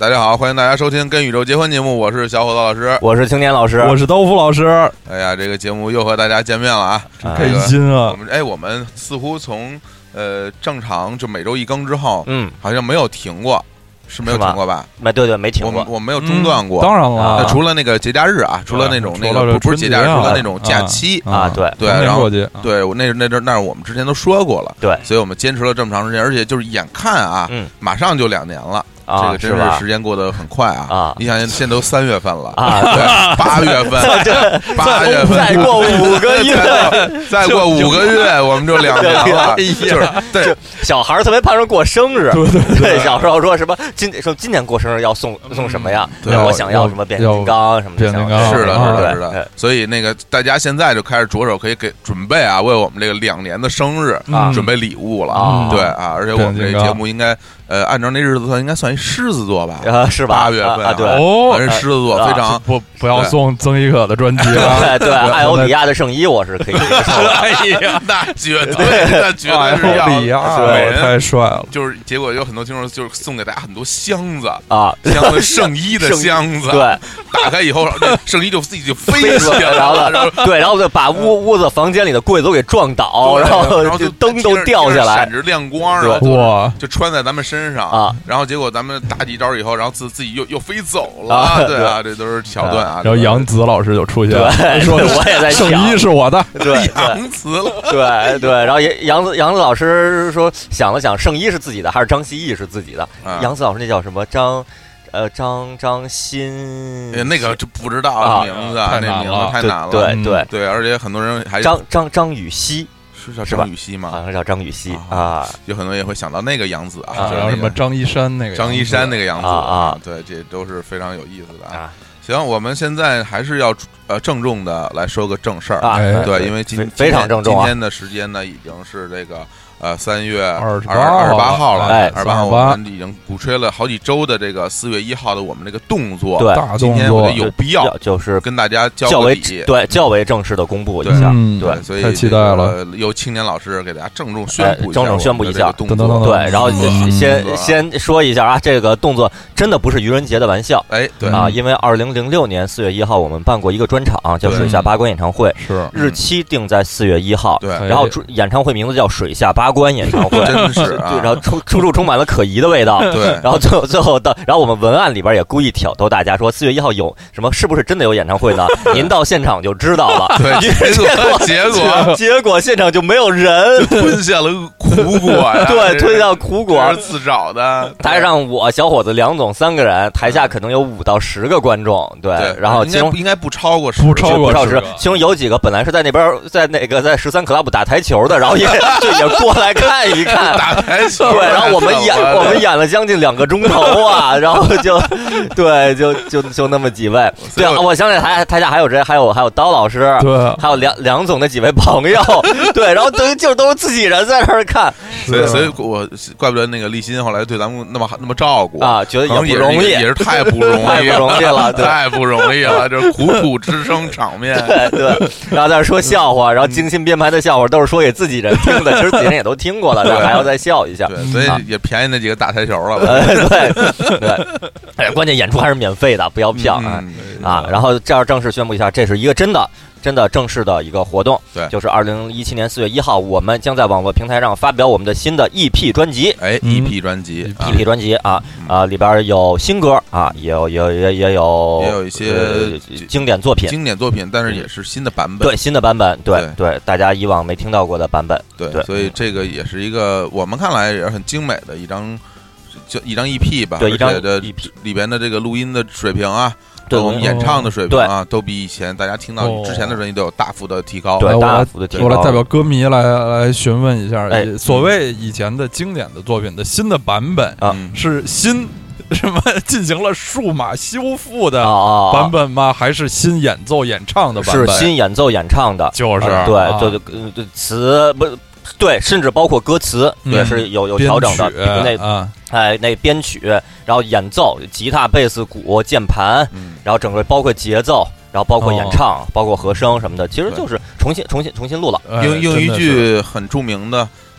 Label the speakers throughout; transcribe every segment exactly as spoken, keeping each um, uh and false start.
Speaker 1: 大家好，欢迎大家收听《跟宇宙结婚》节目，我是小伙子老师，
Speaker 2: 我是青年老师，
Speaker 3: 我是豆腐老师。
Speaker 1: 哎呀，这个节目又和大家见面了啊，
Speaker 3: 真开心啊！
Speaker 1: 我们哎，我们似乎从呃正常就每周一更之后，
Speaker 2: 嗯，
Speaker 1: 好像没有停过。是没有停过吧？
Speaker 2: 没对对，没停过，
Speaker 1: 我我没有中断过。
Speaker 3: 嗯、当然了，
Speaker 1: 除了那个节假日啊，除了那种那个不是节假日，除了那种假期
Speaker 2: 啊，对
Speaker 1: 对，然后对我那那阵那是我们之前都说过了，
Speaker 2: 对，
Speaker 1: 所以我们坚持了这么长时间，而且就是眼看啊，
Speaker 2: 嗯，
Speaker 1: 马上就两年了。
Speaker 2: 啊、
Speaker 1: 这个真是时间过得很快啊！
Speaker 2: 啊，
Speaker 1: 你想现在都三月份了
Speaker 2: 啊，
Speaker 1: 对，八月份，八月份，
Speaker 2: 再过五个月，
Speaker 1: 再过五个月，我们就两年了。就是对，
Speaker 2: 小孩特别盼着过生日，
Speaker 3: 对对
Speaker 2: 对，小时候说什么今说今年过生日要送送什么呀？我想要什么变形金刚什么的，
Speaker 3: 变形金刚
Speaker 1: 是的，是的，是的。所以那个大家现在就开始着手可以给准备啊，为我们这个两年的生日准备礼物了。对啊，而且我们这个节目应该。呃，按照那日子算，应该算一狮子座吧？
Speaker 2: 啊，是吧？
Speaker 1: 八月份
Speaker 2: 啊，对，
Speaker 3: 哦，
Speaker 1: 反正狮子座非常
Speaker 3: 不不要送曾轶可的专辑了。
Speaker 2: 对对，艾欧比亚的圣衣我是可以接受的。
Speaker 1: 哎呀，那绝对，那绝对是要。
Speaker 3: 艾欧比亚太帅了。
Speaker 1: 就是结果有很多听众就是送给大家很多箱子
Speaker 2: 啊，
Speaker 1: 箱子圣衣的箱子，
Speaker 2: 对，
Speaker 1: 打开以后，圣衣就自己就飞起来
Speaker 2: 了，对，然后就把屋屋子房间里的柜子都给撞倒，然后就灯都掉下来，
Speaker 1: 闪着亮光，然后
Speaker 3: 哇，
Speaker 1: 就穿在咱们身上
Speaker 2: 啊，
Speaker 1: 然后。结果咱们打几招以后，然后自自己又又飞走了，啊对啊，这都是桥段啊。
Speaker 3: 然后杨紫老师就出现了，
Speaker 2: 说我也在想，
Speaker 3: 圣衣是我的，
Speaker 2: 对，
Speaker 1: 杨紫了，
Speaker 2: 对对。然后杨紫杨紫老师说想了想，圣衣是自己的还是张希毅是自己的？杨紫老师那叫什么张？呃，张张新，
Speaker 1: 那个就不知道名字，那名字太难了，
Speaker 2: 对对
Speaker 1: 对，而且很多人还
Speaker 2: 张张张雨绮。
Speaker 1: 是叫张雨绮吗？
Speaker 2: 好像叫张雨绮啊，
Speaker 1: 有很多人也会想到那个杨紫啊，
Speaker 3: 还有什么张一山那个
Speaker 1: 张一山那个杨紫
Speaker 2: 啊，
Speaker 1: 对，这都是非常有意思的啊。行，我们现在还是要呃郑重的来说个正事儿
Speaker 2: 啊，
Speaker 1: 对，因为今
Speaker 2: 非常郑重
Speaker 1: 今天的时间呢已经是这个。呃，三月
Speaker 3: 二十
Speaker 1: 二十八号了，
Speaker 2: 哎，
Speaker 1: 二十八号我们已经鼓吹了好几周的这个四月一号的我们这个动作，
Speaker 2: 对，
Speaker 1: 今天我觉得有必要，
Speaker 2: 就是
Speaker 1: 跟大家
Speaker 2: 较为对较为正式的公布一下，
Speaker 1: 对，所以
Speaker 3: 太期待了，
Speaker 1: 由青年老师给大家郑重宣布，
Speaker 2: 郑重宣布一下
Speaker 1: 动作，
Speaker 2: 对，然后先先说一下啊，这个动作真的不是愚人节的玩笑，
Speaker 1: 哎，对
Speaker 2: 啊，因为二零零六年四月一号我们办过一个专场叫水下八关演唱会，
Speaker 3: 是
Speaker 2: 日期定在四月一号，
Speaker 1: 对，
Speaker 2: 然后演唱会名字叫水下八关演唱会。
Speaker 1: 真是啊，
Speaker 2: 然后处处处充满了可疑的味道。
Speaker 1: 对，
Speaker 2: 然后最后最后到，然后我们文案里边也故意挑逗大家说，四月一号有什么？是不是真的有演唱会呢？您到现场就知道了。
Speaker 1: 对，结果结果
Speaker 2: 结果现场就没有人，
Speaker 1: 吞下了苦果呀。
Speaker 2: 对，吞下苦果，
Speaker 1: 是自找的。
Speaker 2: 台上我小伙子梁总三个人，台下可能有五到十个观众。对，然后其中
Speaker 1: 应该不超过十，
Speaker 3: 不超过
Speaker 2: 十，其中有几个本来是在那边在那个在十三 club 打台球的，然后也就也过来看一看。
Speaker 1: 打台球，
Speaker 2: 对，然后我们演我们演了将近两个钟头啊，然后就，对，就就就那么几位，对，我想起台台下还有谁，还有还有刀老师，
Speaker 3: 对，
Speaker 2: 还有梁梁总的几位朋友，对，然后都就都是自己人在那儿看，
Speaker 1: 所以所以我怪不得那个立新后来对咱们那么那么照顾
Speaker 2: 啊，觉得也不容易，
Speaker 1: 也是太不容易，
Speaker 2: 太不容易了，
Speaker 1: 太不容易了，这苦苦支撑场面，
Speaker 2: 对对，然后在那说笑话，然后精心编排的笑话都是说给自己人听的，其实自己人也都听过了，然后还要再笑一下。
Speaker 1: 对，所以也便宜那几个打台球了。
Speaker 2: 呃，对对，哎，关键演出还是免费的，不要票啊、嗯、啊！然后这样正式宣布一下，这是一个真的。真的正式的一个活动，
Speaker 1: 对，
Speaker 2: 就是二零一七年四月一号，我们将在网络平台上发表我们的新的 E P 专辑。
Speaker 1: 哎 ，E P 专辑
Speaker 2: ，E P 专辑啊啊，里边有新歌啊，也有有也也有
Speaker 1: 也有一些
Speaker 2: 经典作品，
Speaker 1: 经典作品，但是也是新的版本，
Speaker 2: 对，新的版本，对对，大家以往没听到过的版本，对，
Speaker 1: 所以这个也是一个我们看来也是很精美的一张，就一张 E P 吧，
Speaker 2: 对，一张
Speaker 1: E P 里边的这个录音的水平啊。对我们演唱的水平啊，都比以前大家听到之前的专辑都有大幅的提高。
Speaker 2: 对，大幅的提高。
Speaker 3: 我来代表歌迷来来询问一下，所谓以前的经典的作品的新的版本啊，是新什么进行了数码修复的版本吗？还是新演奏演唱的版本？
Speaker 2: 是新演奏演唱的，
Speaker 3: 就是
Speaker 2: 对，对对，词不。对，甚至包括歌词也是有有调整的，比如那
Speaker 3: 啊，
Speaker 2: 哎那编曲，然后演奏，吉他、贝斯、鼓、键盘，然后整个包括节奏，然后包括演唱，包括和声什么的，其实就是重新重新重新录了。
Speaker 1: 用用一句很著名的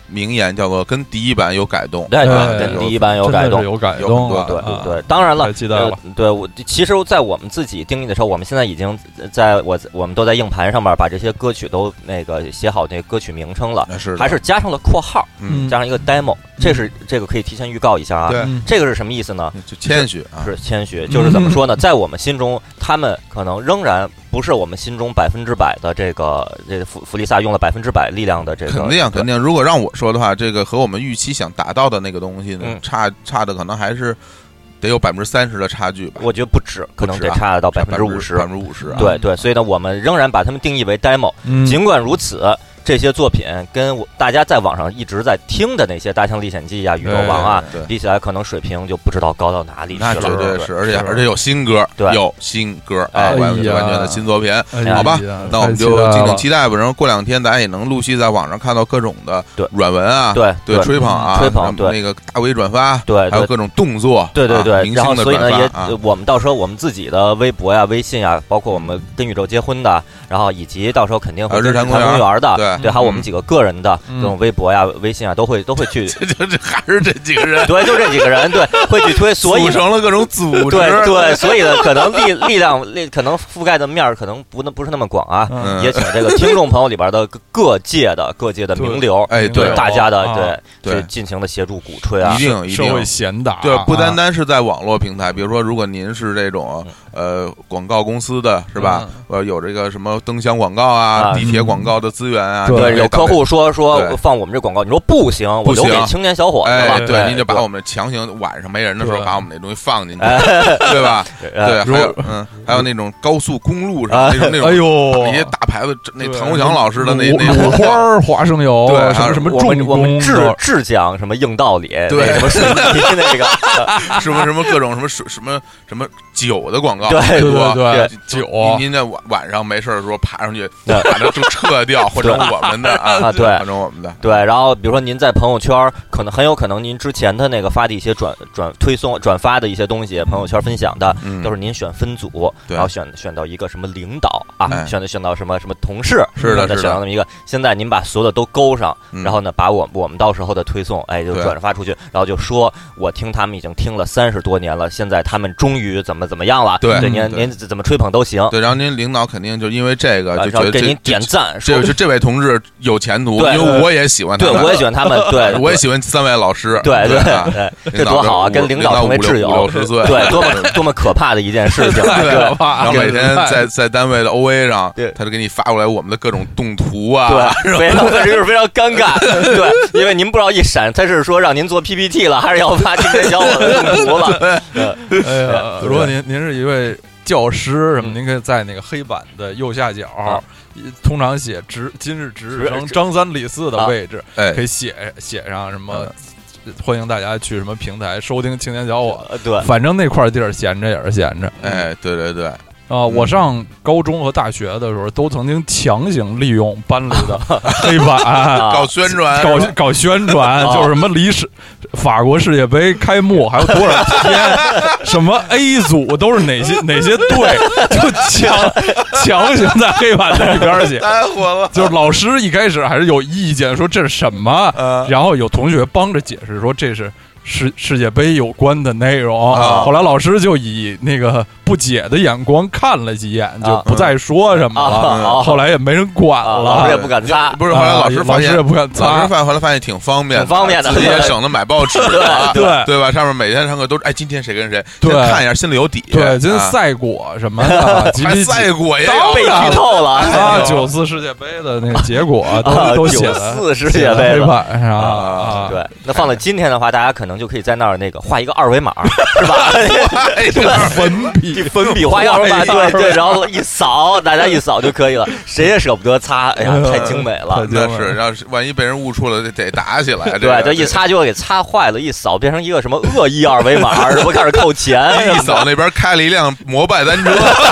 Speaker 1: 名言，叫做跟第一版有改动。
Speaker 2: 对对，跟第一版有改动，
Speaker 3: 有改动，
Speaker 2: 对对对。当然了，
Speaker 3: 记得了。
Speaker 2: 对我其实，在我们自己定义的时候，我们现在已经在我我们都在硬盘上面把这些歌曲都那个写好那个歌曲名称了，
Speaker 1: 是
Speaker 2: 还是加上了括号，加上一个 demo。这是这个可以提前预告一下啊。
Speaker 1: 对，
Speaker 2: 这个是什么意思呢？
Speaker 1: 就谦虚啊，
Speaker 2: 是谦虚，就是怎么说呢？在我们心中，他们可能仍然不是我们心中百分之百的这个这个弗弗利萨用了百分之百力量的这个。
Speaker 1: 肯定肯定，如果让我说的话，这个和我们预期想达到的那个东西呢，
Speaker 2: 嗯、
Speaker 1: 差差的可能还是得有百分之三十的差距吧。
Speaker 2: 我觉得不止，可能得差到百分之五十。
Speaker 1: 百分之五十，
Speaker 2: 对对，所以呢，我们仍然把它们定义为 demo。
Speaker 3: 嗯、
Speaker 2: 尽管如此。这些作品跟我大家在网上一直在听的那些《大象历险记》啊、《宇宙王》啊比起来，可能水平就不知道高到哪里去了。
Speaker 1: 那绝对是，而且而且有新歌，
Speaker 2: 对，
Speaker 1: 有新歌
Speaker 2: 啊，
Speaker 1: 完完全的新作品，好吧？那我们就敬请期待吧。然后过两天，大家也能陆续在网上看到各种的软文啊，
Speaker 2: 对
Speaker 1: 对，吹捧啊，
Speaker 2: 吹捧，对
Speaker 1: 那个大 V 转发，
Speaker 2: 对，
Speaker 1: 还有各种动作，
Speaker 2: 对对对。然后所以呢，也
Speaker 1: 啊
Speaker 2: 我们到时候我们自己的微博呀、微信呀，包括我们跟宇宙结婚的，然后以及到时候肯定会
Speaker 1: 日坛
Speaker 2: 公园的，
Speaker 1: 对
Speaker 2: 对，还有我们几个。个人的这种微博呀、微信啊，都会都会去，
Speaker 1: 这这还是这几个人，
Speaker 2: 对，就这几个人，对，会去推，所以
Speaker 1: 组成了各种组织，
Speaker 2: 对对，所以呢，可能力力量力可能覆盖的面儿可能不不是那么广啊，
Speaker 1: 嗯、
Speaker 2: 也请这个听众朋友里边的各界的各界的名流，
Speaker 1: 哎，
Speaker 2: 对大家的对
Speaker 1: 对
Speaker 2: 去进行的协助鼓吹啊，
Speaker 1: 一定一定
Speaker 3: 社会贤达，
Speaker 1: 对，不单单是在网络平台，比如说，如果您是这种呃广告公司的是吧？呃，有这个什么灯箱广告啊、地铁广告的资源啊，
Speaker 2: 对，有客户说说。放我们这广告，你说不行，我留给青年小伙子
Speaker 1: 了。
Speaker 2: 哎，
Speaker 1: 对，您就把我们强行晚上没人的时候把我们那东西放进去，对吧？对，还有嗯，还有那种高速公路上那种那种，
Speaker 3: 哎呦，
Speaker 1: 那些大牌子，那唐国强老师的那那
Speaker 3: 五花花生油，
Speaker 1: 对，
Speaker 3: 什么什么重
Speaker 2: 我们智智讲什么硬道理，
Speaker 1: 对，
Speaker 2: 什么水泥那个，
Speaker 1: 什么什么各种什么水什么什么酒的广告，
Speaker 2: 对
Speaker 3: 对对，
Speaker 1: 酒，您在晚晚上没事的时候爬上去，把它就撤掉，换成我们的啊，
Speaker 2: 对，
Speaker 1: 换成我们的，
Speaker 2: 对，然后。比如说您在朋友圈，可能很有可能您之前的那个发的一些转转推送、转发的一些东西，朋友圈分享的，
Speaker 1: 嗯、
Speaker 2: 都是您选分组，然后选选到一个什么领导啊，
Speaker 1: 哎、
Speaker 2: 选的选到什么什么同事，
Speaker 1: 是的，
Speaker 2: 再选到那么一个。现在您把所有的都勾上，
Speaker 1: 嗯、
Speaker 2: 然后呢，把我我们到时候的推送，哎，就转发出去，然后就说我听他们已经听了三十多年了，现在他们终于怎么怎么样了，
Speaker 1: 对，
Speaker 2: 对您您怎么吹捧都行，
Speaker 1: 对，然后您领导肯定就因为这个就觉得
Speaker 2: 给您点赞，
Speaker 1: 这这这位同志有前途，因为我也喜欢他
Speaker 2: 们，对，我也喜欢他们。对，
Speaker 1: 我也喜欢三位老师。
Speaker 2: 对对对，这多好啊！跟领导成为挚友，
Speaker 1: 六十岁，
Speaker 2: 对，多么多么可怕的一件事情。
Speaker 1: 对，然后每天在在单位的 O A 上，他就给你发过来我们的各种动图啊，
Speaker 2: 对，非常这就是非常尴尬。对，因为您不知道一闪，他是说让您做 P P T 了，还是要发青年小伙子的动图了？
Speaker 3: 哎呀，如果您您是一位教师什么，您可以在那个黑板的右下角。通常写值今日值日生张三李四的位置，可以写写上什么？欢迎大家去什么平台收听青年小伙子。
Speaker 2: 对，
Speaker 3: 反正那块地儿闲着也是闲着。
Speaker 1: 哎，对对对。
Speaker 3: 啊，我上高中和大学的时候，都曾经强行利用班里的黑板
Speaker 1: 搞宣传，
Speaker 3: 搞搞宣传，就是什么离世法国世界杯开幕还有多少天，什么 A 组都是哪些哪些队，就强强行在黑板那边写，
Speaker 1: 太火了。
Speaker 3: 就是老师一开始还是有意见，说这是什么，然后有同学帮着解释说这是。世世界杯有关的内容，
Speaker 1: 啊、
Speaker 3: 后来老师就以那个不解的眼光看了几眼，就不再说什么了。
Speaker 2: 啊、
Speaker 3: 后来也没人管了，
Speaker 2: 啊、老师也不敢擦。
Speaker 1: 不是，后来老师
Speaker 3: 老师也不敢擦。
Speaker 1: 老师发现后来发现挺方便的，
Speaker 2: 挺方便的，
Speaker 1: 自己也省得买报纸
Speaker 3: 了，对
Speaker 1: 对吧？上面每天上课都是哎，今天谁跟谁，
Speaker 3: 对，
Speaker 1: 看一下心里有底。
Speaker 3: 对，今天赛果什么的，
Speaker 1: 还赛果也有
Speaker 2: 被剧透了
Speaker 3: 啊！九四世界杯的那个结果都都写
Speaker 2: 了，九四世界杯
Speaker 3: 黑板上啊。
Speaker 2: 对，那放在今天的话，大家可能就可以在那儿那个画一个二维码，是吧？
Speaker 3: 粉笔
Speaker 2: 粉笔画一个二维码，对对，然后一扫，大家一扫就可以了。谁也舍不得擦，哎呀，太精美了。
Speaker 1: 那是，要是万一被人误触了，得打起来。
Speaker 2: 对，这一擦就给擦坏了，一扫变成一个什么恶意二维码，什么开始扣钱。
Speaker 1: 一扫那边开了一辆摩拜单车，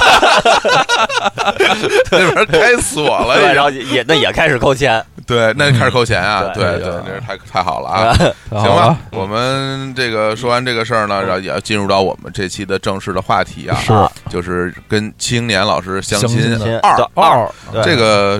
Speaker 1: 那边开锁了，
Speaker 2: 对，然后也那也开始扣钱。
Speaker 1: 对，那开始扣钱啊！对对，这是太太好了啊！行吧，我们这个说完这个事儿呢，然后也要进入到我们这期的正式的话题啊，
Speaker 3: 是
Speaker 1: 就是跟青年老师相亲
Speaker 3: 二
Speaker 1: 二，这个这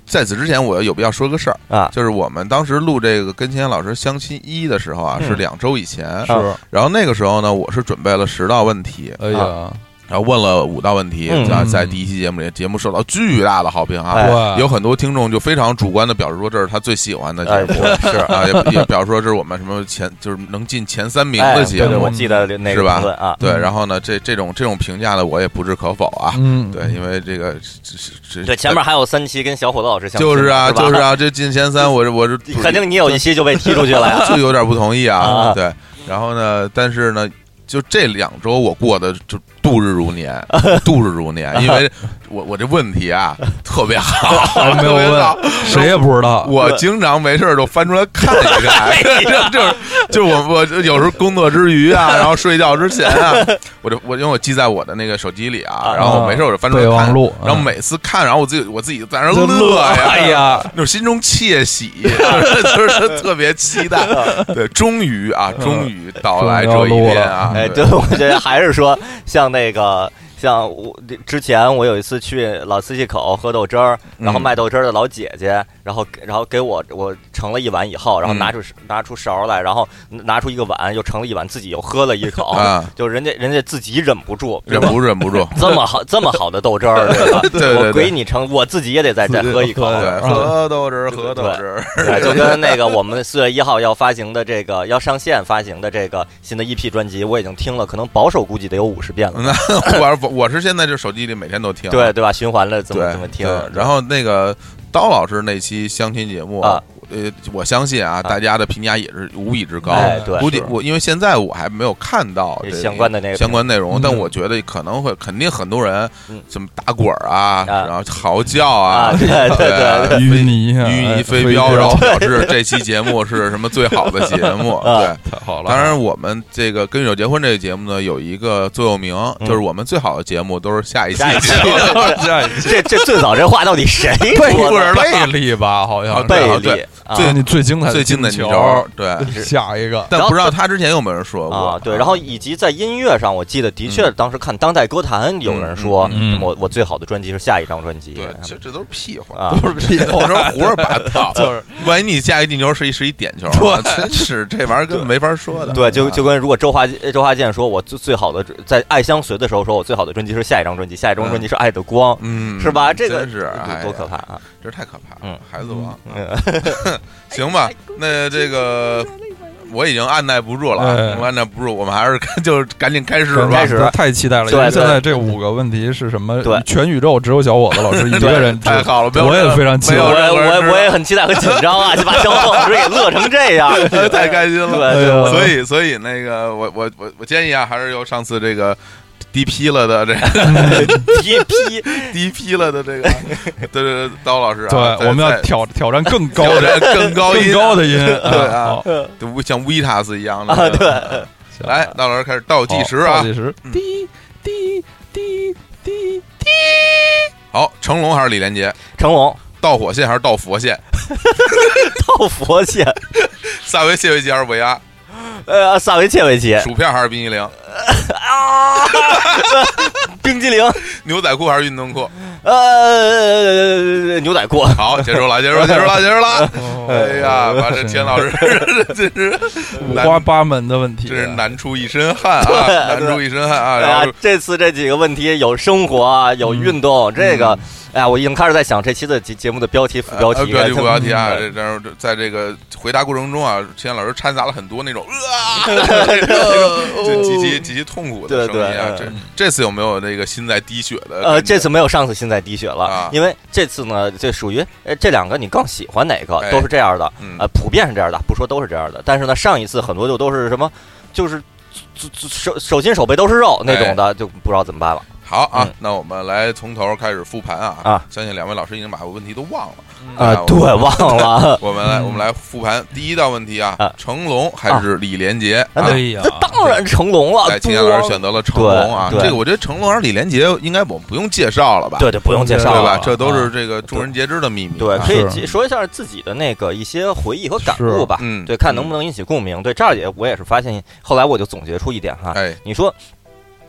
Speaker 1: 在此之前，我有必要说个事儿
Speaker 2: 啊，
Speaker 1: 就是我们当时录这个跟秦岩老师相亲一的时候啊，
Speaker 2: 嗯、
Speaker 1: 是两周以前，
Speaker 3: 是。
Speaker 1: 然后那个时候呢，我是准备了十道问题，
Speaker 3: 哎呀。啊
Speaker 1: 然后问了五道问题，在在第一期节目里，节目受到巨大的好评啊！
Speaker 3: 哎、
Speaker 1: 有很多听众就非常主观的表示说，这是他最喜欢的节目，
Speaker 2: 哎、是
Speaker 1: 啊，也也表示说这是我们什么前就是能进前三名的节目，
Speaker 2: 哎、对对我记得那个
Speaker 1: 是吧？
Speaker 2: 啊，
Speaker 1: 对，然后呢，这这种这种评价呢，我也不置可否啊。
Speaker 3: 嗯，
Speaker 1: 对，因为这个这
Speaker 2: 对前面还有三期跟小伙子老师相
Speaker 1: 就是啊，就是啊，这进前三，我我这
Speaker 2: 肯定你有一期就被踢出去了呀，
Speaker 1: 就有点不同意啊。对，然后呢，但是呢。就这两周我过得就度日如年，度日如年，因为我我这问题啊特别好，
Speaker 3: 没有问，谁也不知道。
Speaker 1: 我经常没事就翻出来看一看，就是就是我我有时候工作之余啊，然后睡觉之前啊，我就我因为我记在我的那个手机里啊，然后我没事我就翻出来看，然后每次看，然后我自己我自己在那乐呀，
Speaker 3: 哎呀，
Speaker 1: 那种心中窃喜，就是特别期待，对，终于啊，终于到来这一天啊。
Speaker 2: 哎，对，我觉得还是说像那个。像我之前我有一次去老四季口喝豆汁儿，然后卖豆汁儿的老姐姐，然后然后给我我盛了一碗以后，然后拿出、嗯、拿出勺来，然后拿出一个碗又盛了一碗，自己又喝了一口，啊、就人家人家自己忍不住，
Speaker 1: 忍不忍不住，
Speaker 2: 这么好这么好的豆汁儿，对吧？
Speaker 1: 对对对，
Speaker 2: 我给你盛，我自己也得再再喝一口，
Speaker 1: 对，喝豆汁儿，喝豆汁儿，
Speaker 2: 对，就跟那个我们四月一号要发行的这个要上线发行的这个新的 E P 专辑，我已经听了，可能保守估计得有五十遍了。
Speaker 1: 我我是现在这手机里每天都听，
Speaker 2: 对对吧？循环了怎么怎么听？
Speaker 1: 然后那个刀老师那期相亲节目
Speaker 2: 啊。
Speaker 1: 呃，我相信啊，大家的评价也是无比之高。
Speaker 2: 哎，对，
Speaker 1: 估计我因为现在我还没有看到这
Speaker 2: 相关的那个
Speaker 1: 相关内容，但我觉得可能会肯定很多人怎么打滚啊，然后嚎叫啊，
Speaker 2: 对对对，
Speaker 3: 淤泥
Speaker 1: 淤泥飞镖，然后表示这期节目是什么最好的节目。对，
Speaker 3: 太好了。
Speaker 1: 当然，我们这个《跟酒结婚》这个节目呢，有一个座右铭，就是我们最好的节目都是下一期。
Speaker 2: 下一期，这这最早这话到底谁说的？
Speaker 3: 贝利吧，好像
Speaker 2: 贝利。
Speaker 3: 最你最精彩
Speaker 1: 最精彩的
Speaker 3: 球，
Speaker 1: 对，
Speaker 3: 下一个，
Speaker 1: 但不知道他之前有没有人说过
Speaker 2: 啊？对，然后以及在音乐上，我记得的确当时看当代歌坛有人说，我我最好的专辑是下一张专辑。
Speaker 1: 对，这这都是屁话
Speaker 2: 啊，
Speaker 3: 都是屁话，
Speaker 1: 胡说八道。就是万一你下一进球是一是一点球，真是这玩意儿根本没法说的。
Speaker 2: 对，就就跟如果周华周华健说我最最好的在《爱相随》的时候说我最好的专辑是下一张专辑，下一张专辑是《爱的光》，
Speaker 1: 嗯，
Speaker 2: 是吧？这个
Speaker 1: 真是
Speaker 2: 多可怕啊！
Speaker 1: 这太可怕了，
Speaker 2: 嗯，
Speaker 1: 孩子王，行吧。那这个我已经按耐不住了，
Speaker 3: 哎、
Speaker 1: 我按耐不住，我们还是就赶紧开始吧。
Speaker 2: 开始，
Speaker 3: 太期待了！因为现在这五个问题是什么？
Speaker 2: 对，
Speaker 3: 全宇宙只有小伙子老师一个人，
Speaker 1: 太好了！
Speaker 3: 我也非常期待，
Speaker 2: 我我我也很期待和紧张啊！就把小伙子老师给乐成这样，
Speaker 1: 太开心了。
Speaker 2: 对，
Speaker 1: 对所以所以那个我我我我建议啊，还是由上次这个。低批了的这个
Speaker 2: 低批
Speaker 1: 低批了的这个，对对刀老师啊，
Speaker 3: 对，我们要挑挑战更高
Speaker 1: 的更高
Speaker 3: 更高的音，
Speaker 1: 对啊，就像维塔斯一样的。
Speaker 2: 对，
Speaker 1: 来，刀老师开始倒计时啊，
Speaker 3: 倒计时，滴滴滴滴滴。
Speaker 1: 好，成龙还是李连杰？
Speaker 2: 成龙。
Speaker 1: 到火线还是到佛线？
Speaker 2: 到佛线。
Speaker 1: 萨维谢维奇还是维阿？
Speaker 2: 呃，萨维切维奇。
Speaker 1: 薯片还是冰激凌？
Speaker 2: 啊！冰激凌。
Speaker 1: 牛仔裤还是运动裤？
Speaker 2: 呃，牛仔裤。
Speaker 1: 好，结束了，结束了，结束了，结束了。哎呀，把这钱老师这是
Speaker 3: 五花八门的问题，
Speaker 1: 这是难出一身汗啊，难出一身汗啊。然后
Speaker 2: 这次这几个问题有生活啊，有运动，这个。哎呀，我已经开始在想这期的节节目的标题、副标题、
Speaker 1: 标题、副标题啊！这然后在这个回答过程中啊，秦岩老师掺杂了很多那种啊，这极其极其痛苦的声音啊！这这次有没有那个心在滴血的？
Speaker 2: 呃，这次没有上次心在滴血了，因为这次呢，这属于呃这两个你更喜欢哪个？都是这样的，呃，普遍是这样的，不说都是这样的。但是呢，上一次很多就都是什么，就是手手心手背都是肉那种的，就不知道怎么办了。
Speaker 1: 好啊，嗯、那我们来从头开始复盘啊！
Speaker 2: 啊，
Speaker 1: 相信两位老师已经把问题都忘了
Speaker 2: 啊，对，忘了。
Speaker 1: 我们来，我们来复盘第一道问题啊，啊成龙还是李连杰？
Speaker 2: 啊、哎呀，这当然成龙了。
Speaker 1: 哎，秦岩老师选择了成龙啊，这个我觉得成龙还是李连杰，应该我们不用介绍了吧？
Speaker 2: 对对，不用介绍了，
Speaker 1: 对吧？这都是这个众人皆知的秘密。
Speaker 2: 对，可以说一下自己的那个一些回忆和感悟吧。
Speaker 1: 嗯，
Speaker 2: 对，看能不能引起共鸣。对，这儿也我也是发现，后来我就总结出一点哈，
Speaker 1: 哎，
Speaker 2: 你说。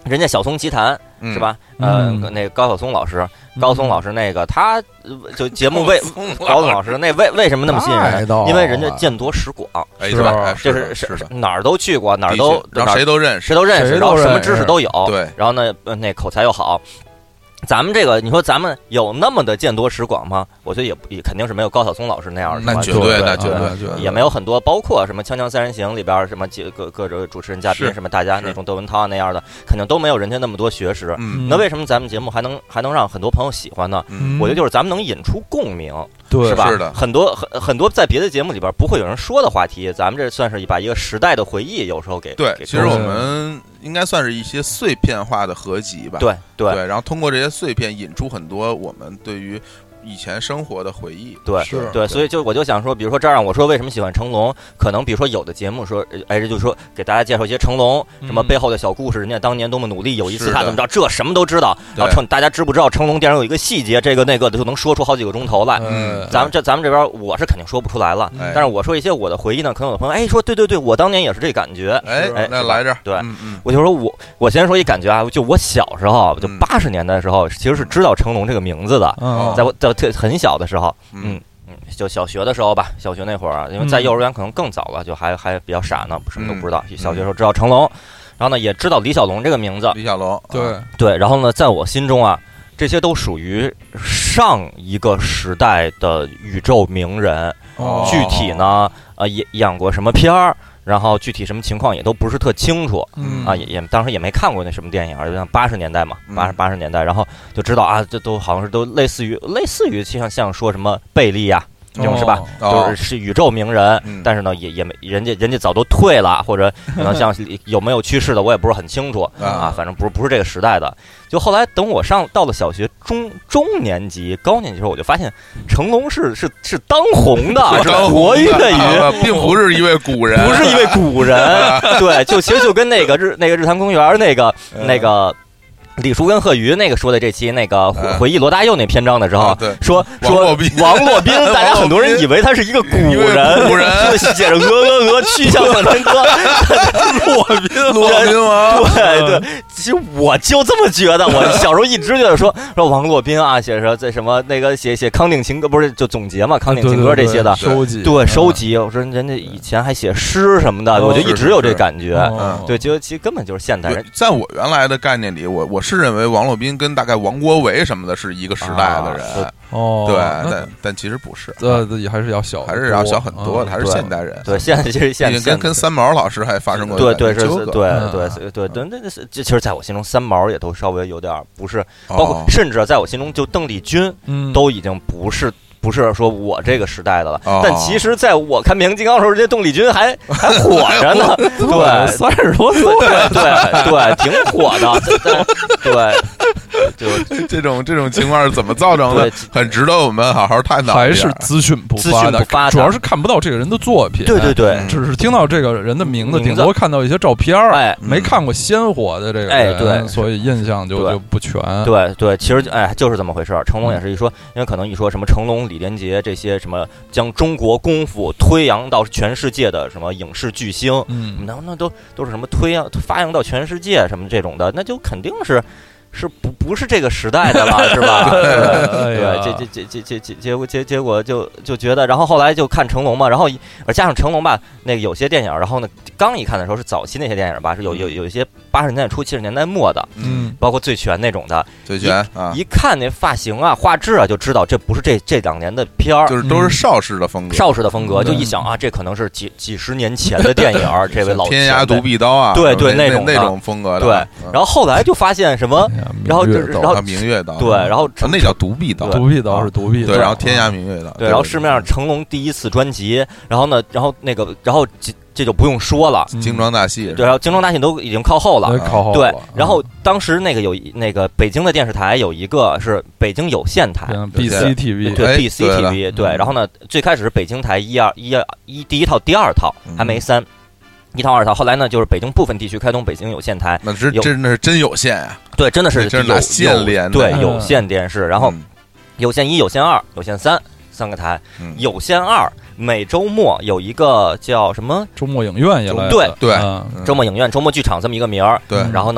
Speaker 2: 人家小松奇谈是吧？呃，那个高晓松老师，高松老师那个他就节目为高松老师那为为什么那么吸引人？因为人家见多识广，
Speaker 1: 是吧？
Speaker 2: 就是
Speaker 1: 是的，
Speaker 2: 哪儿都去过，哪儿都
Speaker 1: 然后谁都认识，
Speaker 2: 谁都认识，然后什么知识都有。
Speaker 1: 对，
Speaker 2: 然后呢，那口才又好。咱们这个，你说咱们有那么的见多识广吗？我觉得也也肯定是没有高晓松老师那样的，
Speaker 1: 那绝对，那绝对，
Speaker 2: 也没有很多，包括什么《锵锵三人行》里边什么各各种主持人嘉宾，什么大家那种窦文涛那样的，肯定都没有人家那么多学识。那为什么咱们节目还能还能让很多朋友喜欢呢？我觉得就是咱们能引出共鸣。
Speaker 3: 对，
Speaker 2: 是吧？
Speaker 1: 是的，
Speaker 2: 很多很很多在别的节目里边不会有人说的话题，咱们这算是把一个时代的回忆，有时候给
Speaker 1: 对。其实我们应该算是一些碎片化的合集吧。
Speaker 2: 对对
Speaker 1: 对，然后通过这些碎片引出很多我们对于以前生活的回忆。
Speaker 2: 对，
Speaker 3: 是
Speaker 2: 对，所以就我就想说，比如说这让我说为什么喜欢成龙，可能比如说有的节目说，哎，这就说给大家介绍一些成龙什么背后的小故事，人家当年多么努力，有一次他怎么着，这什么都知道。然后成大家知不知道成龙电影有一个细节，这个那个的就能说出好几个钟头来。
Speaker 1: 嗯，
Speaker 2: 咱们这咱们这边我是肯定说不出来了，但是我说一些我的回忆呢，可能有的朋友哎说对对对，我当年也是这感觉。
Speaker 1: 哎
Speaker 2: 哎，
Speaker 1: 那来着，
Speaker 2: 对，我就说我我先说一感觉啊，就我小时候就八十年代的时候，其实是知道成龙这个名字的，在我在特很小的时候。时候，嗯嗯，就小学的时候吧，小学那会儿啊，因为在幼儿园可能更早了，就还还比较傻呢，什么都不知道。小学时候知道成龙，然后呢也知道李小龙这个名字，
Speaker 1: 李小龙，
Speaker 3: 对
Speaker 2: 对，然后呢，在我心中啊，这些都属于上一个时代的宇宙名人，
Speaker 3: 哦、
Speaker 2: 具体呢，呃，演演过什么片儿。然后具体什么情况也都不是特清楚，
Speaker 3: 嗯
Speaker 2: 啊，也也当时也没看过那什么电影，就像八十年代嘛，八十八十年代，然后就知道啊，这都好像是都类似于类似于像像说什么贝利呀、啊，这种是吧？
Speaker 1: 哦、
Speaker 2: 就是是宇宙名人，
Speaker 1: 嗯、
Speaker 2: 但是呢，也也没人家人家早都退了，或者可能像有没有去世的，我也不是很清楚啊，反正不是不是这个时代的。就后来等我上到了小学中中年级、高年级的时候，我就发现成龙是是是当红的，是活跃于，
Speaker 1: 并不是一位古人，
Speaker 2: 不是一位古人，对，就其实就跟那个日那个日坛公园那个那个。李叔跟贺瑜那个说的这期那个回回忆罗大佑那篇章的时候，
Speaker 1: 啊、
Speaker 2: 说说王洛宾，大家很多人以为他是一个古人，
Speaker 1: 古人
Speaker 2: 写着鹅鹅鹅曲项向天歌，
Speaker 3: 洛宾
Speaker 1: 洛宾王，
Speaker 2: 对对，其实我就这么觉得，我小时候一直觉得说说王洛宾啊，写着在什么那个写写康定情歌，不是就总结嘛，康定情歌这些的
Speaker 3: 收集，
Speaker 2: 对收集，我说人家以前还写诗什么的，我就一直有这感觉，对，就其实根本就是现代人。
Speaker 1: 在我原来的概念里，我我。是认为王洛宾跟大概王国维什么的是一个时代的人，
Speaker 2: 啊、
Speaker 3: 哦，
Speaker 1: 对，但但其实不是，
Speaker 3: 呃，还是要小，
Speaker 1: 还是要小很多的，还是现代人。
Speaker 2: 对，现在其实现在
Speaker 1: 跟跟三毛老师还发生过
Speaker 2: 对对是，
Speaker 1: 对
Speaker 2: 对对对，那那是，其实在我心中，三毛也都稍微有点不是，包括甚至在我心中，就邓丽君都已经不是。不是说我这个时代的了，
Speaker 1: 哦、
Speaker 2: 但其实在我看变形金刚的时候，这邓丽君还还火着呢，对，
Speaker 3: 三十多岁，
Speaker 2: 对对对，挺火的，对，就
Speaker 1: 这种这种情况是怎么造成的？很值得我们好好探讨。
Speaker 3: 还是资讯不发达，主要是看不到这个人的作品，
Speaker 2: 对对对，
Speaker 3: 只是听到这个人的名字，顶多看到一些照片，
Speaker 2: 哎，
Speaker 3: 没看过鲜活的这个人，
Speaker 2: 哎，对，
Speaker 3: 所以印象就就不全。
Speaker 2: 对对，其实哎，就是这么回事。成龙也是一说，因为可能一说什么成龙。李连杰这些什么将中国功夫推扬到全世界的什么影视巨星，
Speaker 3: 嗯，
Speaker 2: 那那都都是什么推扬发扬到全世界什么这种的，那就肯定是是不不是这个时代的了，是吧？对对，这这这这这结结果结结果就就觉得，然后后来就看成龙嘛，然后加上成龙吧，那个有些电影，然后呢，刚一看的时候是早期那些电影吧，是有有有一些八十年代初七十年代末的，
Speaker 3: 嗯，
Speaker 2: 包括醉拳那种的，
Speaker 1: 醉拳啊，
Speaker 2: 一看那发型啊、画质啊，就知道这不是这这两年的片儿，
Speaker 1: 就是都是邵氏的风格，
Speaker 2: 邵氏的风格，就一想啊，这可能是几几十年前的电影，这位老
Speaker 1: 天涯独臂刀啊，
Speaker 2: 对对，
Speaker 1: 那
Speaker 2: 种
Speaker 1: 那种风格的，
Speaker 2: 对，然后后来就发现什么。然后，然后
Speaker 1: 明月刀，
Speaker 2: 对，然后
Speaker 1: 那叫独臂刀，
Speaker 3: 独臂刀是独臂刀，
Speaker 1: 对，然后天涯明月刀，
Speaker 2: 对，然后市面上成龙第一次专辑，然后呢，然后那个，然后这这就不用说了，
Speaker 1: 精装大戏，
Speaker 2: 对，然后精装大戏都已经靠后了，
Speaker 3: 靠后，
Speaker 2: 对，然后当时那个有那个北京的电视台有一个是北京有线台
Speaker 3: ，B C T V，
Speaker 2: 对 B C T V，对，然后呢，最开始是北京台一二一二一第一套、第二套还没三。一套二套，后来呢，就是北京部分地区开通北京有线台，
Speaker 1: 那是真的是真有线啊！
Speaker 2: 对，真的是
Speaker 1: 真拿线连的，
Speaker 2: 对，有线电视，然后有线一、有线二、有线三三个台，有线二每周末有一个叫什么
Speaker 3: 周末影院也来，
Speaker 2: 对
Speaker 1: 对，
Speaker 2: 周末影院、周末剧场这么一个名儿，
Speaker 1: 对，
Speaker 2: 然后呢。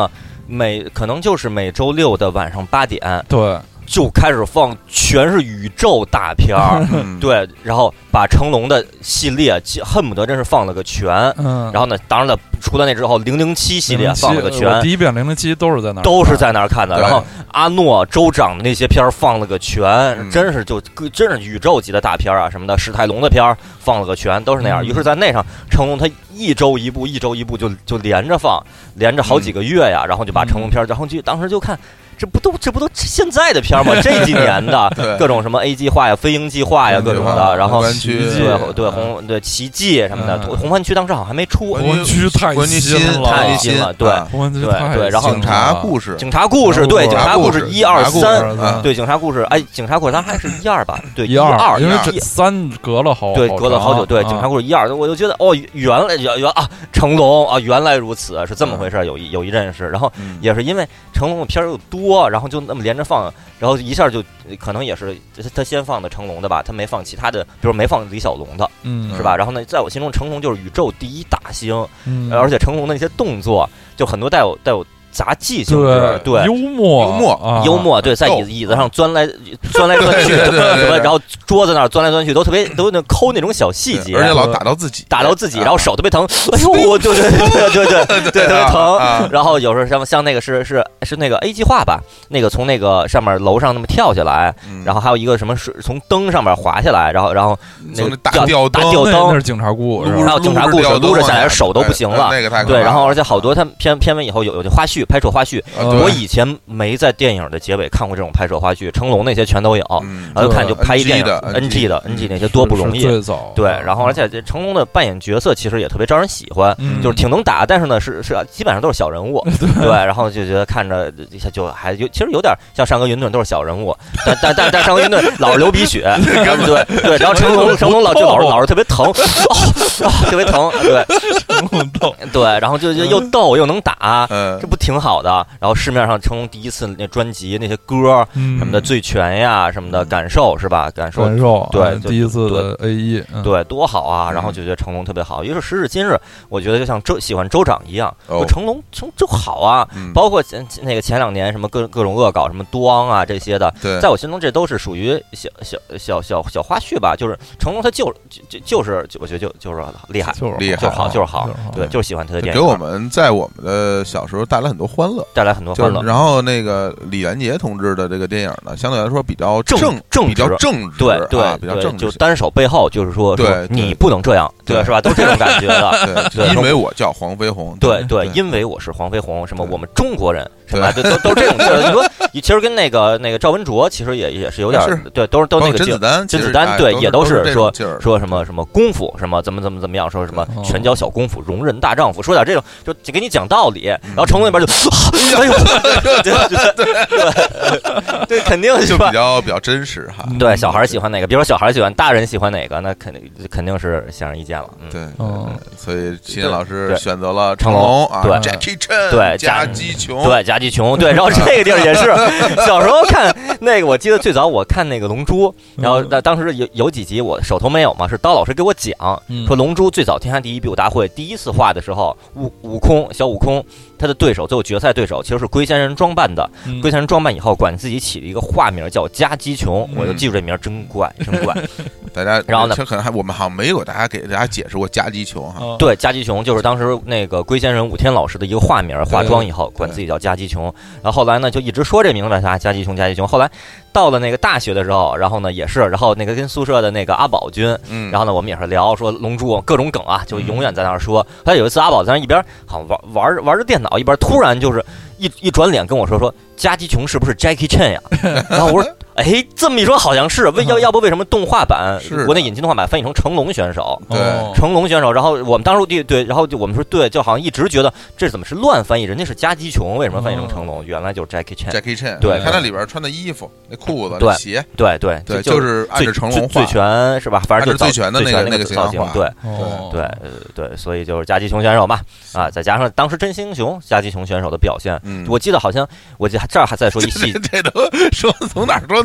Speaker 2: 每可能就是每周六的晚上八点，
Speaker 3: 对。
Speaker 2: 就开始放全是宇宙大片儿，对，然后把成龙的系列恨不得真是放了个全，嗯，然后呢，当然了，除了那之后，零零七系列放了个全，
Speaker 3: 第一遍零零七都是在那儿，
Speaker 2: 都是在那儿看的。然后阿诺、州长的那些片儿放了个全，嗯、真是就真是宇宙级的大片啊什么的，史泰龙的片儿放了个全，都是那样。于是，在那上，成龙他一周一部，一周一部就就连着放，连着好几个月呀，然后就把成龙片儿，然后就当时就看。这不都这不都现在的片吗？这几年的各种什么 A 计划呀、飞鹰计划呀，各种的，然后对对红对奇迹什么的，红番区当时好像还没出，
Speaker 3: 红番区太新
Speaker 2: 了，太新了，对对对，然后
Speaker 1: 警察故事，
Speaker 2: 警察故事，对警察故事一二三，对警察故事，哎，警察故事咱还是一二吧，对
Speaker 3: 一
Speaker 2: 二，
Speaker 3: 因为这三隔了好
Speaker 2: 对隔了好久，对警察故事一二，我就觉得哦，原来原原啊成龙啊，原来如此是这么回事，有一有一认识，然后也是因为成龙的片儿又多，然后就那么连着放，然后一下就可能也是他先放的成龙的吧，他没放其他的，比如没放李小龙的，嗯，是吧？然后呢，在我心中成龙就是宇宙第一大星，嗯，而且成龙的那些动作就很多带有带有。杂技性质，对
Speaker 3: 幽默
Speaker 1: 幽默
Speaker 2: 幽默，对，在椅子椅子上钻来钻来钻去，什么，然后桌子那儿钻来钻去，都特别都能抠那种小细节，
Speaker 1: 而且老打到自己，
Speaker 2: 打到自己，然后手特别疼，哎呦，我对对对对对对对特别疼。然后有时候像像那个是是是那个 A 计划吧，那个从那个上面楼上那么跳下来，然后还有一个什么是从灯上面滑下来，然后然后那个
Speaker 1: 大吊
Speaker 2: 大吊灯，
Speaker 3: 那是警察故事，
Speaker 2: 还有警察故事撸着下来手都不行了，
Speaker 1: 那个太
Speaker 2: 对，然后而且好多他片片尾以后有有花絮。拍摄花絮，我以前没在电影的结尾看过这种拍摄花絮，成龙那些全都有，然后就看就拍一电影 N G 的 N G 那些多不容易，
Speaker 3: 最早
Speaker 2: 对，然后而且这成龙的扮演角色其实也特别招人喜欢，就是挺能打，但是呢是是基本上都是小人物，对，然后就觉得看着就还有其实有点像上个云顿都是小人物，但但但但上个云顿老是流鼻血，对对，然后成龙成龙老就老是老是特别疼，哦特别疼，对，对，然后就就又逗又能打。这不挺好的？然后市面上成龙第一次那专辑那些歌什么的，醉拳呀什么的，感受是吧？感受
Speaker 3: 感受
Speaker 2: 对，
Speaker 3: 第一次的 A 一
Speaker 2: 对多好啊！然后就觉得成龙特别好。于是时至今日，我觉得就像周喜欢州长一样，成龙成就好啊。包括前那个前两年什么各各种恶搞什么端啊这些的，在我心中这都是属于小小小小小花絮吧。就是成龙他就就就是我觉得就就是厉害，
Speaker 3: 就是
Speaker 1: 厉害，
Speaker 2: 就好就是好，对，就是喜欢他的电影。
Speaker 1: 给我们在我们的小时候带来很多欢乐，
Speaker 2: 带来很多欢乐。
Speaker 1: 然后那个李连杰同志的这个电影呢，相对来说比较
Speaker 2: 正
Speaker 1: 正比较正直，
Speaker 2: 对对，
Speaker 1: 比较正
Speaker 2: 直。就单手背后就是说，
Speaker 1: 对
Speaker 2: 你不能这样，对是吧？都是这种感觉的。
Speaker 1: 对，因为我叫黄飞鸿。
Speaker 2: 对对，因为我是黄飞鸿，什么我们中国人，什么都都都是这种。你说，其实跟那个那个赵文卓其实也也是有点，对，都是都那个
Speaker 1: 甄子丹，
Speaker 2: 甄子丹对，也都是说说什么什么功夫，什么怎么怎么怎么样，说什么拳脚小功夫，容忍大丈夫，说点这种就就给你讲道理。然后成龙那边就，哎呦，对对对对，肯定
Speaker 1: 就比较比较真实哈。
Speaker 2: 对，小孩喜欢哪个？比如说小孩喜欢，大人喜欢哪个？那肯定肯定是显而易见了。
Speaker 1: 对，所以齐岩老师选择了成龙啊，
Speaker 2: 对
Speaker 1: ，Jackie Chan，
Speaker 2: 对，
Speaker 1: 夹击琼，
Speaker 2: 对，夹击琼，对。然后这个地儿也是小时候看那个，我记得最早我看那个《龙珠》，然后当时有有几集我手头没有嘛，是刀老师给我讲说，《龙珠》最早天下第一比武大会第一次画的时候，悟悟空小悟空。他的对手，最后决赛对手其实是龟仙人装扮的。嗯、龟仙人装扮以后，管自己起了一个化名叫夹击琼，嗯、我就记住这名真怪，真怪。
Speaker 1: 大家，
Speaker 2: 然后呢，
Speaker 1: 可能还我们好像没有大家给大家解释过夹击琼哈。
Speaker 2: 哦、对，夹击琼就是当时那个龟仙人武天老师的一个化名，化妆以后管自己叫夹击琼。然后后来呢，就一直说这名字啥夹击琼，夹击琼。后来到了那个大学的时候，然后呢也是，然后那个跟宿舍的那个阿宝君，嗯、然后呢我们也是聊说龙珠各种梗啊，就永远在那儿说。他有一次阿宝在那一边好玩玩玩着电脑。一边突然就是一一转脸跟我说说夹击琼是不是 Jackie Chan 呀？然后我说哎，这么一说好像是，为要要不为什么动画版国内引进动画版翻译成成龙选手？
Speaker 1: 对，
Speaker 2: 成龙选手。然后我们当时对对，然后就我们说对，就好像一直觉得这怎么是乱翻译？人家是夹击琼，为什么翻译成成龙？原来就是 Jackie
Speaker 1: Chan。Jackie Chan，
Speaker 2: 对，
Speaker 1: 看那里边穿的衣服、那裤子、那鞋，
Speaker 2: 对对
Speaker 1: 对，就是按照成龙画
Speaker 2: 醉拳是吧？反正就
Speaker 1: 醉拳的那个
Speaker 2: 那
Speaker 1: 个
Speaker 2: 造型，对对对，所以就是夹击琼选手嘛啊，再加上当时真星雄夹击琼选手的表现，我记得好像我记得这儿还再说一细，
Speaker 1: 这都说从哪儿说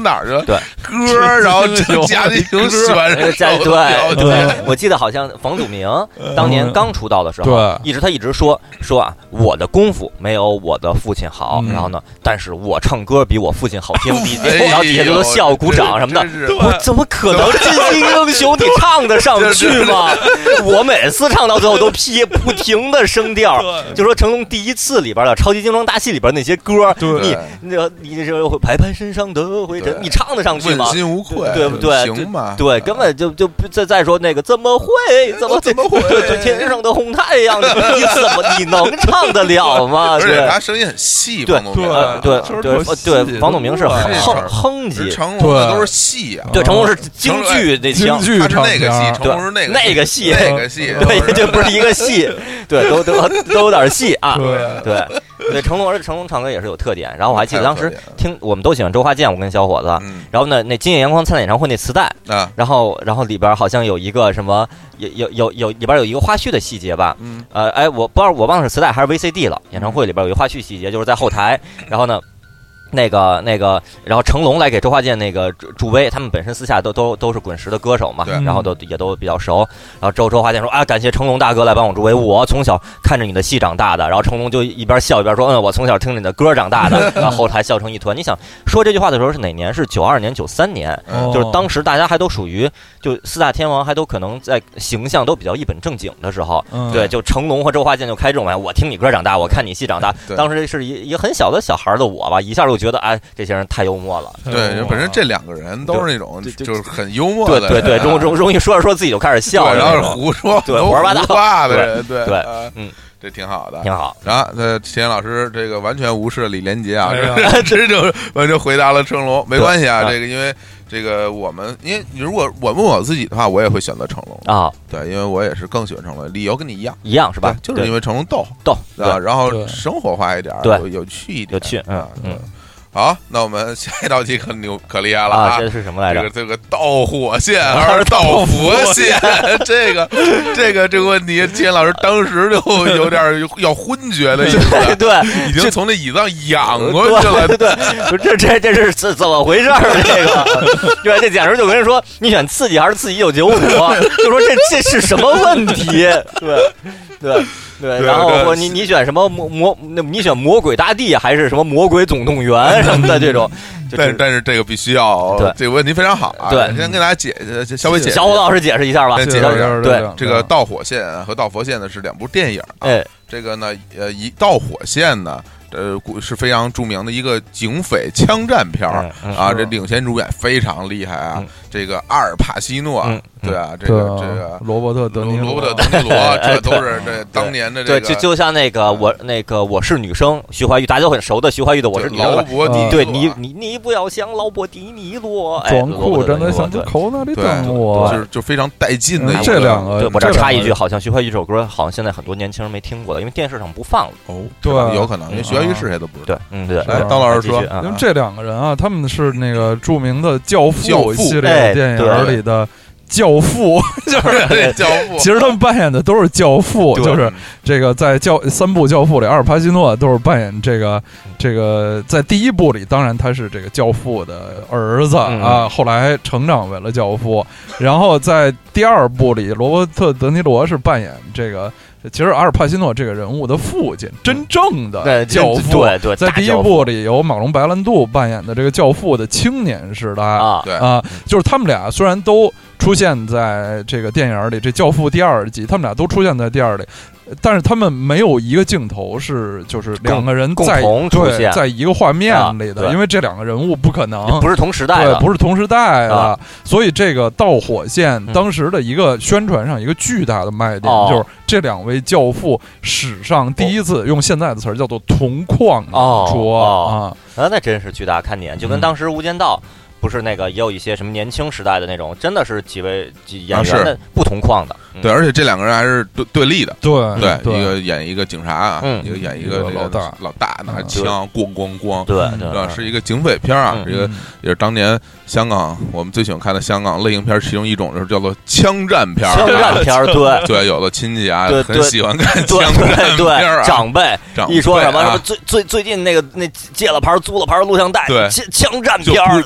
Speaker 1: 哪儿去了？
Speaker 2: 对，
Speaker 1: 歌，然后加进行选，
Speaker 2: 对对，我记得好像房祖名当年刚出道的时候，
Speaker 3: 对，
Speaker 2: 一直他一直说说啊，我的功夫没有我的父亲好，然后呢，但是我唱歌比我父亲好听，比然后底下就都笑鼓掌什么的。我怎么可能？真心英雄，你唱得上去吗？我每次唱到最后都劈不停的声调，就说成龙第一次里边的超级精装大戏里边那些歌，你那你这会拍拍身上的灰尘，你唱得上去吗？
Speaker 1: 问心无愧，
Speaker 2: 对不对？
Speaker 1: 行吧？
Speaker 2: 对，根本就就再再说那个怎么会怎么
Speaker 1: 怎么会？
Speaker 2: 对，天上的红太阳，你怎么你能唱得了吗？
Speaker 1: 而且他声音很细，
Speaker 2: 对
Speaker 1: 对
Speaker 2: 对对对，房祖名是哼哼唧，
Speaker 1: 成龙的都是戏啊，
Speaker 2: 对，成龙是京剧那腔，
Speaker 3: 京剧
Speaker 1: 他是那个戏，成龙是那个
Speaker 2: 那个戏，
Speaker 1: 那个戏，
Speaker 2: 对，这不是一个戏，对，都都都有点戏啊，
Speaker 3: 对
Speaker 2: 对。对成龙，而且成龙唱歌也是有特点。然后我还记得当时听，我们都喜欢周华健，我跟小伙子。
Speaker 1: 嗯、
Speaker 2: 然后呢，那今夜阳光灿烂演唱会那磁带
Speaker 1: 啊，
Speaker 2: 然后然后里边好像有一个什么，有有有有里边有一个花絮的细节吧。
Speaker 1: 嗯，
Speaker 2: 呃，哎，我不知道我忘了是磁带还是 V C D 了。演唱会里边有一个花絮细节，就是在后台，然后呢。那个那个，然后成龙来给周华健那个助威，他们本身私下都都都是滚石的歌手嘛，然后都也都比较熟。然后周周华健说啊，感谢成龙大哥来帮我助威，我从小看着你的戏长大的。然后成龙就一边笑一边说，嗯，我从小听着你的歌长大的。然后后台笑成一团。你想说这句话的时候是哪年？是九二年、九三年，
Speaker 3: 哦、
Speaker 2: 就是当时大家还都属于就四大天王还都可能在形象都比较一本正经的时候，
Speaker 3: 嗯、
Speaker 2: 对，就成龙和周华健就开这种玩笑，我听你歌长大，我看你戏长大。当时是一一个很小的小孩的我吧，一下就觉得哎，这些人太幽默了。
Speaker 1: 对，本身这两个人都是那种就是很幽默的，
Speaker 2: 对对对，容容容易说着说自己就开始笑，
Speaker 1: 然后是胡说，
Speaker 2: 对，胡说八
Speaker 1: 道的人，对
Speaker 2: 对，
Speaker 1: 嗯。这挺好的，
Speaker 2: 挺好。
Speaker 1: 然后，呃，田老师这个完全无视李连杰啊，这就完全回答了成龙，没关系啊。这个因为这个我们，因为如果我问我自己的话，我也会选择成龙
Speaker 2: 啊。
Speaker 1: 对，因为我也是更喜欢成龙，理由跟你一样，
Speaker 2: 一样是吧？
Speaker 1: 就是因为成龙逗
Speaker 2: 逗
Speaker 1: 啊，然后生活化一点，
Speaker 2: 对，
Speaker 1: 有趣一点，
Speaker 2: 有趣，嗯嗯。
Speaker 1: 好，那我们下一道题可牛可厉害了
Speaker 2: 啊！这是什么来着？
Speaker 1: 这个这个导火线还是导佛线？这个这个这个问题，钱老师当时就有点要昏厥的意思，
Speaker 2: 对，
Speaker 1: 已经从那椅子上仰过去了。
Speaker 2: 对对，这这这是怎怎么回事？这个，对，这简直就跟人说你选刺激还是刺激一九九五，就说这这是什么问题？对对。对，然后你你选什么魔魔？那你选魔鬼大帝还是什么魔鬼总动员什么的这种？
Speaker 1: 但是但是这个必须要，
Speaker 2: 对
Speaker 1: 这个问题非常好啊！
Speaker 2: 对，
Speaker 1: 先跟大家解稍微解
Speaker 2: 小虎老师解释一下吧。
Speaker 1: 解释一下，
Speaker 2: 对，
Speaker 1: 这个导火线和导佛线呢是两部电影啊。
Speaker 2: 哎，
Speaker 1: 这个呢，呃，一导火线呢。呃，是非常著名的一个警匪枪战片儿、嗯嗯、啊，这领衔主演非常厉害啊，嗯、这个阿尔帕西诺，
Speaker 2: 嗯、
Speaker 1: 对啊，这个这个
Speaker 3: 罗伯特德尼
Speaker 1: 罗伯特德尼罗，这都是这当年的这个，
Speaker 2: 对，就就像那个我那个我是女生，徐怀钰大家都很熟的徐怀钰的我是女生，
Speaker 1: 劳勃迪尼
Speaker 2: 对你你你不要想劳勃迪尼罗，
Speaker 3: 装酷真的想从口那里等我，
Speaker 1: 就是就非常带劲的。
Speaker 3: 这两个，
Speaker 2: 我这插一句，好像徐怀钰这首歌好像现在很多年轻人没听过了，因为电视上不放了。
Speaker 1: 哦，
Speaker 3: 对，
Speaker 1: 有可能，因为徐怀钰是谁都不知道。
Speaker 2: 嗯，对，
Speaker 1: 来，刀老师说，
Speaker 3: 因为这两个人啊，他们是那个著名的《教父》系列电影里的教父，
Speaker 1: 就是教父。
Speaker 3: 其实他们扮演的都是教父，就是这个在教三部教父里，阿尔帕西诺都是扮演这个这个，在第一部里，当然他是这个教父的儿子啊，后来成长为了教父，然后在第二部里，罗伯特·德尼罗是扮演这个。其实阿尔帕西诺这个人物的父亲，真正的教父，
Speaker 2: 对对，
Speaker 3: 在第一部里有马龙白兰度扮演的这个教父的青年时代
Speaker 2: 啊，
Speaker 1: 对
Speaker 3: 啊，就是他们俩虽然都出现在这个电影里，这教父第二集，他们俩都出现在第二里。但是他们没有一个镜头是就是两个人在对在一个画面里的，因为这两个人物不可能
Speaker 2: 不是同时代的，
Speaker 3: 对，不是同时代的，所以这个导火线当时的一个宣传上一个巨大的卖点就是这两位教父史上第一次用现在的词儿叫做同框说啊，
Speaker 2: 啊，那真是巨大看点，就跟当时《无间道》。不是那个也有一些什么年轻时代的那种，真的是几位几演员的不同框的，
Speaker 1: 啊、对，而且这两个人还是对对立的，
Speaker 3: 对
Speaker 1: 对，
Speaker 3: 对
Speaker 1: 一个演一个警察啊，
Speaker 2: 嗯、
Speaker 1: 一个演一个
Speaker 3: 老大
Speaker 1: 老大拿枪咣咣咣，
Speaker 2: 对
Speaker 1: 对，是一个警匪片啊，
Speaker 2: 嗯、
Speaker 1: 这个也是当年香港我们最喜欢看的香港类型片其中一种，就是叫做枪战片，
Speaker 2: 枪战片，对
Speaker 1: 对，有的亲戚啊
Speaker 2: 对
Speaker 1: 很喜欢看枪
Speaker 2: 战片啊，长辈
Speaker 1: 长
Speaker 2: 一说什么什么最最最近那个那借了牌租了牌录像带，
Speaker 1: 对，
Speaker 2: 枪战片，
Speaker 1: 连名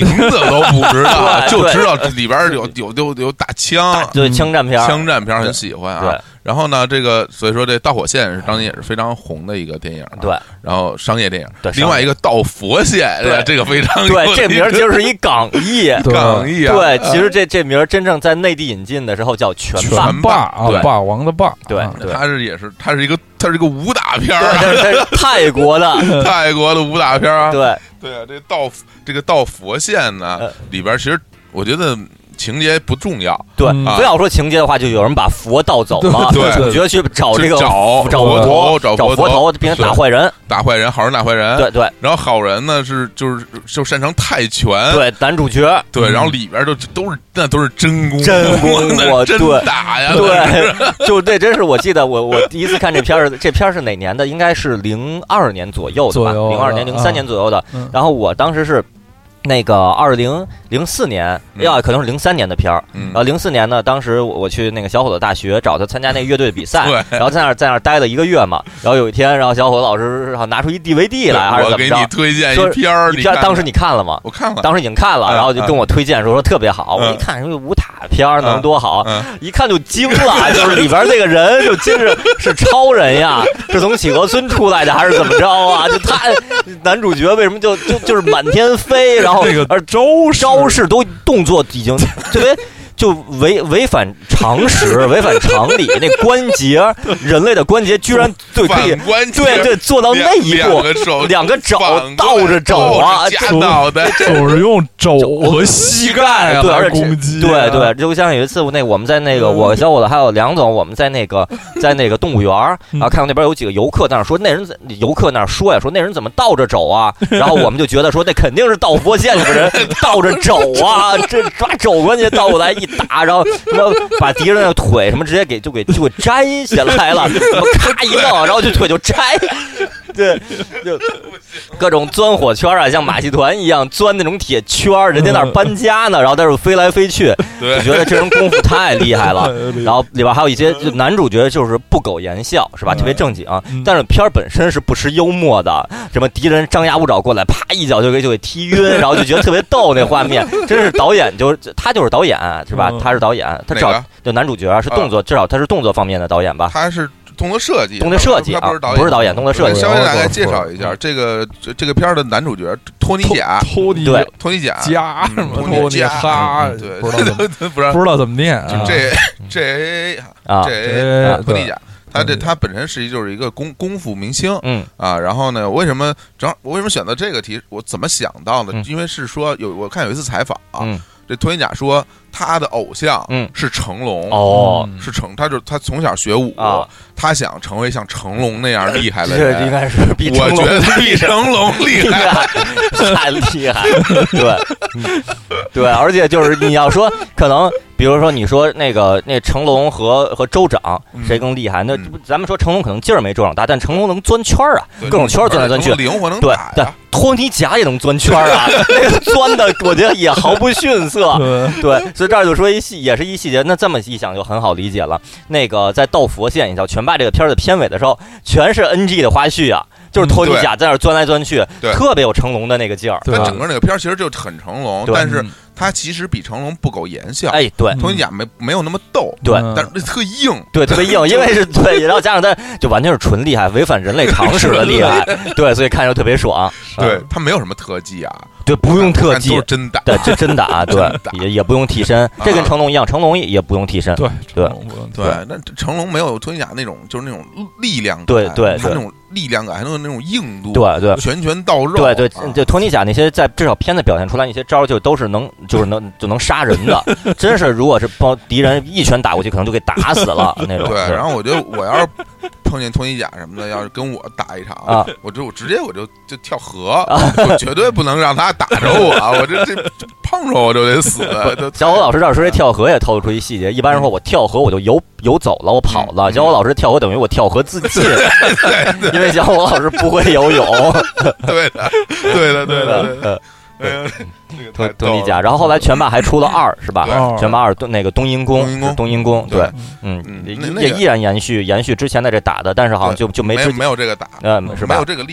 Speaker 1: 字都不知道，就知道里边有有有有打枪，
Speaker 2: 对枪战片，
Speaker 1: 枪战片很喜欢啊。然后呢，这个所以说这《导火线》是当年也是非常红的一个电影，
Speaker 2: 对。
Speaker 1: 然后商业电影，
Speaker 2: 对。
Speaker 1: 另外一个《导佛线》，对，这个非常
Speaker 2: 对，这名就是一港译，
Speaker 1: 港译啊。
Speaker 2: 对，其实这这名真正在内地引进的时候叫拳
Speaker 3: 霸，
Speaker 1: 拳霸
Speaker 3: 啊，霸王的霸，
Speaker 2: 对，
Speaker 1: 它是也是它是一个它是一个武打片儿，
Speaker 2: 这是泰国的
Speaker 1: 泰国的武打片啊。
Speaker 2: 对
Speaker 1: 对啊，这道这个《导佛线》呢里边其实我觉得。情节不重要，
Speaker 2: 对，非要说情节的话，就有人把佛盗走了，
Speaker 1: 对，
Speaker 2: 主角去找这个
Speaker 1: 找
Speaker 2: 找佛
Speaker 1: 头，找
Speaker 2: 佛头，变成打坏人，
Speaker 1: 打坏人，好人打坏人，
Speaker 2: 对对。
Speaker 1: 然后好人呢是就是就擅长泰拳，
Speaker 2: 对，男主角，
Speaker 1: 对，然后里边都都是那都是真功，
Speaker 2: 真功，我
Speaker 1: 真打呀，
Speaker 2: 对，就这真是我记得我我第一次看这片儿，这片儿是哪年的？应该是零二年左右的吧，零二年、零三年左右的。然后我当时是。那个二零零四年，要可能是零三年的片儿，
Speaker 1: 嗯、
Speaker 2: 然后零四年呢，当时我去那个小伙子大学找他参加那个乐队的比赛，然后在那儿在那儿待了一个月嘛，然后有一天，然后小伙子老师拿出一 D V D 来，还是怎么着？
Speaker 1: 我给你推荐一片儿，
Speaker 2: 你片当时你看了吗？
Speaker 1: 我看了，
Speaker 2: 当时已经看了，然后就跟我推荐说说特别好，我一看什么武打片儿能多好，一看就惊了，就是里边那个人就真是是超人呀，是从企鹅村出来的还是怎么着啊？就他男主角为什么就就就是满天飞，然后。
Speaker 3: 那个
Speaker 2: 而招招式都动作已经特别就违违反常识，违反常理。那关节，人类的关节居然对可以对对做到那一步，两个肘倒着肘啊，
Speaker 1: 夹脑袋，
Speaker 3: 就是用肘和膝盖来攻击。
Speaker 2: 对对，就像有一次那我们在那个我小伙子还有梁总，我们在那个在那个动物园，然后看到那边有几个游客在那说，那人游客那说呀，说那人怎么倒着肘啊？然后我们就觉得说那肯定是导佛线里边人倒着肘啊，这抓肘关节倒过来一打，然后然后把敌人的腿什么直接给就给就给摘下来了，什么咔一弄，然后就腿就摘，对，就各种钻火圈啊，像马戏团一样钻那种铁圈，人家那儿搬家呢，然后在这飞来飞去，就觉得这人功夫太厉害了。然后里边还有一些就男主角就是不苟言笑，是吧？特别正经，但是片儿本身是不失幽默的，什么敌人张牙舞爪过来，啪一脚就给就给踢晕，然后就觉得特别逗，那画面真是导演就他就是导演是吧？他是导演，他找就男主角是动作，至少他是动作方面的导演吧？
Speaker 1: 他是。动作设计，
Speaker 2: 动作设计
Speaker 1: 啊，
Speaker 2: 不是导演，不是导演，动作设计。
Speaker 1: 稍微大概介绍一下这个这个片儿的男主角托尼贾，
Speaker 3: 托尼
Speaker 2: 对
Speaker 1: 托尼贾
Speaker 3: 加什么
Speaker 1: 托尼
Speaker 3: 哈，
Speaker 1: 对，
Speaker 3: 不知道怎么
Speaker 1: 不知道
Speaker 3: 不知道怎么念，
Speaker 1: 这这
Speaker 2: 啊
Speaker 1: 这托尼贾。他这他本身是一就是一个功功夫明星，
Speaker 2: 嗯
Speaker 1: 啊，然后呢，为什么正好我为什么选择这个题？我怎么想到的？因为是说有我看有一次采访，这托尼贾说他的偶像是成龙
Speaker 2: 哦，
Speaker 1: 是成，他就他从小学武，他想成为像成龙那样厉害的
Speaker 2: 人，这应该是比
Speaker 1: 我觉得比成龙厉害，
Speaker 2: 太厉害，对对，而且就是你要说可能。比如说，你说那个那成龙和和州长谁更厉害？那咱们说成龙可能劲儿没州长大，但成龙能钻圈啊，各种圈钻来钻去，
Speaker 1: 灵活能
Speaker 2: 打。对对，托尼贾也能钻圈啊，那个钻的我觉得也毫不逊色。对，所以这儿就说一细，也是一细节。那这么一想就很好理解了。那个在道佛线，你知道拳霸这个片儿的片尾的时候，全是 N G 的花絮啊。就是托尼贾在那钻来钻去，特别有成龙的那个劲儿。
Speaker 1: 但整个那个片儿其实就很成龙，但是他其实比成龙不苟言笑。
Speaker 2: 哎，对，
Speaker 1: 托尼贾没没有那么逗，
Speaker 2: 对，
Speaker 1: 但是特硬，
Speaker 2: 对，特别硬，因为是对，然后加上他就完全是纯厉害，违反人类常识的厉害，对，所以看着特别爽。
Speaker 1: 对他没有什么特技啊，
Speaker 2: 对，不用特技，
Speaker 1: 都是真打，
Speaker 2: 对，这真打，对，也也不用替身，这跟成龙一样，成龙也不用替身，
Speaker 3: 对
Speaker 2: 对
Speaker 1: 对，那成龙没有托尼贾那种就是那种力量感，
Speaker 2: 对对，
Speaker 1: 他那种。力量感还能有那种硬度，
Speaker 2: 对对，
Speaker 1: 拳拳到肉，
Speaker 2: 对对，就托尼贾那些在至少片子表现出来那些招，就都是能，就是能就能杀人的，真是如果是帮敌人一拳打过去，可能就给打死了那种。
Speaker 1: 对，然后我觉得我要是碰见托尼贾什么的，要是跟我打一场啊，我就我直接我就就跳河，我绝对不能让他打着我，我这这碰着我就得死。
Speaker 2: 小伙老师这儿说这跳河也透露出一细节，一般人说我跳河我就游游走了，我跑了，小伙老师跳河等于我跳河自尽，因为。小伙老师不会游泳，
Speaker 1: 对的，对的，对的，
Speaker 2: 对。托托尼贾，然后后来拳霸还出了二，是吧？拳霸二那个冬阴功，冬阴功，对，嗯，也依然延续延续之前的这打的，但是好像就就没
Speaker 1: 没没有这个打，
Speaker 2: 嗯，是吧？
Speaker 1: 没有这个厉害。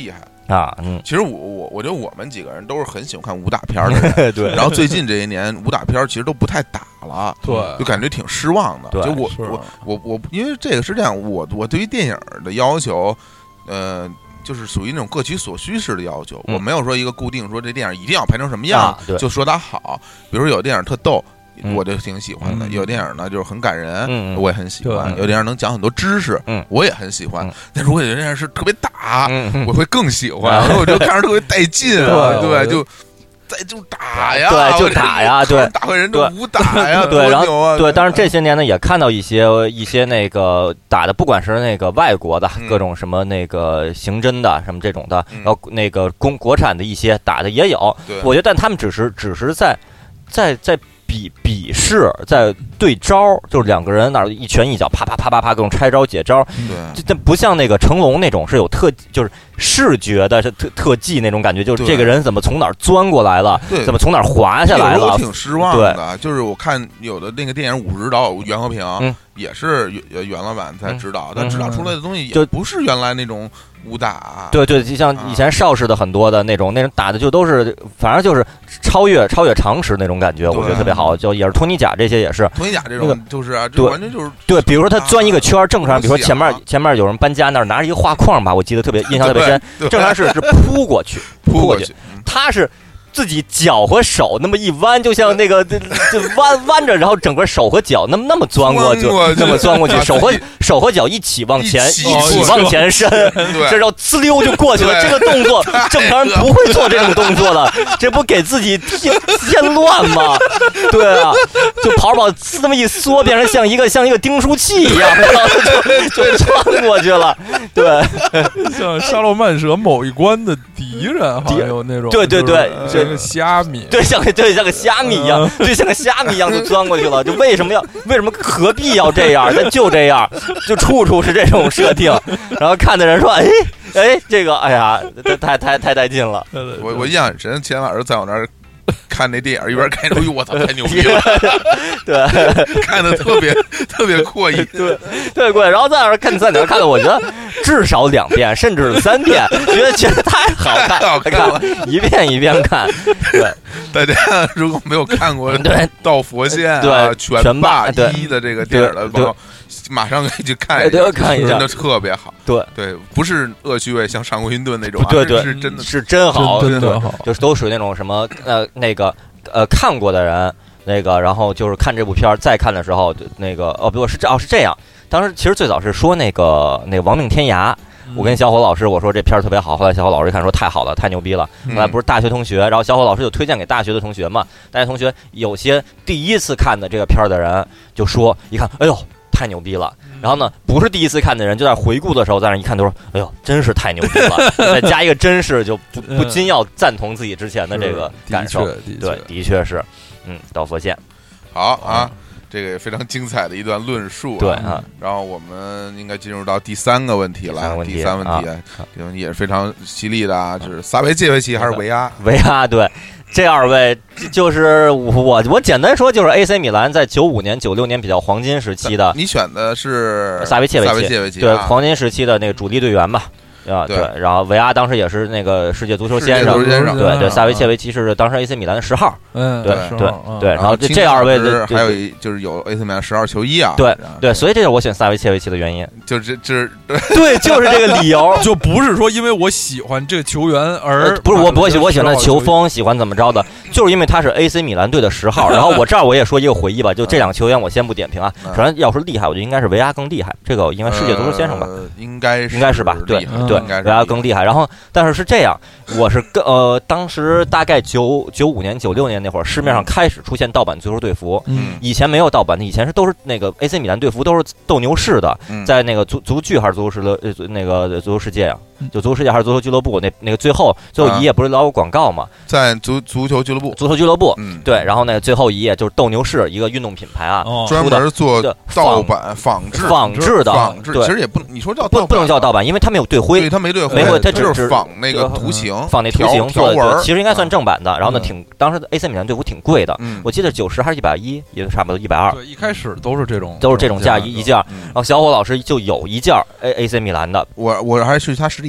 Speaker 2: 啊，嗯，
Speaker 1: 其实我我我觉得我们几个人都是很喜欢看武打片的人，
Speaker 2: 对。
Speaker 1: 然后最近这些年武打片其实都不太打了，
Speaker 3: 对，
Speaker 1: 就感觉挺失望的。
Speaker 2: 对，
Speaker 1: 就我我我我，因为这个是这样，我我对于电影的要求，呃。就是属于那种各取所需式的要求，
Speaker 2: 嗯、
Speaker 1: 我没有说一个固定说这电影一定要拍成什么样，
Speaker 2: 啊、
Speaker 1: 就说它好。比如有电影特逗，嗯、我就挺喜欢的；
Speaker 3: 嗯、
Speaker 1: 有电影呢就是很感人，
Speaker 2: 嗯、
Speaker 1: 我也很喜欢；有电影能讲很多知识，
Speaker 2: 嗯、
Speaker 1: 我也很喜欢。
Speaker 2: 嗯、
Speaker 1: 但如果有电影是特别打，
Speaker 2: 嗯、
Speaker 1: 我会更喜欢，我觉得看着特别带劲啊，对，就。在就打呀，
Speaker 2: 对，就打呀，对，
Speaker 1: 打回人就武打呀，
Speaker 2: 对，然后
Speaker 1: 对，
Speaker 2: 当然这些年呢，也看到一些一些那个打的，不管是那个外国的各种什么那个刑侦的什么这种的，然后那个公国产的一些打的也有，我觉得，但他们只是只是在在在比比试，在对招，就是两个人那儿一拳一脚，啪啪啪啪啪各种拆招解招，
Speaker 1: 对，
Speaker 2: 这不像那个成龙那种是有特就是。视觉的是特特技那种感觉，就是这个人怎么从哪儿钻过来了，怎么从哪儿滑下来了，
Speaker 1: 我挺失望的。就是我看有的那个电影武指导袁和平，嗯、也是袁袁老板在指导，嗯、但指导出来的东西也不是原来那种武打。
Speaker 2: 对对，就像以前邵氏的很多的那种那种打的就都是，反正就是超越超越常识那种感觉，我觉得特别好。就也是托尼贾这些也是，
Speaker 1: 托尼贾这种就是啊，这完全就是
Speaker 2: 对，比如说他钻一个圈，正常，比如说前面前面有人搬家那儿拿着一个画框吧，我记得特别印象特别深。正常是是扑过去，扑过去，他是自己脚和手那么一弯，就像那个就弯弯着，然后整个手和脚那么那么钻过去，那么钻过去，手和手和脚一起往前，一起往前伸，这然后呲溜就过去了。这个动作正常人不会做这种动作的，这不给自己添添乱吗？对啊，就跑跑呲那么一缩，变成像一个像一个订书器一样，然后就就穿过去了。对，
Speaker 3: 像沙洛曼蛇某一关的敌人，好像有那种，
Speaker 2: 对对对。
Speaker 3: 像个虾米，
Speaker 2: 对，像个对像个虾米一样，对，像个虾米一样就钻过去了。就为什么要为什么何必要这样？但就这样，就处处是这种设定。然后看的人说：“哎哎，这个哎呀，太太太带劲了。”
Speaker 1: 我我印象很深，前天晚上在我那儿看那电影，一边看一边我操，太牛逼了！
Speaker 2: 对，
Speaker 1: 看的特别特别过瘾，
Speaker 2: 对，特别过瘾。然后在那儿看在那儿看的，我觉得至少两遍，甚至是三遍，觉得觉得太好看，
Speaker 1: 太好看了，
Speaker 2: 一遍一遍看。对，
Speaker 1: 大家如果没有看过《
Speaker 2: 对
Speaker 1: 到佛线》啊、
Speaker 2: 对
Speaker 1: 拳霸一的这个电影的朋友，马上可以去看一
Speaker 2: 下，看一下，
Speaker 1: 真的特别好。
Speaker 2: 对
Speaker 1: 对，不是恶趣味，像上过云顿那种，
Speaker 2: 对对，
Speaker 1: 是真的
Speaker 2: 是真好，
Speaker 3: 真的好，
Speaker 2: 就是都属于那种什么呃那个呃看过的人，那个然后就是看这部片儿再看的时候，那个哦不是这哦是这样，当时其实最早是说那个那个亡命天涯。我跟小伙老师我说这片儿特别好，后来小伙老师一看说太好了，太牛逼了。后来不是大学同学，然后小伙老师就推荐给大学的同学嘛。大学同学有些第一次看的这个片儿的人就说，一看，哎呦太牛逼了。然后呢，不是第一次看的人就在回顾的时候在那一看都说，哎呦真是太牛逼了。再加一个真是，就不不禁要赞同自己之前的这个感受。对，的确是，嗯，到佛线。
Speaker 1: 好啊。这个也非常精彩的一段论述、啊，
Speaker 2: 对啊，
Speaker 1: 然后我们应该进入到第三个问题了。第三问题，这、啊、也是非常犀利的啊，就是萨维切维奇还是维阿？
Speaker 2: 维阿对，这二位就是我我简单说，就是 A C 米兰在九五年、九六年比较黄金时期的。
Speaker 1: 你选的是
Speaker 2: 萨维切维奇，
Speaker 1: 萨维切维奇
Speaker 2: 对、啊、黄金时期的那个主力队员吧。啊，对，然后维阿当时也是那个世界足球先生，对对，萨维切维奇是当时 A C 米兰的十号，
Speaker 3: 嗯，
Speaker 2: 对对对，然后这这二位的
Speaker 1: 还有就是有 A C 米兰十号球衣啊，
Speaker 2: 对对，所以这是我选萨维切维奇的原因，
Speaker 1: 就是就是
Speaker 2: 对，就是这个理由，
Speaker 3: 就不是说因为我喜欢这个球员而
Speaker 2: 不是我不会喜我喜欢他的球风，喜欢怎么着的，就是因为他是 A C 米兰队的十号。然后我这儿我也说一个回忆吧，就这两个球员我先不点评啊，首先要说厉害，我觉得应该是维阿更厉害，这个因为世界足球先生吧，
Speaker 1: 应该是
Speaker 2: 应该是吧，对对，维阿更厉害。然后，但是是这样，我是跟呃，当时大概九九五年、九六年那会儿，市面上开始出现盗版足球队服。
Speaker 1: 嗯，
Speaker 2: 以前没有盗版的，以前是都是那个 A C 米兰队服，都是斗牛士的，
Speaker 1: 嗯、
Speaker 2: 在那个足足剧还是足球世乐呃那个足球世界啊，就足球世界还是足球俱乐部那那个最后最后一页不是老有广告嘛？
Speaker 1: 在足足球俱乐部，
Speaker 2: 足球俱乐部，
Speaker 1: 嗯，
Speaker 2: 对，然后那个最后一页就是斗牛士一个运动品牌啊，
Speaker 3: 哦、
Speaker 1: 专门做盗版仿制
Speaker 2: 仿制的
Speaker 1: 仿制，
Speaker 2: 对，
Speaker 1: 其实也不你说叫
Speaker 2: 不不能叫盗版，因为它没有队徽，
Speaker 1: 对，它没队徽，
Speaker 2: 没有，它
Speaker 1: 就是仿那个图形，
Speaker 2: 仿那图形
Speaker 1: 做
Speaker 2: 的，其实应该算正版的。然后呢，挺当时 A C 米兰队服挺贵的，
Speaker 1: 嗯，
Speaker 2: 我记得九十还是一百一，也差不多一百二。
Speaker 3: 对，一开始都是这种，
Speaker 2: 都是这种价一一件。然后小伙老师就有一件 A A C 米兰的，
Speaker 1: 我我还是去他实体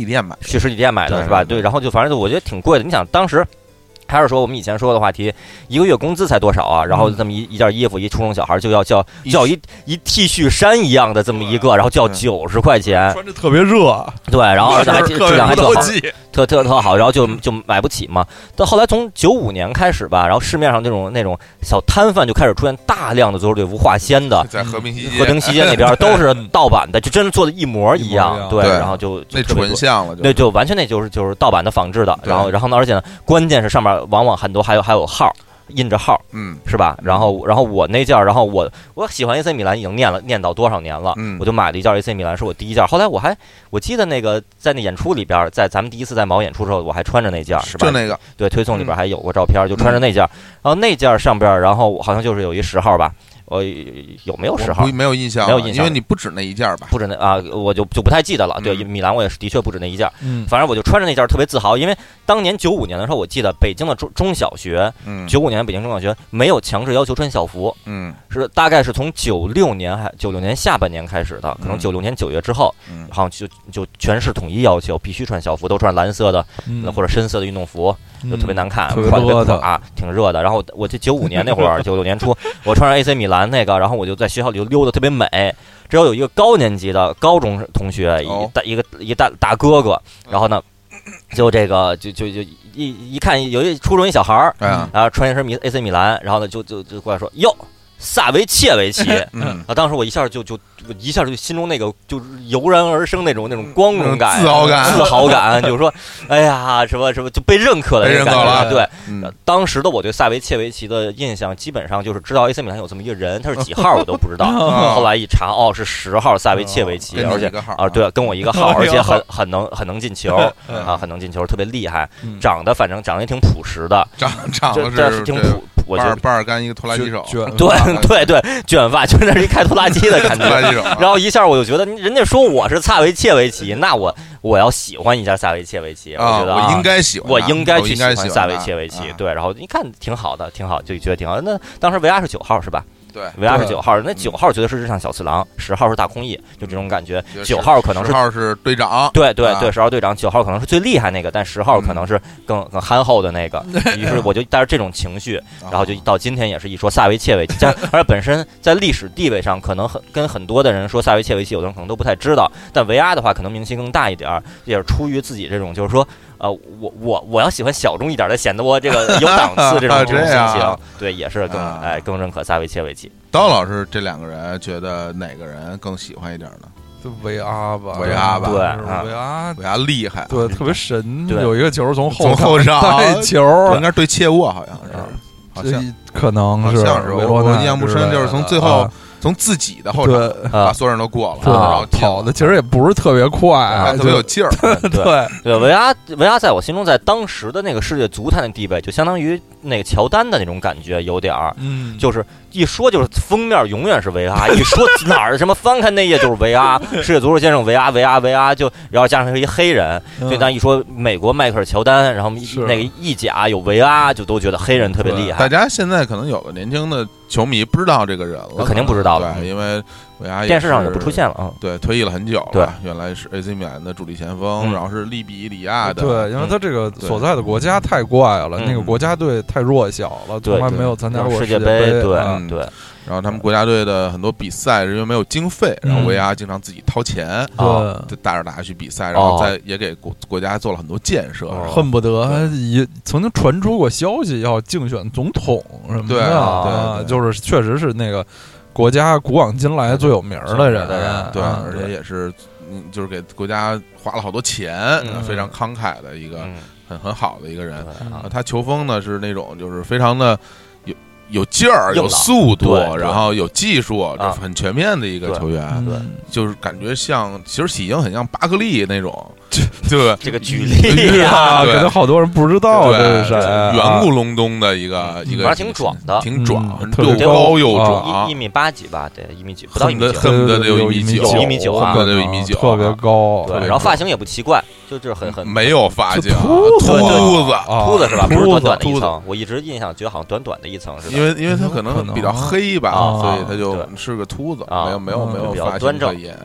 Speaker 1: 体店买，
Speaker 2: 去实体店买的是吧？对，然后就反正就我觉得挺贵的。你想当时。还是说我们以前说的话题，一个月工资才多少啊？然后这么一一件衣服，一初中小孩就要叫就要一一 T 恤衫一样的这么一个，然后就要九十块钱，
Speaker 3: 穿着特别热，
Speaker 2: 对，然后而且还质量还特好，特特特好，然后就就买不起嘛。到后来从九五年开始吧，然后市面上那种那种小摊贩就开始出现大量的足球队无划线的，
Speaker 1: 在和平西街
Speaker 2: 和平西街那边都是盗版的，就真的做的一模一样，对，然后就
Speaker 1: 那纯像了，
Speaker 2: 对，就完全那就是就是盗版的仿制的，然后然后呢，而且呢，关键是上面往往很多还有还有号。印着号，
Speaker 1: 嗯，
Speaker 2: 是吧？然后，然后我那件，然后我我喜欢 A C 米兰已经念了念到多少年了，
Speaker 1: 嗯，
Speaker 2: 我就买了一件 A C 米兰，是我第一件。后来我还我记得那个在那演出里边，在咱们第一次在毛演出的时候，我还穿着那件，是吧？
Speaker 1: 就那个，
Speaker 2: 对，推送里边还有过照片，就穿着那件。然后那件上边，然后好像就是有一十号吧。我有没有十号？
Speaker 1: 没有印象，
Speaker 2: 没有印象，
Speaker 1: 因为你不止那一件吧？
Speaker 2: 不止那啊，我就就不太记得了。对，米兰我也是的确不止那一件。
Speaker 3: 嗯，
Speaker 2: 反正我就穿着那件特别自豪，因为当年九五年的时候，我记得北京的中中小学，
Speaker 1: 嗯，
Speaker 2: 九五年北京中小学没有强制要求穿校服，
Speaker 1: 嗯，
Speaker 2: 是大概是从九六年还九六年下半年开始的，可能九六年九月之后，
Speaker 1: 嗯，
Speaker 2: 好像就就全市统一要求必须穿校服，都穿蓝色的、嗯、或者深色的运动服，就特别难看，
Speaker 3: 嗯、
Speaker 2: 穿特别垮，挺热的。然后我这九五年那会儿，九六年初，我穿上 A C 米兰那个，然后我就在学校里就溜达特别美。只要有一个高年级的高中同学，一大一个一大大哥哥，然后呢，就这个就就就一一看有一初中一小孩儿，
Speaker 1: 嗯，
Speaker 2: 然后穿一身米 A C 米兰，然后呢就就就过来说哟。萨维切维奇，
Speaker 1: 嗯，
Speaker 2: 啊，当时我一下就就一下就心中那个就是油然而生那种那种光荣感、
Speaker 1: 自豪感、
Speaker 2: 自豪感，就是说，哎呀，什么什么就被认可的那种感觉。对，
Speaker 1: 嗯、
Speaker 2: 当时的我对萨维切维奇的印象基本上就是知道 A C 米兰有这么一个人，他是几号我都不知道。后来一查，哦，是十号萨维切维奇，
Speaker 1: 哦、
Speaker 2: 而且啊，对，跟我一个号，而且很很能很能进球啊，很能进球，特别厉害，长得反正长得也挺朴实的，
Speaker 1: 长长得
Speaker 2: 是挺朴。我觉得
Speaker 1: 巴尔干一个拖拉机手，
Speaker 2: 对对对，卷发就那是一开拖拉机的感觉。然后一下我就觉得，人家说我是萨维切维奇，那我我要喜欢一下萨维切维奇，
Speaker 1: 我
Speaker 2: 觉得
Speaker 1: 我应该喜欢，
Speaker 2: 我应该去喜欢萨维切维奇。对，然后一看挺好的，挺好，就觉得挺好。那当时维阿是九号是吧？
Speaker 1: 对，
Speaker 2: 维阿是九号，那九号绝对是日向小次郎，十号是大空翼，就这种感觉。九号可能是
Speaker 1: 十号是队长，
Speaker 2: 对对对，十号队长，九号可能是最厉害那个，但十号可能是更更憨厚的那个。于是我就带着这种情绪，然后就到今天也是一说萨维切维奇，而且本身在历史地位上，可能很跟很多的人说萨维切维奇，有的人可能都不太知道，但维阿的话可能名气更大一点，也是出于自己这种就是说。呃，我我我要喜欢小众一点的，显得我这个有档次这种这种心情，对，也是更哎更认可萨维切维奇。
Speaker 1: 刀老师这两个人觉得哪个人更喜欢一点呢？
Speaker 3: 就维阿吧，
Speaker 1: 维阿吧，
Speaker 2: 对，
Speaker 3: 维阿
Speaker 1: 维阿厉害，
Speaker 3: 对，特别神，
Speaker 2: 对，
Speaker 3: 有一个球从后
Speaker 1: 从后上
Speaker 3: 带球，
Speaker 1: 应该是对切沃，好像是，好像
Speaker 3: 可能
Speaker 1: 是，像是我印象不深，就是从最后。从自己的后场把所有人都过了，然后
Speaker 3: 跑的其实也不是特别快，
Speaker 1: 特别有劲儿。
Speaker 3: 对
Speaker 2: 对，维阿维阿在我心中，在当时的那个世界足坛的地位，就相当于那个乔丹的那种感觉，有点儿，
Speaker 3: 嗯，
Speaker 2: 就是一说就是封面永远是维阿，一说哪儿什么翻开那页就是维阿，世界足球先生维阿维阿维阿，就然后加上是一黑人，就当一说美国迈克尔乔丹，然后那个意甲有维阿，就都觉得黑人特别厉害。
Speaker 1: 大家现在可能有的年轻的球迷不知道这个人了，
Speaker 2: 肯定不知道。
Speaker 1: 对，因为维阿
Speaker 2: 电视上也不出现了啊。
Speaker 1: 对，退役了很久了。
Speaker 2: 对，
Speaker 1: 原来是 A C 米兰的主力前锋，
Speaker 2: 嗯、
Speaker 1: 然后是利比里亚的。
Speaker 3: 对，因为他这个所在的国家太怪了，
Speaker 2: 嗯、
Speaker 3: 那个国家队太弱小了，从来没有参加过
Speaker 2: 世界
Speaker 3: 杯。
Speaker 2: 对、
Speaker 3: 嗯、
Speaker 2: 对。
Speaker 1: 然后他们国家队的很多比赛是因为没有经费，然后维阿经常自己掏钱，
Speaker 3: 对，
Speaker 1: 就带着大家去比赛，然后在也给国国家做了很多建设，
Speaker 3: 恨不得也曾经传出过消息要竞选总统什么的，
Speaker 1: 对
Speaker 3: 啊，就是确实是那个国家古往今来最有名的人，
Speaker 1: 对，而且也是嗯，就是给国家花了好多钱，非常慷慨的一个很很好的一个人。他球风呢是那种就是非常的。有劲儿，有速度，然后有技术，这很全面的一个球员。
Speaker 2: 对，
Speaker 1: 就是感觉像，其实体型很像巴克利那种。对，
Speaker 2: 这个举例
Speaker 3: 啊，可能好多人不知道这是谁，
Speaker 1: 圆咕隆咚的一个一个，
Speaker 2: 反正挺壮的，
Speaker 1: 挺壮，又高又壮，
Speaker 2: 一米八几吧，对，一米九，不到一米九，
Speaker 1: 恨不得得有一米九，
Speaker 2: 一米九啊，
Speaker 1: 恨不得有一米九，
Speaker 3: 特别高。
Speaker 2: 对，然后发型也不奇怪，就就是很很
Speaker 1: 没有发型，
Speaker 3: 秃
Speaker 1: 子，
Speaker 2: 秃子是吧？不是短短的一层，我一直印象觉得好像短短的一层是吧？
Speaker 1: 因为因为他可能比较黑吧，所以他就是个秃子，没有没有没有发型可言。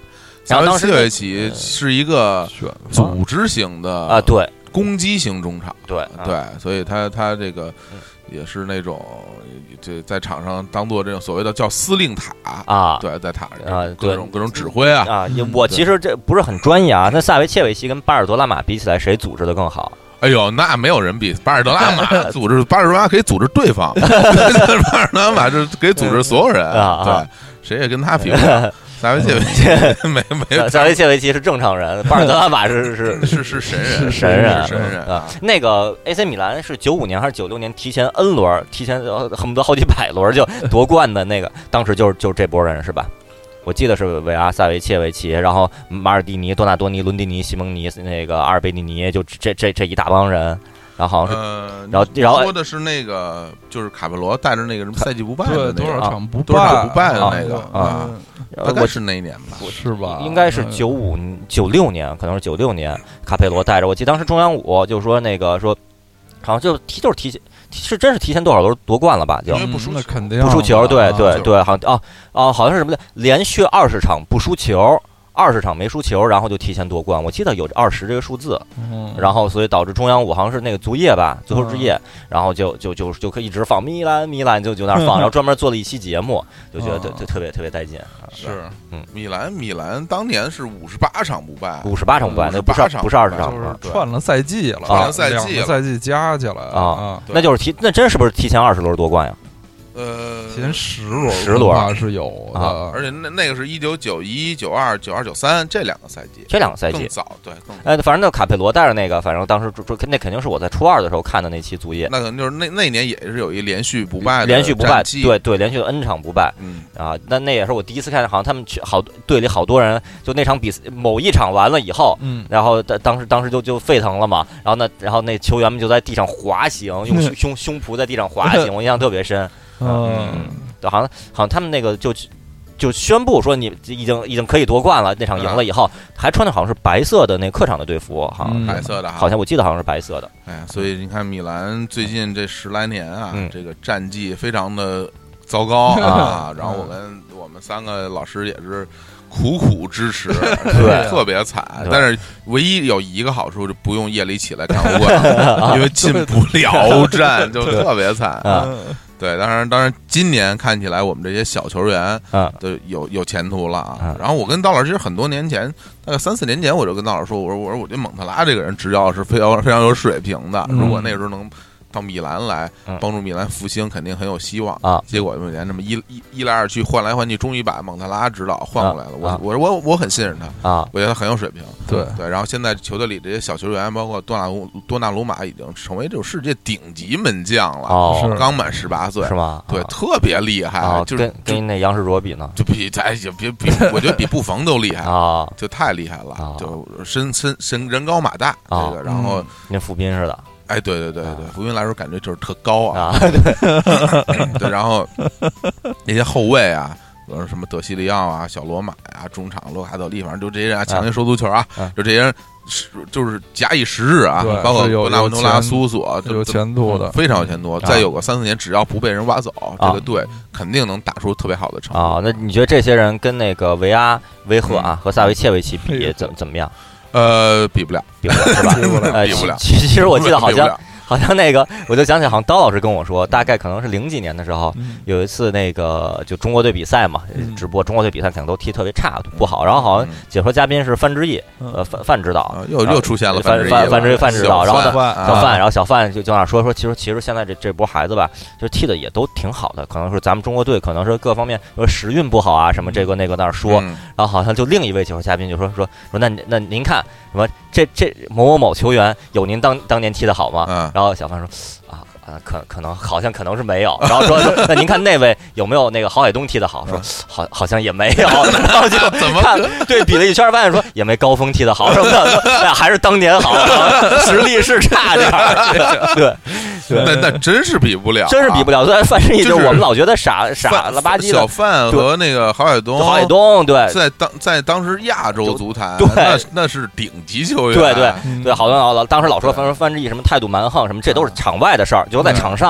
Speaker 2: 然后当时
Speaker 1: 谢维奇是一个组织型的
Speaker 2: 啊，对，
Speaker 1: 攻击型中场，
Speaker 2: 对
Speaker 1: 对，所以他他这个也是那种这在场上当做这种所谓的叫司令塔
Speaker 2: 啊，
Speaker 1: 对，在塔上
Speaker 2: 啊，
Speaker 1: 各种各种指挥啊
Speaker 2: 啊。我其实这不是很专业啊，那萨维切维奇跟巴尔多拉马比起来，谁组织的更好？
Speaker 1: 哎呦，那没有人比巴尔德拉马组织，巴尔德拉马可以组织对方，巴尔德拉马就可以组织所有人
Speaker 2: 啊，
Speaker 1: 对，谁也跟他比不了。萨维切维奇没没，
Speaker 2: 萨维切维奇是正常人，巴尔德拉马是
Speaker 1: 是是是神人，
Speaker 2: 神人
Speaker 1: 神人
Speaker 2: 啊。那个 A C 米兰是九五年还是九六年提前 N 轮，提前恨不得好几百轮就夺冠的那个，当时就是就是这波人是吧？我记得是维阿、萨维切维奇，然后马尔蒂尼、多纳多尼、伦蒂尼、西蒙尼、那个阿尔贝蒂尼，就这这这一大帮人。然后好像是，
Speaker 1: 呃、
Speaker 2: 然后然后
Speaker 1: 说的是那个，就是卡佩罗带着那个什么赛季不败的、那个，
Speaker 3: 多少场不败、
Speaker 1: 多少场不败的那个
Speaker 2: 啊，
Speaker 1: 大概是那一年吧，
Speaker 3: 是吧？
Speaker 2: 应该是九五九六年，可能是九六年，卡佩罗带着。我记得当时中央五就说那个说，好像就提就是提前，是真是提前多少轮夺冠了吧？就
Speaker 1: 不输
Speaker 3: 那肯定
Speaker 2: 不输球，对对对，好像哦哦，好像是什么的，连续二十场不输球。二十场没输球，然后就提前夺冠。我记得有二十这个数字，
Speaker 3: 嗯，
Speaker 2: 然后所以导致中央五好像是那个足业吧，最后之夜，嗯、然后就就就就可以一直放米兰米兰就就那儿放，然后专门做了一期节目，就觉得特、嗯、特别特别带劲。
Speaker 1: 是，嗯，米兰米兰当年是五十八场不败，
Speaker 2: 五十八场不败，那不是不是二十场，
Speaker 3: 就是串了赛季了，
Speaker 1: 串了赛季，
Speaker 3: 两个赛季加起来
Speaker 2: 啊，啊那就是提那真是不是提前二十轮夺冠呀？
Speaker 1: 呃，
Speaker 3: 提前十轮，
Speaker 2: 十轮
Speaker 3: 是有的，
Speaker 1: 啊、而且那那个是一九九一、九二、九二、九三这两个赛季，
Speaker 2: 这两个赛季
Speaker 1: 更早，对，更早
Speaker 2: 哎，反正那卡佩罗带着那个，反正当时那肯定是我在初二的时候看的那期足业，
Speaker 1: 那可能就是那那年也是有一连续不败的
Speaker 2: 连续不败，对对，连续 N 场不败，
Speaker 1: 嗯
Speaker 2: 啊，那那也是我第一次看，好像他们去好队里好多人，就那场比赛某一场完了以后，
Speaker 3: 嗯，
Speaker 2: 然后当时当时就就沸腾了嘛，然后那然后那球员们就在地上滑行，用胸胸胸脯在地上滑行，我印象特别深，
Speaker 3: 嗯。
Speaker 2: 好像好像他们那个就就宣布说你已经已经可以夺冠了，那场赢了以后，还穿的好像是白色的那客场的队服，好像
Speaker 1: 白色的，
Speaker 2: 好像我记得好像是白色的。
Speaker 1: 哎，所以你看米兰最近这十来年啊，
Speaker 2: 嗯、
Speaker 1: 这个战绩非常的糟糕啊，然后我们我们三个老师也是苦苦支持，
Speaker 2: 对，
Speaker 1: 特别惨。但是唯一有一个好处，就不用夜里起来看欧冠，因为进不了战，就特别惨啊。对，当然，当然，今年看起来我们这些小球员啊，都有有前途了啊。然后我跟刀老师其实很多年前，大概三四年前，我就跟刀老师说，我说我说我觉得蒙特拉这个人执教是非常非常有水平的，如果那时候能到米兰来帮助米兰复兴，肯定很有希望
Speaker 2: 啊。
Speaker 1: 结果目前这么一一一来二去，换来换去，终于把蒙特拉指导换过来了。我我我我很信任他
Speaker 2: 啊，
Speaker 1: 我觉得他很有水平。
Speaker 3: 对
Speaker 1: 对，然后现在球队里这些小球员，包括多纳鲁多纳鲁马，已经成为这种世界顶级门将了。
Speaker 2: 哦，
Speaker 1: 刚满十八岁
Speaker 2: 是吗？
Speaker 1: 对，特别厉害，就是
Speaker 2: 跟跟那杨世卓比呢，
Speaker 1: 就比哎就比比，我觉得比布冯都厉害
Speaker 2: 啊，
Speaker 1: 就太厉害了，就身身身人高马大这个，然后
Speaker 2: 跟傅斌似的。
Speaker 1: 哎，对对对对，福云来说感觉就是特高
Speaker 2: 啊，对
Speaker 1: 对，然后那些后卫啊，比如什么德西利奥啊、小罗马啊、中场洛卡德利，反正就这些人啊，强行收足球啊，就这些人就是假以时日啊，包括伯纳文多拉、苏索，
Speaker 3: 有前途的，
Speaker 1: 非常有前途。再有个三四年，只要不被人挖走，这个队肯定能打出特别好的成绩
Speaker 2: 啊。那你觉得这些人跟那个维阿、维赫啊和萨维切维奇比，怎怎么样？
Speaker 1: 呃，比不了，
Speaker 2: 比不了是吧？
Speaker 1: 比不了，比不了。
Speaker 2: 其实我记得好像好像那个，我就想起好像刀老师跟我说，大概可能是零几年的时候，有一次那个就中国队比赛嘛，直播中国队比赛可能都踢特别差不好，然后好像解说嘉宾是范志毅，呃范范指导，
Speaker 1: 又又出现了
Speaker 2: 范范范志毅范指导，然后小
Speaker 1: 范，
Speaker 2: 然后小范就就那说说，其实其实现在这这波孩子吧，就是踢的也都挺好的，可能是咱们中国队可能是各方面说时运不好啊，什么这个那个那儿说，然后好像就另一位解说嘉宾就说说说那那您看什么这这某某某球员有您当当年踢的好吗？然后小范说啊啊，可可能好像可能是没有，然后说那您看那位有没有那个郝海东踢的好？说好好像也没有，然后就
Speaker 1: 怎么
Speaker 2: 看对比了一圈，发现说也没高峰踢的好什么的，那还是当年好，实力是差点儿，对。
Speaker 1: 那那真是比不了，
Speaker 2: 真是比不了。所以范志毅就是我们老觉得傻傻了吧唧的。
Speaker 1: 小范和那个郝海东，
Speaker 2: 郝海东对，
Speaker 1: 在当在当时亚洲足坛，
Speaker 2: 对，
Speaker 1: 那那是顶级球员。
Speaker 2: 对对对，好多老当时老说范范志毅什么态度蛮横什么，这都是场外的事儿，就在场上。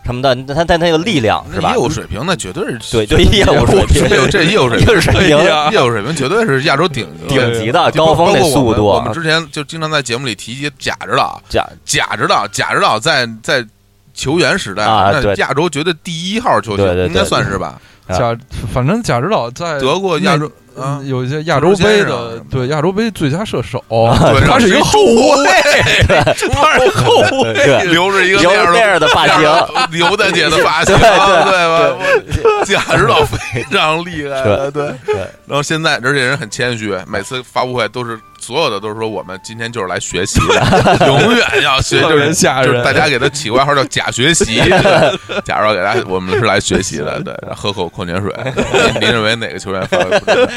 Speaker 2: 什么的，他他那个力量是吧？
Speaker 1: 业务水平那绝对是
Speaker 2: 对对业务水平，
Speaker 1: 这业务水平，
Speaker 2: 业务水平，
Speaker 1: 业务水平绝对是亚洲顶
Speaker 2: 顶级的高峰的速度。
Speaker 1: 我们之前就经常在节目里提及贾指导，
Speaker 2: 贾
Speaker 1: 贾指导，贾指导在在球员时代
Speaker 2: 啊，
Speaker 1: 那亚洲绝对第一号球星，应该算是吧？
Speaker 3: 贾，反正贾指导在
Speaker 1: 德国亚洲。
Speaker 3: 啊，有一些亚洲杯的，对亚洲杯最佳射手，
Speaker 1: 他
Speaker 3: 是一个后卫，
Speaker 1: 他是后卫，留着一个
Speaker 2: 那样
Speaker 1: 的
Speaker 2: 发型，
Speaker 1: 刘大姐的发型，对吧？贾指导非常厉害，对对。然后现在，而且人很谦虚，每次发布会都是所有的都是说我们今天就是来学习的，永远要学，就是就是大家给他起个外号叫假学习，假如给大家我们是来学习的，对，喝口矿泉水。您认为哪个球员发挥不对？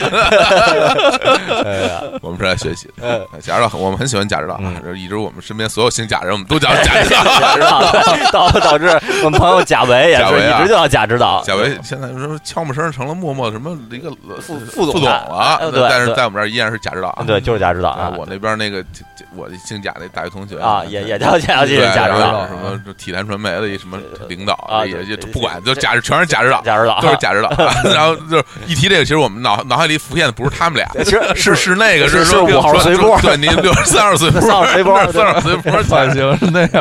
Speaker 1: 我们是来学习的。贾指导，我们很喜欢贾指导，一直我们身边所有姓贾人，我们都叫贾指
Speaker 2: 导，导导致我们朋友贾维也是一直就叫贾指导。
Speaker 1: 贾维现在说悄没声成了默默什么一个
Speaker 2: 副
Speaker 1: 副
Speaker 2: 总
Speaker 1: 了，但是在我们这儿依然是贾指导，
Speaker 2: 对，就是贾指导啊。
Speaker 1: 我那边那个我姓贾那大学同学
Speaker 2: 啊，也也叫贾贾指导，
Speaker 1: 什么体坛传媒的一什么领导啊，也也不管，就贾全是贾指导，
Speaker 2: 贾指导
Speaker 1: 都是贾指导。然后就是一提这个，其实我们脑脑海里浮现的不是他们俩，是是那个
Speaker 2: 是
Speaker 1: 是
Speaker 2: 五号随波，
Speaker 1: 对，你六三号随波，
Speaker 2: 三号随波，
Speaker 1: 三号随波
Speaker 3: 发型是那样，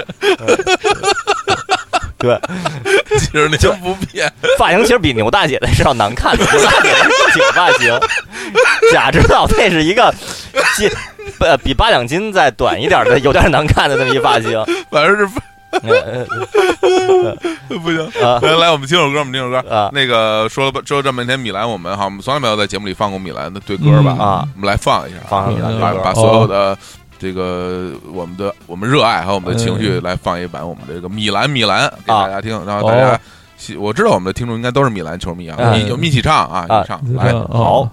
Speaker 2: 对，
Speaker 1: 其实那就不变，
Speaker 2: 发型其实比牛大姐的是要难看的，牛大姐的是挺发型，贾指导那是一个呃比八两金再短一点的，有点难看的那么一发型，
Speaker 1: 反正是。不行啊！来来，我们听首歌，我们听首歌
Speaker 2: 啊。
Speaker 1: 那个说了说了这么半天米兰，我们哈，我们从来没有在节目里放过米兰的对歌吧？
Speaker 2: 啊，
Speaker 1: 我们来放一下，
Speaker 2: 放米兰，
Speaker 1: 把把所有的这个我们的我们热爱和我们的情绪来放一版我们这个米兰米兰给大家听，然后大家我知道我们的听众应该都是米兰球迷啊，有一起唱啊，一起唱来
Speaker 2: 好。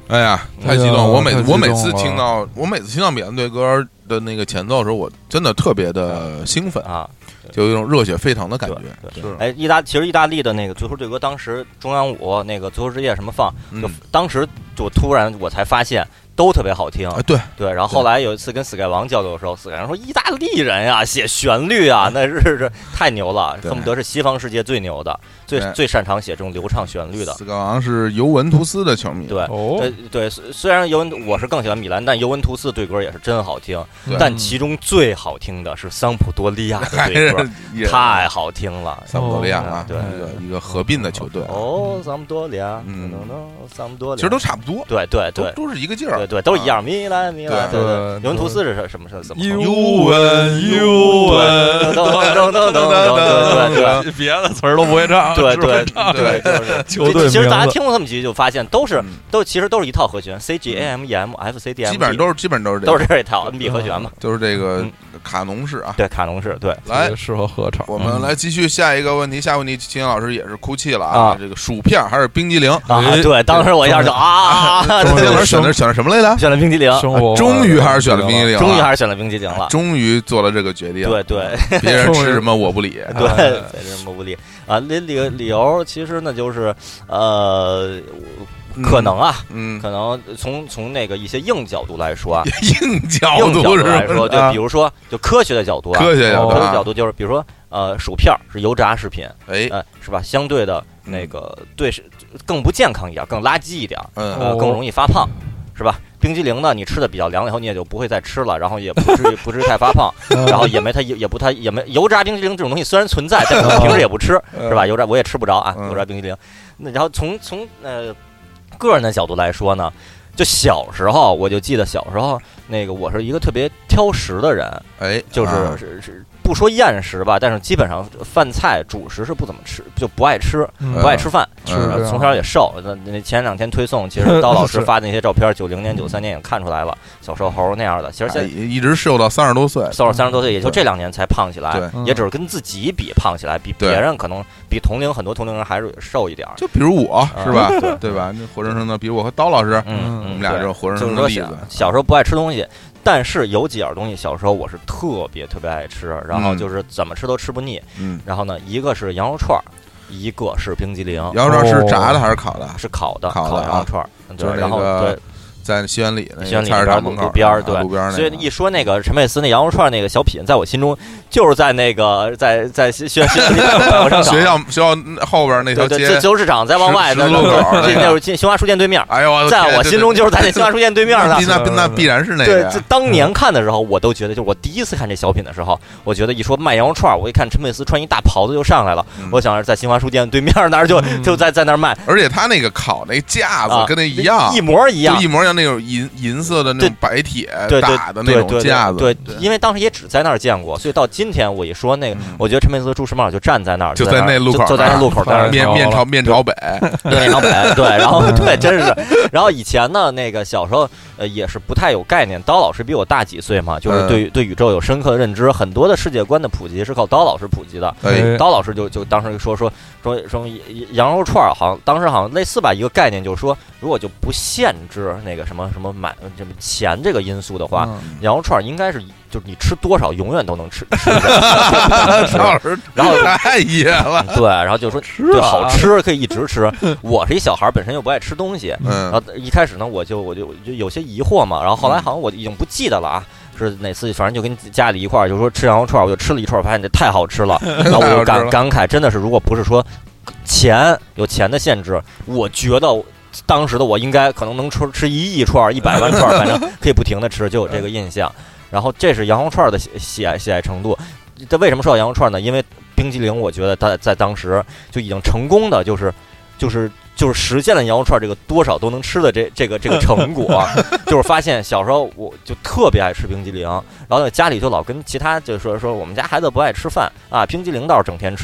Speaker 1: 哎呀，太激动！我每我每次听到我每次听到米兰队歌的那个前奏的时候，我真的特别的兴奋啊，就有一种热血沸腾的感觉。
Speaker 2: 对，哎，意大其实意大利的那个最后队歌，当时中央五那个最后之夜什么放，就当时就突然我才发现。都特别好听，
Speaker 1: 啊、对
Speaker 2: 对。然后后来有一次跟 Sky 王交流的时候 ，Sky 王说：“意大利人呀，写旋律啊，那是是太牛了，恨不得是西方世界最牛的，最最擅长写这种流畅旋律的。”
Speaker 1: Sky 王是尤文图斯的球迷，
Speaker 2: 对，哦、对对。虽然尤文我是更喜欢米兰，但尤文图斯队歌也是真好听。但其中最好听的是桑普多利亚的队歌，太好听了。
Speaker 1: 桑普多利亚啊，
Speaker 2: 对，
Speaker 1: 一个一个合并的球队。
Speaker 2: 哦，桑普多利亚，嗯，桑普多利亚，
Speaker 1: 其实都差不多，
Speaker 2: 对对对，
Speaker 1: 都是一个劲儿。
Speaker 2: 对，都一样，米兰米兰，对对。尤文图斯是什么什么什么？
Speaker 3: 尤文尤文，
Speaker 2: 噔噔噔噔噔，对对，
Speaker 3: 别的词儿都不会唱，
Speaker 2: 对对对，就是
Speaker 3: 球队。
Speaker 2: 其实大家听过这么几句，就发现都是都其实都是一套和弦 ，C G A M E M F C D M，
Speaker 1: 基本上都是基本上都是
Speaker 2: 都是这一套 N B 和弦嘛，
Speaker 1: 就是这个卡农式啊，
Speaker 2: 对卡农式，对，
Speaker 1: 来
Speaker 3: 适合合唱。
Speaker 1: 我们来继续下一个问题，下问题，秦老师也是哭泣了啊，这个薯片还是冰激凌
Speaker 2: 啊？对，当时我一下就啊，
Speaker 1: 秦老师选的选的什么来着？
Speaker 2: 选了冰激凌。
Speaker 1: 终于还是选了冰激凌，
Speaker 2: 终于还是选了冰激凌了，
Speaker 1: 终于做了这个决定。
Speaker 2: 对对，
Speaker 1: 别人吃什么我不理，
Speaker 2: 对，别人什么不理啊？理理理由其实呢就是呃。可能啊，嗯，可能从从那个一些硬角度来说啊，
Speaker 1: 硬角
Speaker 2: 度硬角度来说，就比如说，就科学的角度啊，
Speaker 1: 科学角度，
Speaker 2: 科学角度就是，比如说，呃，薯片是油炸食品，
Speaker 1: 哎，
Speaker 2: 呃，是吧？相对的那个对是更不健康一点，更垃圾一点，呃，更容易发胖，是吧？冰激凌呢，你吃的比较凉了以后，你也就不会再吃了，然后也不至于不至于太发胖，然后也没它也也不它也没油炸冰激凌这种东西虽然存在，但是平时也不吃，是吧？油炸我也吃不着啊，油炸冰激凌。那然后从从呃。个人的角度来说呢，就小时候我就记得小时候那个我是一个特别挑食的人，
Speaker 1: 哎，
Speaker 2: 就是是是不说厌食吧，但是基本上饭菜主食是不怎么吃，就不爱吃，不爱吃饭。从小也瘦，那那前两天推送，其实刀老师发的那些照片，九零年、九三年也看出来了，小瘦猴那样的。其实现在
Speaker 1: 一直瘦到三十多岁，
Speaker 2: 瘦到三十多岁，也就这两年才胖起来，也只是跟自己比胖起来，比别人可能比同龄很多同龄人还是瘦一点。
Speaker 1: 就比如我是吧，对吧？那活生生的，比如我和刀老师，
Speaker 2: 嗯，
Speaker 1: 我们俩就是活生生的例子。
Speaker 2: 小时候不爱吃东西。但是有几样东西，小时候我是特别特别爱吃，然后就是怎么吃都吃不腻。嗯，然后呢，一个是羊肉串，一个是冰激凌。
Speaker 1: 羊肉串是炸的还是烤的？
Speaker 2: 是烤的，
Speaker 1: 烤的
Speaker 2: 羊肉串。
Speaker 1: 对，
Speaker 2: 然后对，
Speaker 1: 在西园里
Speaker 2: 西园里
Speaker 1: 菜市场门口
Speaker 2: 路边儿，对，
Speaker 1: 路边
Speaker 2: 所以一说那个陈佩斯那羊肉串那个小品，在我心中就是在那个在在西西园里
Speaker 1: 学校学校后边那条街，
Speaker 2: 自由市场再往外
Speaker 1: 十字路口，
Speaker 2: 那就是新华书店对面。
Speaker 1: 哎呦，
Speaker 2: 在我心中就是在那新华书店对面的。
Speaker 1: 那那必然是那
Speaker 2: 个。对，当年看的时候，我都觉得，就是我第一次看这小品的时候，我觉得一说卖羊肉串，我一看陈佩斯穿一大袍子就上来了，我想着在新华书店对面那儿就就在在那儿卖，
Speaker 1: 而且他那个烤那架子跟那一样，
Speaker 2: 一模一样，
Speaker 1: 一模一样那种银银。银色的那种白铁打的那种架子，
Speaker 2: 对，因为当时也只在那儿见过，所以到今天我一说那个，我觉得陈佩斯、朱时茂就站在那儿，
Speaker 1: 就在那路口，
Speaker 2: 就在那路口，在
Speaker 1: 面面朝面朝北，
Speaker 2: 对，面朝北，对，然后对，真是，然后以前呢，那个小时候呃也是不太有概念，刀老师比我大几岁嘛，就是对对宇宙有深刻的认知，很多的世界观的普及是靠刀老师普及的，刀老师就就当时说说说说羊肉串，好像当时好像类似吧，一个概念就是说，如果就不限制那个什么什么买。这么钱这个因素的话，嗯、羊肉串应该是就是你吃多少永远都能吃。吃然后
Speaker 1: 太野了，
Speaker 2: 对，然后就说对好吃可以一直吃。我是一小孩，本身又不爱吃东西，嗯、然后一开始呢，我就我就就有些疑惑嘛，然后后来好像我已经不记得了啊。是哪次？反正就跟家里一块儿，就说吃羊肉串，我就吃了一串，发现这太好吃了，然后我就感感慨，真的是，如果不是说钱有钱的限制，我觉得。当时的我应该可能能吃吃一亿串、一百万串，反正可以不停的吃，就有这个印象。然后这是羊肉串的喜爱喜爱程度。这为什么说到羊肉串呢？因为冰激凌，我觉得它在当时就已经成功的，就是就是就是实现了羊肉串这个多少都能吃的这这个这个成果。就是发现小时候我就特别爱吃冰激凌，然后家里就老跟其他就说说我们家孩子不爱吃饭啊，冰激凌倒是整天吃。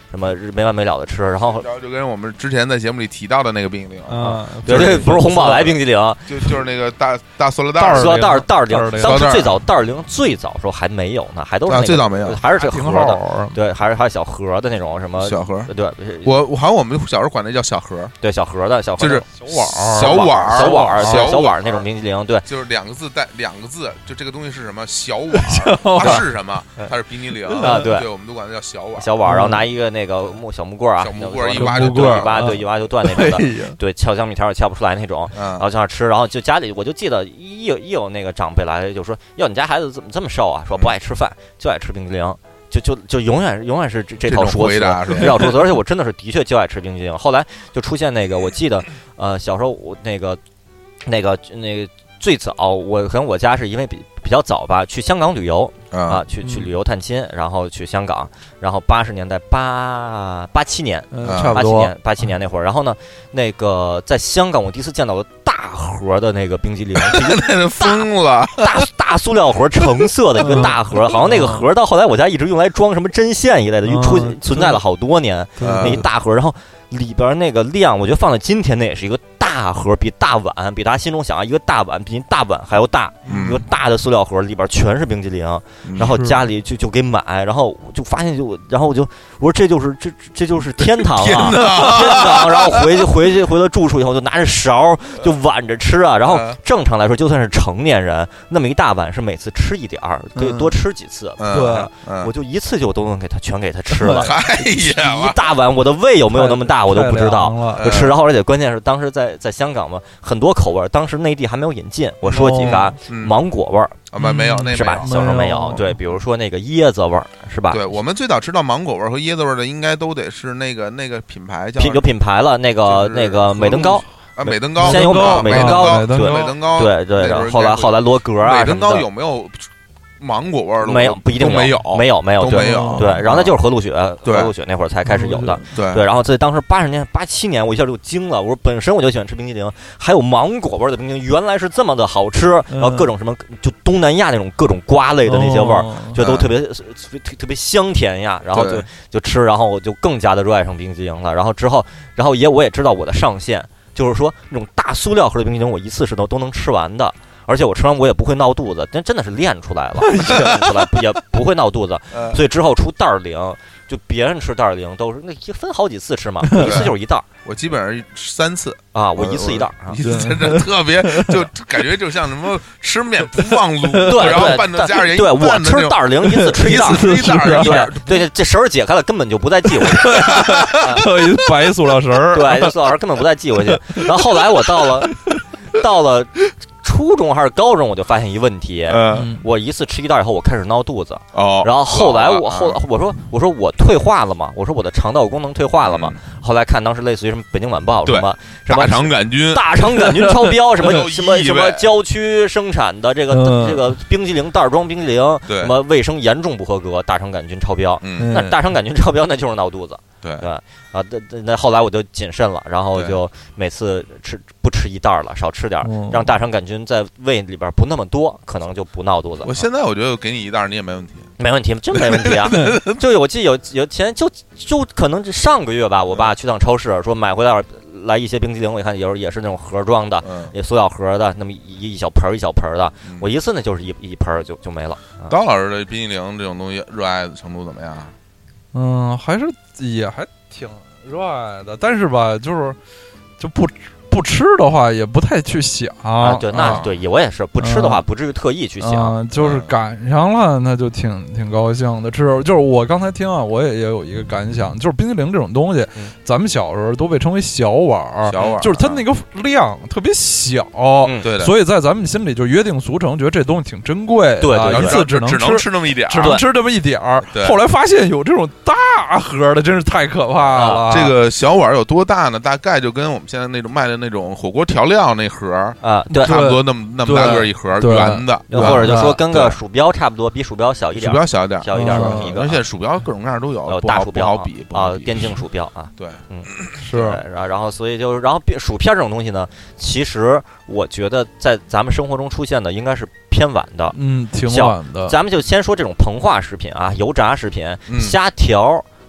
Speaker 2: 什么没完没了的吃，然后
Speaker 1: 就跟我们之前在节目里提到的那个冰激凌
Speaker 2: 啊，对对，不是红宝来冰激凌，
Speaker 1: 就就是那个大大塑料袋
Speaker 2: 塑料袋袋儿零，当时最早袋儿零最早时候还没有呢，还都是那个
Speaker 1: 最早没有，
Speaker 2: 还是这盒的，对，还是还是小盒的那种什么
Speaker 1: 小盒，
Speaker 2: 对，
Speaker 1: 我我好像我们小时候管那叫小盒，
Speaker 2: 对，小盒的小盒
Speaker 1: 就是
Speaker 3: 小碗
Speaker 1: 小碗
Speaker 2: 小碗
Speaker 1: 小
Speaker 2: 碗那种冰激凌，对，
Speaker 1: 就是两个字带两个字，就这个东西是什么小碗，它是什么？它是冰激凌
Speaker 2: 啊，对，
Speaker 1: 对，我们都管它叫小碗，
Speaker 2: 小碗，然后拿一个那个木小木棍啊，
Speaker 1: 小木棍一
Speaker 2: 挖
Speaker 1: 就
Speaker 2: 断，一挖对，一挖就断那种的，对，敲香米条也敲不出来那种，然后在那吃，然后就家里我就记得一有一有那个长辈来就说，哟，你家孩子怎么这么瘦啊？说不爱吃饭，就爱吃冰激凌。就就就永远永远是这这套说辞，这套说辞，而且我真的是的确就爱吃冰激凌。后来就出现那个，我记得，呃，小时候我那个那个那个最早，我可能我家是因为比比较早吧，去香港旅游啊，去去旅游探亲，然后去香港，然后八十年代八八七年，
Speaker 3: 差不多
Speaker 2: 八七年八七年那会儿，然后呢，那个在香港我第一次见到了大盒的那个冰激凌，
Speaker 1: 那疯了，
Speaker 2: 大大塑料盒，橙色的一个大盒，好像那个盒到后来我家一直用来装什么针线一类的，就出存在了好多年，那一大盒，然后里边那个量，我觉得放在今天那也是一个大盒，比大碗，比大家心中想象一个大碗比大碗还要大，一个大的塑料盒里边全是冰激凌，然后家里就就给买，然后就发现就，然后我就我说这就是这这就是天堂啊，天堂，然后回去回去回了住处以后就拿着勺就挽着吃啊，然后正常来说就算是成年人那么一大碗是每次吃一点儿，可以多吃几次，
Speaker 3: 对，
Speaker 2: 我就一次就都能给他全给他吃了，
Speaker 1: 一
Speaker 2: 大碗，我的胃有没有那么大我都不知道，就吃，然后而且关键是当时在在香港嘛，很多口味，当时内地还没有引进，我说几个啊，芒果味儿。
Speaker 1: 啊，没没有，那
Speaker 2: 是吧？小时候没有，对，比如说那个椰子味儿，是吧？
Speaker 1: 对，我们最早吃到芒果味儿和椰子味儿的，应该都得是那个那个品牌叫
Speaker 2: 有品牌了，那个那个美登高
Speaker 1: 啊，美登高
Speaker 2: 先有
Speaker 1: 美
Speaker 2: 登
Speaker 1: 高，
Speaker 2: 对，
Speaker 1: 美登高，
Speaker 2: 对对，然后后来后来罗格啊，
Speaker 1: 美登高有没有芒果味儿的？
Speaker 2: 没有，不一定
Speaker 1: 没有，
Speaker 2: 没有，没有，
Speaker 1: 没有。
Speaker 2: 对，然后那就是和路雪，和路雪那会儿才开始有的。
Speaker 1: 对
Speaker 2: 对，然后在当时八十年、八七年，我一下就惊了。我说本身我就喜欢吃冰激凌，还有芒果味的冰激凌，原来是这么的好吃。然后各种什么，就东南亚那种各种瓜类的那些味儿，就都特别特特别香甜呀。然后就就吃，然后我就更加的热爱上冰激凌了。然后之后，然后也我也知道我的上限，就是说那种大塑料盒的冰激凌，我一次是都都能吃完的。而且我吃完我也不会闹肚子，真真的是练出来了，练出来也不会闹肚子。所以之后出袋儿零，就别人吃袋儿零都是那分好几次吃嘛，一次就是一袋。
Speaker 1: 我基本上三次
Speaker 2: 啊，我一次一袋，
Speaker 1: 一次真的特别，就感觉就像什么吃面不放卤，
Speaker 2: 对，
Speaker 1: 然后拌着加上盐。
Speaker 2: 对我吃袋儿零一次吃一袋，
Speaker 1: 一袋
Speaker 2: 对对，这绳儿解开了根本就不再系回去，
Speaker 3: 白塑料绳儿，
Speaker 2: 对，这塑料绳根本不再系回去。然后后来我到了到了。初中还是高中，我就发现一问题。嗯，我一次吃一袋以后，我开始闹肚子。
Speaker 1: 哦，
Speaker 2: 然后后来我后我说我说我退化了吗？我说我的肠道功能退化了吗？后来看当时类似于什么《北京晚报》什么什么
Speaker 1: 大肠杆菌、
Speaker 2: 大肠杆菌超标，什么什么什么郊区生产的这个这个冰激凌袋装冰激凌，什么卫生严重不合格，大肠杆菌超标。嗯，那大肠杆菌超标那就是闹肚子。
Speaker 1: 对
Speaker 2: 对啊，那那后来我就谨慎了，然后就每次吃不吃一袋了，少吃点，让大肠杆菌在胃里边不那么多，可能就不闹肚子。
Speaker 1: 我现在我觉得给你一袋你也没问题，
Speaker 2: 没问题，真没问题啊！就有我记得有有前就就可能上个月吧，我爸去趟超市说买回来来一些冰激凌，我一看有时候也是那种盒装的，也塑料盒的，那么一一小盆一小盆的，我一次呢就是一一盆就就没了。
Speaker 1: 高老师对冰激凌这种东西热爱的程度怎么样？
Speaker 3: 嗯，还是也还挺热爱的，但是吧，就是就不不吃的话，也不太去想。
Speaker 2: 啊，对，那对，我也是不吃的话，不至于特意去想。
Speaker 3: 嗯，就是赶上了，那就挺挺高兴的。吃，就是我刚才听啊，我也也有一个感想，就是冰激凌这种东西，咱们小时候都被称为小碗，
Speaker 1: 小碗，
Speaker 3: 就是它那个量特别小，
Speaker 1: 对的。
Speaker 3: 所以在咱们心里就约定俗成，觉得这东西挺珍贵，
Speaker 2: 对对，
Speaker 3: 一次只能
Speaker 1: 只能吃那么一点，
Speaker 3: 只能吃这么一点儿。后来发现有这种大盒的，真是太可怕了。
Speaker 1: 这个小碗有多大呢？大概就跟我们现在那种卖的那种火锅调料那盒
Speaker 2: 啊，对，
Speaker 1: 差不多那么那么大个一盒圆的，
Speaker 2: 或者就说跟个鼠标差不多，比鼠标小一点，
Speaker 1: 鼠标小一点，
Speaker 2: 小一点的一个。
Speaker 1: 而且鼠标各种各样都有，
Speaker 2: 大鼠标
Speaker 1: 不好比
Speaker 2: 啊，电竞鼠标啊，
Speaker 1: 对，
Speaker 3: 嗯，是。
Speaker 2: 然后然后所以就然后薯片这种东西呢，其实我觉得在咱们生活中出现的应该是偏晚的，
Speaker 3: 嗯，挺晚的。
Speaker 2: 咱们就先说这种膨化食品啊，油炸食品、虾条。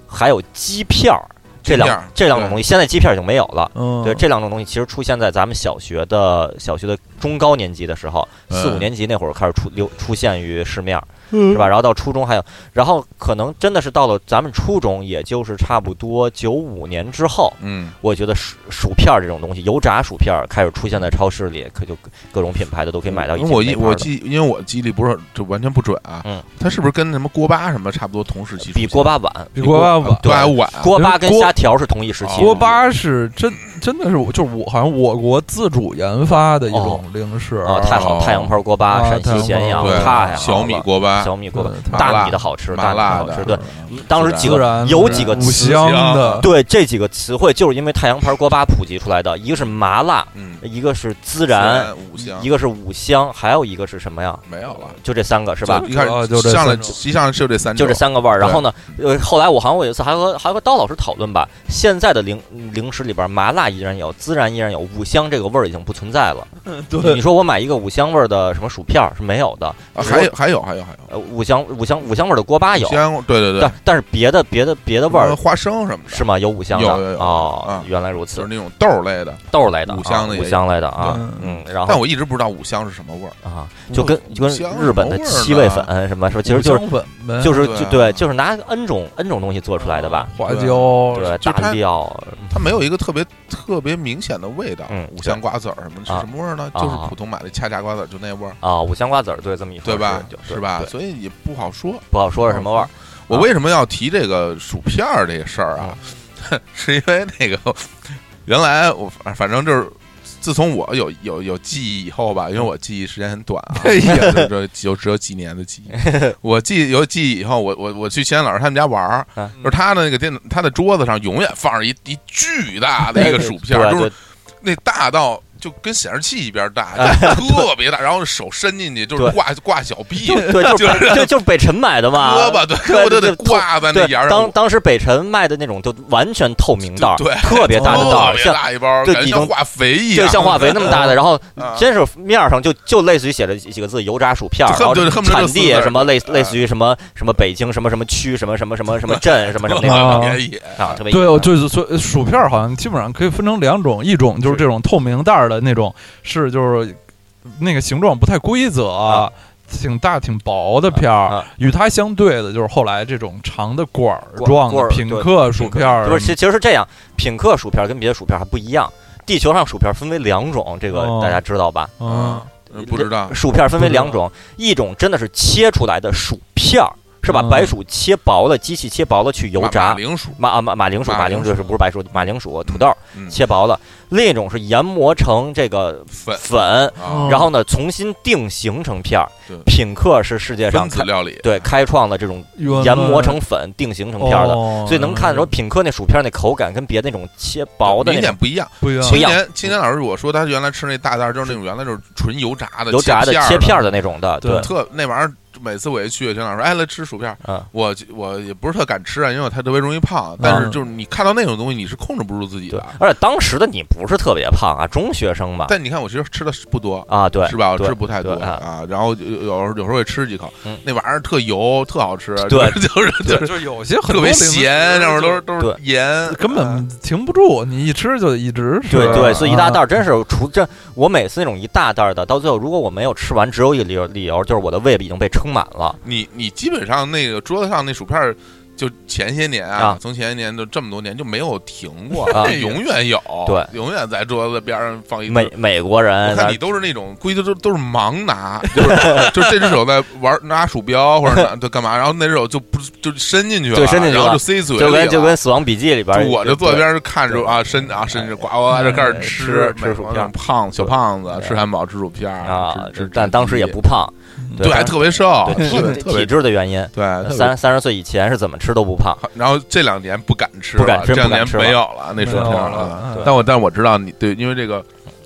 Speaker 2: 还有鸡片儿。这两这两种东西，现在鸡片已经没有了。嗯，对，这两种东西其实出现在咱们小学的小学的中高年级的时候，四五年级那会儿开始出流出现于市面。是吧？然后到初中还有，然后可能真的是到了咱们初中，也就是差不多九五年之后，嗯，我觉得薯薯片这种东西，油炸薯片开始出现在超市里，可就各种品牌的都可以买到。因
Speaker 1: 为我一我记，因为我记忆力不是就完全不准啊，嗯，它是不是跟什么锅巴什么差不多同时期？
Speaker 2: 比锅巴晚，
Speaker 3: 比锅巴晚，
Speaker 1: 对晚。
Speaker 2: 锅巴跟虾条是同一时期。
Speaker 3: 锅巴是真真的是，就是我好像我国自主研发的一种零食
Speaker 2: 啊，太好，太阳牌锅巴，陕西咸阳，太好，
Speaker 1: 小米锅巴，
Speaker 2: 小米锅巴。大米的好吃，大米的好吃。对，当时几
Speaker 3: 个
Speaker 2: 有几个
Speaker 3: 五香的，
Speaker 2: 对这几个词汇，就是因为太阳牌锅巴普及出来的。一个是麻辣，一个是孜然，一个是五香，还有一个是什么呀？
Speaker 1: 没有了，
Speaker 2: 就这三个是吧？
Speaker 1: 一开始上来，实际上就这三，
Speaker 2: 就这三个味儿。然后呢，呃，后来我好像我有一次还和还和刀老师讨论吧，现在的零零食里边，麻辣依然有，孜然依然有，五香这个味儿已经不存在了。
Speaker 3: 对，
Speaker 2: 你说我买一个五香味儿的什么薯片是没有的，
Speaker 1: 还有还有还有还有，
Speaker 2: 呃，五香五香五香味儿的锅巴有，
Speaker 1: 对对对，
Speaker 2: 但但是别的别的别的味儿，
Speaker 1: 花生什么的
Speaker 2: 是吗？有五香的，
Speaker 1: 有有有
Speaker 2: 哦，原来如此，
Speaker 1: 就是那种豆类的
Speaker 2: 豆类的
Speaker 1: 五香的
Speaker 2: 五香类的啊，嗯，然后
Speaker 1: 但我一直不知道五香是什么味儿
Speaker 2: 啊，就跟就跟日本的七味粉什么说，其实就是就是就对，就是拿 N 种 N 种东西做出来的吧，
Speaker 3: 花椒
Speaker 2: 对大料，
Speaker 1: 它没有一个特别特别明显的味道，嗯，五香瓜子儿什么是什么味儿呢？就是普通买的恰恰瓜子就那味儿
Speaker 2: 啊，五香瓜子儿对这么一
Speaker 1: 对吧？是吧？所以也不好说，
Speaker 2: 不好说是什么味儿。
Speaker 1: 我为什么要提这个薯片儿这事儿啊？是因为那个原来我反正就是自从我有有有记忆以后吧，因为我记忆时间很短啊，就就只有几年的记忆。我记有记忆以后，我我我去钱老师他们家玩儿，就是他的那个电他的桌子上永远放着一一巨大的一个薯片，就是那大到。就跟显示器一边大，特别大，然后手伸进去就是挂挂小臂，
Speaker 2: 对，就是就就是北辰买的嘛，
Speaker 1: 胳膊对，胳膊都得挂在那沿上。
Speaker 2: 当当时北辰卖的那种就完全透明袋，
Speaker 1: 对，
Speaker 2: 特别大的袋，
Speaker 1: 像大一包，
Speaker 2: 就
Speaker 1: 像化肥一
Speaker 2: 样，就像化肥那么大的。然后真是面上就就类似于写着几个字“油炸薯片”，然后产地什么类类似于什么什么北京什么什么区什么什么什么什么镇什么什么那种啊，特别
Speaker 3: 对，就是所以薯片好像基本上可以分成两种，一种就是这种透明袋的那种。是，就是那个形状不太规则，啊、挺大挺薄的片儿。与、啊、它相对的，就是后来这种长的管状的品客薯片。
Speaker 2: 不是，其实是这样，品客薯片跟别的薯片还不一样。地球上薯片分为两种，这个大家知道吧？
Speaker 1: 嗯，嗯不知道。
Speaker 2: 薯片分为两种，一种真的是切出来的薯片儿。是把白薯切薄了，机器切薄了去油炸。
Speaker 1: 马铃薯，
Speaker 2: 马啊马马铃薯，马铃薯是不是白薯？马铃薯、土豆切薄了。另一种是研磨成这个
Speaker 1: 粉
Speaker 2: 粉，然后呢重新定型成片儿。品客是世界上
Speaker 1: 分子料理
Speaker 2: 对开创了这种研磨成粉、定型成片的，所以能看出品客那薯片那口感跟别的那种切薄的
Speaker 1: 明显不一样。
Speaker 3: 不一样。
Speaker 1: 青年青年老师我说他原来吃那大袋就是那种原来就是纯油炸的，
Speaker 2: 油炸的切片的那种的，对，
Speaker 1: 特那玩意儿。每次我一去，田老师说：“哎，来吃薯片。”嗯，我我也不是特敢吃啊，因为它特别容易胖。但是就是你看到那种东西，你是控制不住自己的。
Speaker 2: 而且当时的你不是特别胖啊，中学生嘛。
Speaker 1: 但你看我其实吃的不多
Speaker 2: 啊，对，
Speaker 1: 是吧？我吃不太多啊。然后有有有时候会吃几口，那玩意儿特油，特好吃。
Speaker 2: 对，
Speaker 1: 就是
Speaker 3: 就是有些
Speaker 1: 特别咸，上面都是都是盐，
Speaker 3: 根本停不住。你一吃就一直吃。
Speaker 2: 对对，所以一大袋真是除这我每次那种一大袋的，到最后如果我没有吃完，只有一个理由理由就是我的胃已经被撑满了。
Speaker 1: 你。你基本上那个桌子上那薯片，就前些年啊，啊从前些年就这么多年就没有停过，啊、永远有，
Speaker 2: 对，
Speaker 1: 永远在桌子边上放一。
Speaker 2: 美美国人，
Speaker 1: 我看你都是那种估计都都是盲拿，就是就是这只手在玩拿鼠标或者拿在干嘛，然后那只手就不就伸进去了，
Speaker 2: 对，伸进去了，
Speaker 1: 然后就塞嘴里
Speaker 2: 就跟就跟《死亡笔记》里边，
Speaker 1: 我就坐在边上看着啊，伸啊伸着呱呱就开始吃
Speaker 2: 吃薯片，
Speaker 1: 胖小胖子吃汉堡吃薯片
Speaker 2: 啊，但当时也不胖。
Speaker 1: 对，还特别瘦，
Speaker 2: 体体质的原因。
Speaker 1: 对，
Speaker 2: 三三十岁以前是怎么吃都不胖，
Speaker 1: 然后这两年不敢吃，
Speaker 2: 不敢吃，
Speaker 1: 这两年没有了那薯片了。但我但我知道你对，因为这个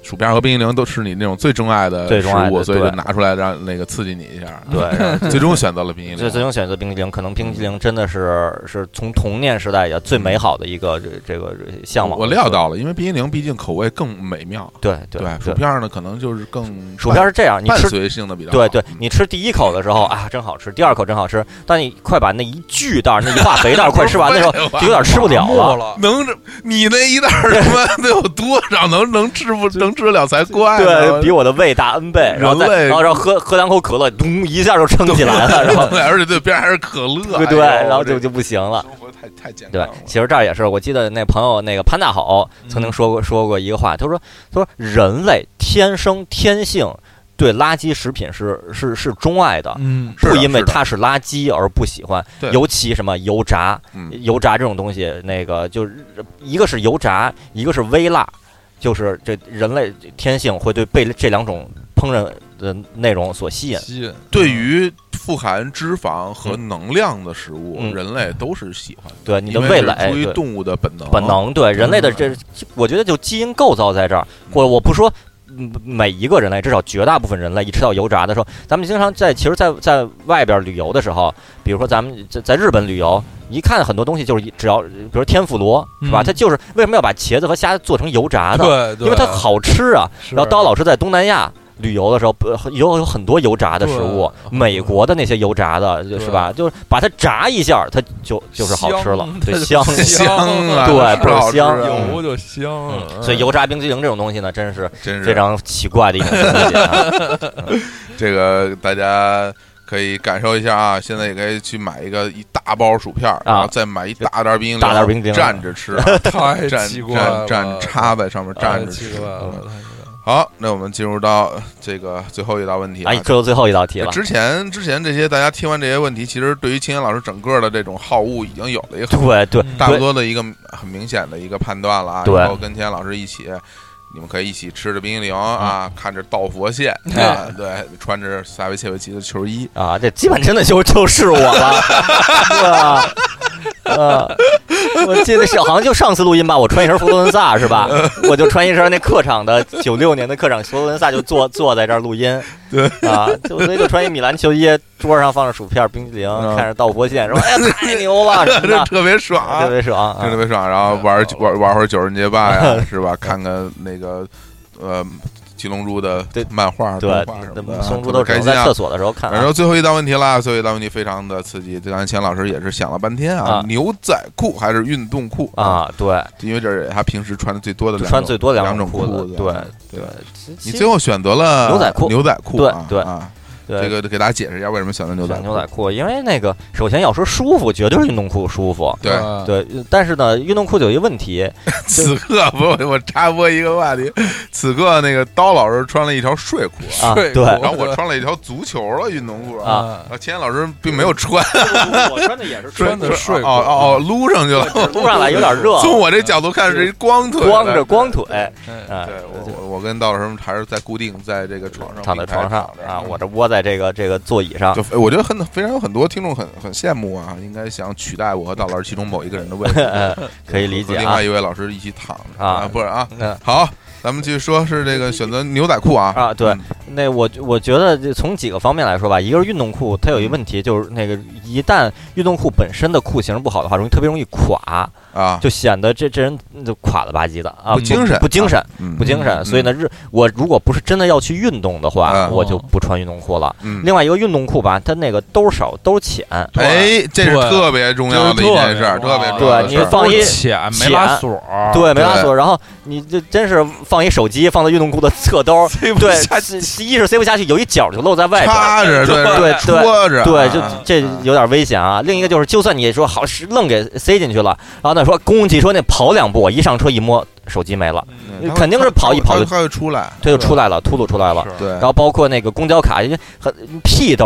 Speaker 1: 薯片和冰淇淋都是你那种最钟爱的食物，所以就拿出来让那个刺激你一下。
Speaker 2: 对，
Speaker 1: 最终选择了冰淇淋。
Speaker 2: 最终选择冰淇淋，可能冰淇淋真的是是从童年时代也最美好的一个这这个向往。
Speaker 1: 我料到了，因为冰淇淋毕竟口味更美妙。
Speaker 2: 对对，
Speaker 1: 薯片呢可能就是更
Speaker 2: 薯片是这样，你吃
Speaker 1: 伴随性的比较好。
Speaker 2: 对对，你吃第一口的时候啊真好吃，第二口真好吃，但你快把那一巨袋那一大肥袋快吃完的时候，就有点吃不了了。
Speaker 1: 能你那一袋他妈得有多少能能吃不能吃得了才怪？
Speaker 2: 对比我的胃大 N 倍，然后再然后然后喝喝两口可乐，咚一下就撑起来了，然后
Speaker 1: 而且对边还是可乐，
Speaker 2: 对对，然后就就不行了。
Speaker 1: 生活太太健康
Speaker 2: 了。对，其实这儿也是，我记得那朋友那个潘大好曾经说过说过一个话，他说他说人类天生天性对垃圾食品是是是钟爱的，
Speaker 3: 嗯，
Speaker 2: 不因为它是垃圾而不喜欢，尤其什么油炸，
Speaker 1: 嗯、
Speaker 2: 油炸这种东西，那个就是一个是油炸，一个是微辣。就是这人类天性会对被这两种烹饪的内容所吸引。
Speaker 3: 吸引
Speaker 1: 对于富含脂肪和能量的食物，嗯、人类都是喜欢的。
Speaker 2: 对你的味蕾，
Speaker 1: 出于动物的本能。
Speaker 2: 本能对人类的这，我觉得就基因构造在这儿。或者我不说每一个人类，至少绝大部分人类一吃到油炸的时候，咱们经常在其实在，在在外边旅游的时候，比如说咱们在在日本旅游。一看很多东西就是只要，比如天妇罗是吧？它就是为什么要把茄子和虾做成油炸的？
Speaker 3: 对，对
Speaker 2: 因为它好吃啊。然后刀老师在东南亚旅游的时候，有有很多油炸的食物，美国的那些油炸的，是吧？就是把它炸一下，它就就是好吃了，对，香
Speaker 1: 香啊，
Speaker 2: 对，倍儿香，
Speaker 3: 油就香。
Speaker 2: 所以油炸冰淇淋这种东西呢，真是
Speaker 1: 真是
Speaker 2: 非常奇怪的一种东西啊。
Speaker 1: 这个大家。可以感受一下啊！现在也可以去买一个一大包薯片，然后再买一大袋冰淇淋，
Speaker 2: 大袋冰淇淋
Speaker 1: 蘸着吃，
Speaker 3: 太奇怪了，
Speaker 1: 蘸蘸插在上面蘸着吃。好，那我们进入到这个最后一道问题
Speaker 2: 啊，这就最后一道题了。
Speaker 1: 之前之前这些大家听完这些问题，其实对于青年老师整个的这种好恶已经有了一个
Speaker 2: 对对
Speaker 1: 大不多的一个很明显的一个判断了啊。
Speaker 2: 对，
Speaker 1: 然后跟青年老师一起。你们可以一起吃着冰淇淋啊，嗯、看着道佛县啊，对，穿着萨维切维奇的球衣
Speaker 2: 啊，这基本真的就就是我了，是吧？呃，我记得是好像就上次录音吧，我穿一身佛罗伦萨是吧？我就穿一身那客场的九六年的客场佛罗伦萨，就坐坐在这儿录音，
Speaker 1: 对
Speaker 2: 啊，就所以就穿一米兰球衣，桌上放着薯片、冰淇淋，嗯、看着道佛县，说哎呀太牛了，
Speaker 1: 这特别爽，
Speaker 2: 特别爽，
Speaker 1: 特别爽，然后玩玩玩会儿九人街霸呀，是吧？看看那个呃。七龙珠的漫画、
Speaker 2: 对，七龙珠都
Speaker 1: 开心
Speaker 2: 在厕所的时候看。
Speaker 1: 然后最后一道问题啦，最后一道问题非常的刺激。刚才钱老师也是想了半天啊，牛仔裤还是运动裤
Speaker 2: 啊？对，
Speaker 1: 因为这是他平时穿的最多的两
Speaker 2: 穿最多
Speaker 1: 两
Speaker 2: 种
Speaker 1: 裤子。
Speaker 2: 对
Speaker 1: 对，你最后选择了
Speaker 2: 牛仔裤，
Speaker 1: 牛仔裤
Speaker 2: 对对
Speaker 1: 啊。这个给大家解释一下为什么选择牛仔裤。
Speaker 2: 牛仔裤，因为那个首先要说舒服，绝对是运动裤舒服。
Speaker 1: 对
Speaker 2: 对，但是呢，运动裤就有一个问题。
Speaker 1: 此刻不，我插播一个话题。此刻那个刀老师穿了一条睡裤
Speaker 2: 啊，对，
Speaker 1: 然后我穿了一条足球的运动裤啊。然后钱老师并没有穿，
Speaker 2: 我穿的也是
Speaker 3: 穿的睡裤。
Speaker 1: 哦哦哦，撸上去了，
Speaker 2: 撸上来有点热。
Speaker 1: 从我这角度看是一光腿，
Speaker 2: 光着光腿。
Speaker 1: 对，我我跟刀老师还是在固定在这个床上，
Speaker 2: 躺在床上啊，我这窝在这个这个座椅上。
Speaker 1: 就我觉得很非常有很多听众很很羡慕啊，应该想取代我和道老师其中某一个人的位置，
Speaker 2: 可以理解。
Speaker 1: 另外一位老师一起躺着
Speaker 2: 啊，
Speaker 1: 不是啊，好。咱们继续说，是这个选择牛仔裤啊
Speaker 2: 啊，对，那我我觉得从几个方面来说吧，一个是运动裤，它有一个问题，就是那个一旦运动裤本身的裤型不好的话，容易特别容易垮
Speaker 1: 啊，
Speaker 2: 就显得这这人就垮了吧唧的啊，
Speaker 1: 不精神，
Speaker 2: 不精神，
Speaker 1: 嗯、
Speaker 2: 不精神。嗯、所以呢，日我如果不是真的要去运动的话，
Speaker 1: 嗯、
Speaker 2: 我就不穿运动裤了。
Speaker 1: 嗯、
Speaker 2: 另外一个运动裤吧，它那个兜少兜浅，
Speaker 1: 哎，这是特别重要的一件事，特别重要的
Speaker 2: 对，你放一
Speaker 3: 浅没拉锁，
Speaker 2: 对，没拉锁，然后你这真是放一手机放在运动裤的侧兜，对，一是塞不下去，有一角就露在外边，
Speaker 1: 插着，对
Speaker 2: 对
Speaker 1: 戳着，
Speaker 2: 对，就这有点危险啊。另一个就是，就算你说好是愣给塞进去了，然后呢说公共汽车那跑两步，一上车一摸手机没了，肯定是跑一跑就
Speaker 1: 它会出来，
Speaker 2: 它就出来了，秃噜出来了。
Speaker 1: 对，
Speaker 2: 然后包括那个公交卡，很屁兜啊，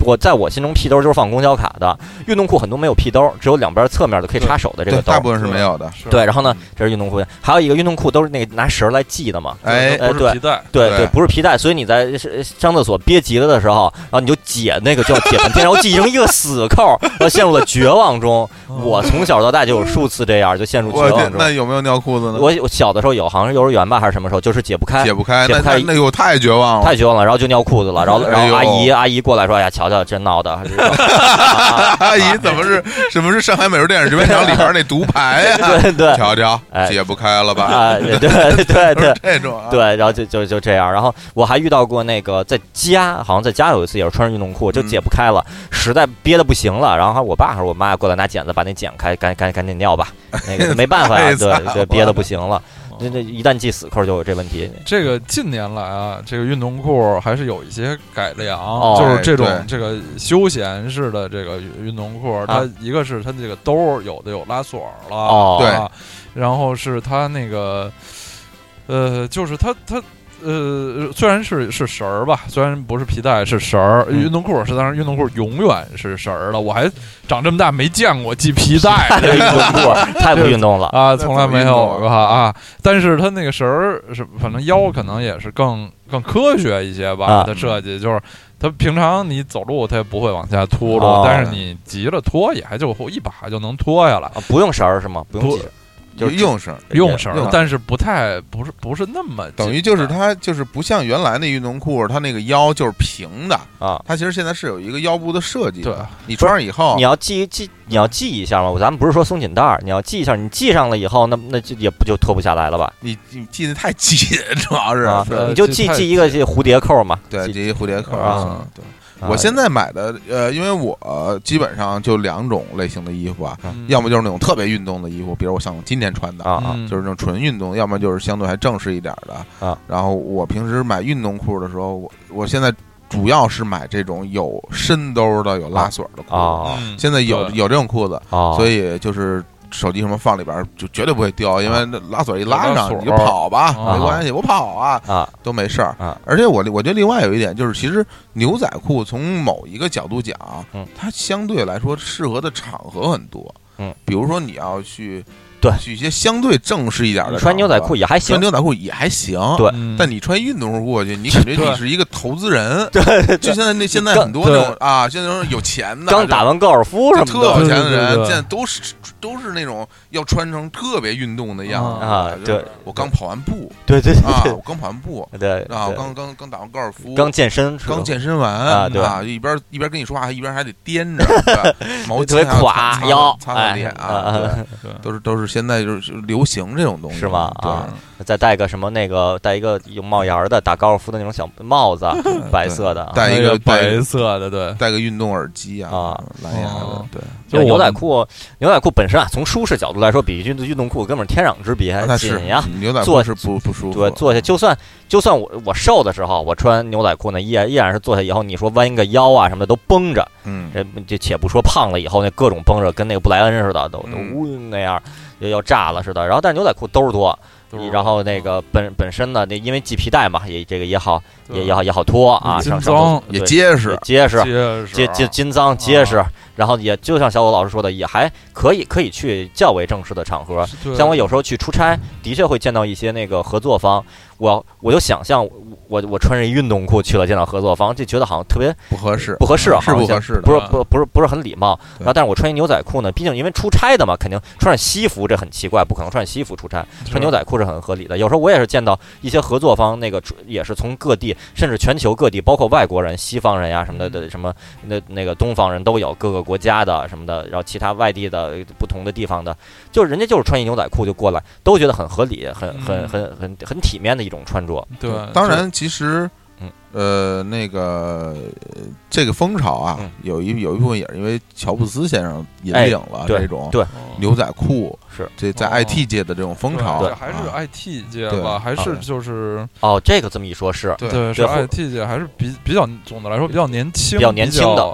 Speaker 2: 我在我心中屁兜就是放公交卡的，运动裤很多没有屁兜，只有两边侧面的可以插手的这个兜，
Speaker 1: 大部分是没有的。
Speaker 2: 对，然后呢，这是运动裤，还有一个运动裤都是那个拿绳来系的嘛，
Speaker 1: 哎，
Speaker 2: 呃，对，对对，不是皮带，所以你在上厕所憋急了的时候，然后你就解那个就要解半天，然后系成一个死扣，然后陷入了绝望中。我从小到大就有数次这样，就陷入绝望中。
Speaker 1: 那有没有尿裤子呢？
Speaker 2: 我我小的时候有，好像是幼儿园吧还是什么时候，就是解不开，
Speaker 1: 解不开，
Speaker 2: 解不开，
Speaker 1: 那有太绝望了，
Speaker 2: 太绝望了，然后就尿裤子了，然后然后阿姨阿姨过来说，哎呀，瞧瞧，真闹的。
Speaker 1: 阿姨怎么是什么是上海美术电影制片厂里边那独排呀？
Speaker 2: 对对，
Speaker 1: 瞧瞧，解不开了吧？
Speaker 2: 啊，对对对对，
Speaker 1: 这种
Speaker 2: 对，然后就就就这样，然后我还遇到过那个在家，好像在家有一次也是穿着运动裤就解不开了，实在憋得不行了，然后我爸还是我妈过来拿剪子把那剪开，赶赶赶紧尿吧，那个没办法呀，对对，憋得不行了。这这一旦系死扣就有这问题。
Speaker 3: 这个近年来啊，这个运动裤还是有一些改良，哦、就是这种这个休闲式的这个运动裤，啊、它一个是它这个兜有的有拉锁了，
Speaker 2: 哦，
Speaker 3: 对，然后是它那个，呃，就是它它。呃，虽然是是绳儿吧，虽然不是皮带是绳儿，运动裤是，但是运动裤永远是绳儿的。我还长这么大没见过系皮带的运动裤，
Speaker 2: 太不运动了
Speaker 3: 啊，从来没有过啊。但是它那个绳儿是，反正腰可能也是更更科学一些吧。
Speaker 2: 啊、
Speaker 3: 它设计就是，它平常你走路它也不会往下秃噜，
Speaker 2: 哦、
Speaker 3: 但是你急了脱也还就一把就能脱下来。
Speaker 2: 啊、不用绳儿是吗？不用系。
Speaker 1: 就是用绳，
Speaker 3: 用绳，但是不太不是不是那么
Speaker 1: 等于就是它就是不像原来那运动裤，它那个腰就是平的
Speaker 2: 啊。
Speaker 1: 它其实现在是有一个腰部的设计。
Speaker 3: 对，
Speaker 1: 你穿上以后，
Speaker 2: 你要系系，你要系一下嘛。咱们不是说松紧带，你要系一下，你系上了以后，那那就也不就脱不下来了吧？
Speaker 1: 你你系的太紧，主要是，
Speaker 2: 啊、你就系系一个蝴蝶扣嘛。
Speaker 1: 对，系一蝴蝶扣
Speaker 2: 啊。
Speaker 1: 对。我现在买的，呃，因为我、呃、基本上就两种类型的衣服啊，
Speaker 3: 嗯、
Speaker 1: 要么就是那种特别运动的衣服，比如我像今天穿的
Speaker 2: 啊，
Speaker 1: 就是那种纯运动；要么就是相对还正式一点的
Speaker 2: 啊。
Speaker 1: 然后我平时买运动裤的时候，我我现在主要是买这种有深兜的、有拉锁的裤子。
Speaker 2: 啊、
Speaker 1: 现在有有这种裤子，
Speaker 2: 啊、
Speaker 1: 所以就是手机什么放里边就绝对不会掉，因为拉锁一拉上你就跑吧，没关系，我跑啊
Speaker 2: 啊
Speaker 1: 都没事儿
Speaker 2: 啊。
Speaker 1: 而且我我觉得另外有一点就是，其实牛仔裤从某一个角度讲，
Speaker 2: 嗯，
Speaker 1: 它相对来说适合的场合很多，
Speaker 2: 嗯，
Speaker 1: 比如说你要去。
Speaker 2: 对，
Speaker 1: 去一些相对正式一点的，
Speaker 2: 穿牛仔裤也还行，
Speaker 1: 穿牛仔裤也还行。
Speaker 2: 对，
Speaker 1: 但你穿运动裤过去，你感觉你是一个投资人。
Speaker 2: 对，
Speaker 1: 就现在那现在很多那种啊，现在那种有钱的，
Speaker 2: 刚打完高尔夫什么的，
Speaker 1: 特有钱的人，现在都是都是那种要穿成特别运动的样子
Speaker 2: 啊。对，
Speaker 1: 我刚跑完步，
Speaker 2: 对对
Speaker 1: 啊，我刚跑完步，
Speaker 2: 对
Speaker 1: 啊，我刚刚刚打完高尔夫，
Speaker 2: 刚健身，
Speaker 1: 刚健身完
Speaker 2: 啊，对
Speaker 1: 啊，一边一边跟你说话，一边还得颠着，毛巾
Speaker 2: 垮腰，
Speaker 1: 擦擦脸啊，都是都是现在就是。流行这种东西
Speaker 2: 是吗？啊，再戴个什么那个戴一个有帽檐的打高尔夫的那种小帽子，白色的，
Speaker 1: 戴一个
Speaker 3: 白色的，对，
Speaker 1: 戴个运动耳机啊，
Speaker 2: 啊，
Speaker 1: 蓝牙的，对。
Speaker 2: 就牛仔裤，牛仔裤本身啊，从舒适角度来说，比运运动裤根本天壤之别，紧呀。
Speaker 1: 牛仔裤是不不舒服。
Speaker 2: 对，坐下就算就算我我瘦的时候，我穿牛仔裤呢，依然依然是坐下以后，你说弯个腰啊什么的都绷着，
Speaker 1: 嗯，
Speaker 2: 这且不说胖了以后那各种绷着，跟那个布莱恩似的，都都呜那样。要炸了似的，然后但是牛仔裤兜儿多，然后那个本本身呢，那因为系皮带嘛，也这个也好，也也好也好脱啊，上上
Speaker 1: 也结实，
Speaker 2: 结实，
Speaker 3: 结
Speaker 2: 结金脏结实，然后也就像小狗老师说的，也还可以可以去较为正式的场合，像我有时候去出差，的确会见到一些那个合作方，我我就想象我我穿着运动裤去了见到合作方，就觉得好像特别
Speaker 1: 不合适，
Speaker 2: 不合适，
Speaker 1: 是不合适的，
Speaker 2: 不是不不是不是很礼貌。然后但是我穿一牛仔裤呢，毕竟因为出差的嘛，肯定穿上西服这很奇怪，不可能穿西服出差，穿牛仔裤是很合理的。有时候我也是见到一些合作方，那个也是从各地，甚至全球各地，包括外国人、西方人呀什么的的什么那那个东方人都有，各个国家的什么的，然后其他外地的不同的地方的，就人家就是穿一牛仔裤就过来，都觉得很合理，很很很很很体面的一种穿着。
Speaker 3: 对，
Speaker 1: 当然其实。呃，那个这个风潮啊，
Speaker 2: 嗯、
Speaker 1: 有一有一部分也是因为乔布斯先生引领了这种
Speaker 2: 对
Speaker 1: 牛仔裤，
Speaker 2: 是
Speaker 1: 这在 I T 界的这种风潮，
Speaker 3: 对，还是 I T 界吧，还是就是
Speaker 2: 哦，这个这么一说，是
Speaker 3: 对，是 I T 界还是比比较总的来说比较年轻，
Speaker 2: 比较年轻的，对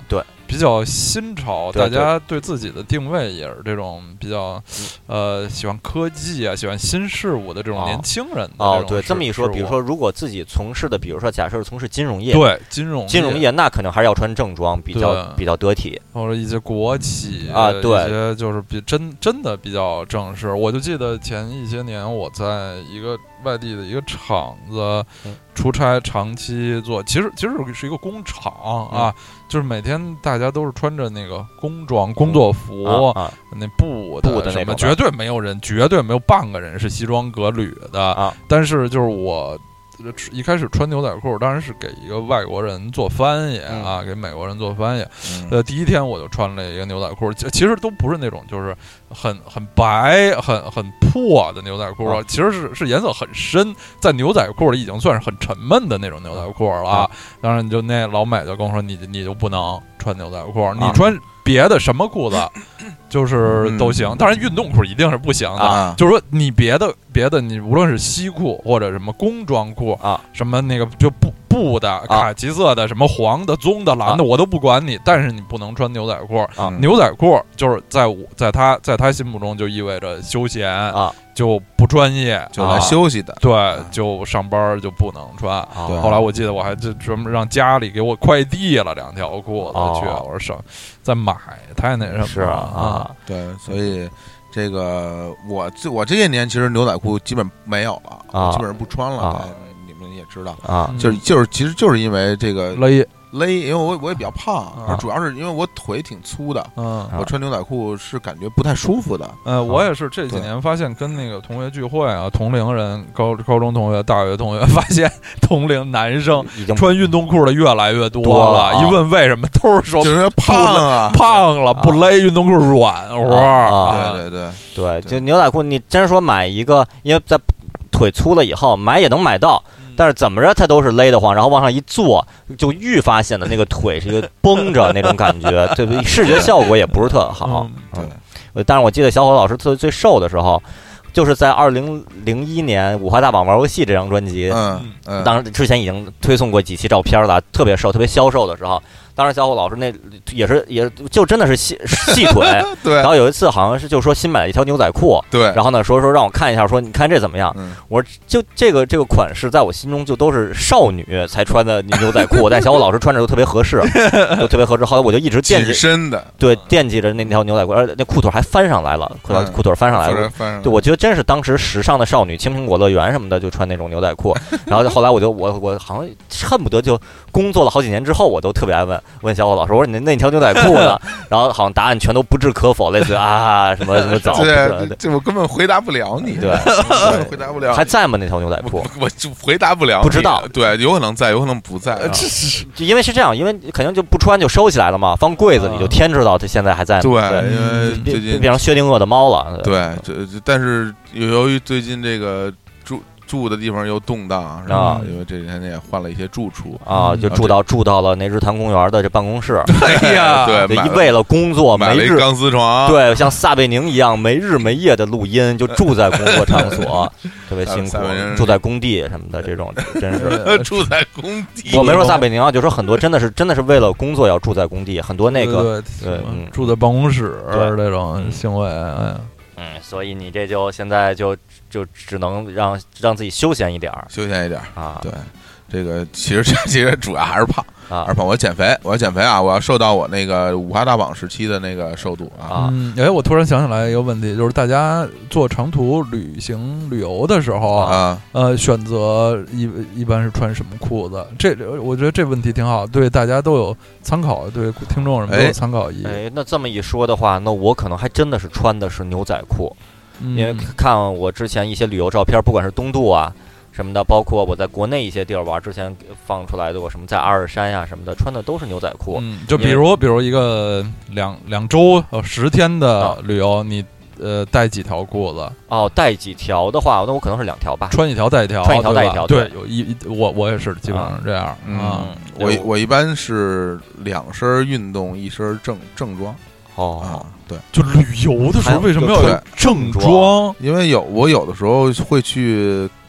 Speaker 3: 比较新潮，大家对自己的定位也是这种比较，呃，喜欢科技啊，喜欢新事物的这种年轻人的
Speaker 2: 哦，对，这么一说，比如说如果自己从事的，比如说假设是从事金融业，
Speaker 3: 对金融
Speaker 2: 金融业，那可能还是要穿正装，比较比较得体，
Speaker 3: 或者一些国企
Speaker 2: 啊，对，
Speaker 3: 一些就是比真真的比较正式。我就记得前一些年我在一个外地的一个厂子出差，长期做，其实其实是一个工厂啊，就是每天大家都是穿着那个工装工作服，
Speaker 2: 嗯啊、
Speaker 3: 那布的
Speaker 2: 布的那种，
Speaker 3: 绝对没有人，绝对没有半个人是西装革履的。
Speaker 2: 啊、
Speaker 3: 但是就是我一开始穿牛仔裤，当然是给一个外国人做翻译啊，
Speaker 2: 嗯、
Speaker 3: 给美国人做翻译。
Speaker 2: 嗯、
Speaker 3: 呃，第一天我就穿了一个牛仔裤，其实都不是那种就是很很白、很很破的牛仔裤，
Speaker 2: 啊、
Speaker 3: 其实是是颜色很深，在牛仔裤里已经算是很沉闷的那种牛仔裤了。啊、当然，就那老美就跟我说，你你就不能穿牛仔裤，你穿别的什么裤子就是都行，当然运动裤一定是不行的。
Speaker 2: 啊、
Speaker 3: 就是说你别的别的，你无论是西裤或者什么工装裤
Speaker 2: 啊，
Speaker 3: 什么那个就布布的、卡其色的、什么黄的、棕的、蓝的，我都不管你，但是你不能穿牛仔裤。
Speaker 2: 啊、
Speaker 3: 牛仔裤就是在我在他在他心目中就意味着休闲
Speaker 2: 啊。
Speaker 3: 就不专业，
Speaker 1: 就来休息的，
Speaker 3: 啊、对，就上班就不能穿。
Speaker 2: 啊、
Speaker 3: 后来我记得我还就专门让家里给我快递了两条裤子去，
Speaker 2: 啊、
Speaker 3: 我说省再买，太那什么
Speaker 2: 是啊，
Speaker 1: 对，所以这个我我这些年其实牛仔裤基本没有了，
Speaker 2: 啊、
Speaker 1: 基本上不穿了。
Speaker 2: 啊、
Speaker 1: 你们也知道
Speaker 2: 啊，
Speaker 1: 就是就是其实就是因为这个
Speaker 3: 勒。
Speaker 1: 勒，因为我我也比较胖，啊、主要是因为我腿挺粗的，
Speaker 3: 嗯，
Speaker 1: 我穿牛仔裤是感觉不太舒服的。
Speaker 3: 呃，我也是这几年发现，跟那个同学聚会啊，同龄人，高高中同学、大学同学，发现同龄男生穿运动裤的越来越多了。
Speaker 2: 多
Speaker 3: 一问为什么，都是说
Speaker 1: 就是胖啊，
Speaker 3: 胖了不勒，运动裤软和。
Speaker 2: 啊、
Speaker 1: 对对对
Speaker 2: 对，就牛仔裤，你真说买一个，因为在腿粗了以后买也能买到。但是怎么着它都是勒得慌，然后往上一坐，就愈发显得那个腿是一个绷着那种感觉，对不对？视觉效果也不是特好。
Speaker 3: 嗯，
Speaker 2: 对。但是我记得小伙老师最最瘦的时候，就是在二零零一年《五花大绑玩游戏》这张专辑，
Speaker 1: 嗯嗯，
Speaker 2: 当时之前已经推送过几期照片了，特别瘦，特别消瘦的时候。当时小伙老师那也是也就真的是细细腿，
Speaker 1: 对。
Speaker 2: 然后有一次好像是就说新买了一条牛仔裤，
Speaker 1: 对。
Speaker 2: 然后呢说说让我看一下，说你看这怎么样？
Speaker 1: 嗯、
Speaker 2: 我说就这个这个款式在我心中就都是少女才穿的牛仔裤，但小伙老师穿着都特别合适，就特别合适。后来我就一直惦记
Speaker 1: 身的，
Speaker 2: 对，惦记着那条牛仔裤，而且那裤腿还翻上来了，裤腿、嗯、裤腿翻上来了。
Speaker 1: 翻
Speaker 2: 对，我觉得真是当时时尚的少女，青苹果乐园什么的就穿那种牛仔裤。然后后来我就我我好像恨不得就工作了好几年之后，我都特别爱问问小伙老师，我说。那那条牛仔裤呢？然后好像答案全都不置可否，类似于啊什么什么早，
Speaker 1: 对，这我根本回答不了你，
Speaker 2: 对，
Speaker 1: 回答不了。
Speaker 2: 还在吗？那条牛仔裤？
Speaker 1: 我, 我就回答不了，
Speaker 2: 不知道。
Speaker 1: 对，有可能在，有可能不在。啊、
Speaker 2: 这是因为是这样，因为肯定就不穿就收起来了嘛，放柜子，你就天知道它现在还在。
Speaker 1: 对，因为最近
Speaker 2: 变成薛定谔的猫了。
Speaker 1: 对，这但是由于最近这个住。住的地方又动荡啊，因为这几天也换了一些住处
Speaker 2: 啊，就住到住到了那日坛公园的这办公室。
Speaker 3: 哎呀，
Speaker 1: 对，
Speaker 2: 为了工作没日
Speaker 1: 钢丝床，
Speaker 2: 对，像撒贝宁一样没日没夜的录音，就住在工作场所，特别辛苦。住在工地什么的，这种真是
Speaker 1: 住在工地。
Speaker 2: 我没说撒贝宁啊，就说很多真的是真的是为了工作要住在工地，很多那个
Speaker 3: 对住在办公室这种行为。
Speaker 2: 嗯，所以你这就现在就就只能让让自己休闲一点儿，
Speaker 1: 休闲一点
Speaker 2: 啊。
Speaker 1: 对，这个其实其实主要还是胖
Speaker 2: 啊，
Speaker 1: 还是胖。我要减肥，我要减肥啊！我要瘦到我那个五花大绑时期的那个瘦度啊。
Speaker 3: 嗯，哎，我突然想起来一个问题，就是大家做长途旅行旅游的时候
Speaker 1: 啊，
Speaker 3: 呃，选择一一般是穿什么裤子？这我觉得这问题挺好，对大家都有参考，对听众什么都有参考意义。
Speaker 2: 哎，那这么一说的话，那我可能还真的是穿的是牛仔裤，
Speaker 3: 嗯、
Speaker 2: 因为看我之前一些旅游照片，不管是东渡啊。什么的，包括我在国内一些地儿玩，之前放出来的我什么在阿尔山呀、啊、什么的，穿的都是牛仔裤。
Speaker 3: 嗯，就比如比如一个两两周呃十天的旅游，哦、你呃带几条裤子？
Speaker 2: 哦，带几条的话，那我可能是两条吧。
Speaker 3: 穿一条带一条，
Speaker 2: 穿一条带一条。
Speaker 3: 对，有一我我也是基本上是这样。
Speaker 1: 嗯，嗯我我一般是两身运动，一身正正装。
Speaker 2: 哦、
Speaker 1: 啊，对，
Speaker 3: 就旅游的时候为什么要有正装？
Speaker 1: 因为有我有的时候会去。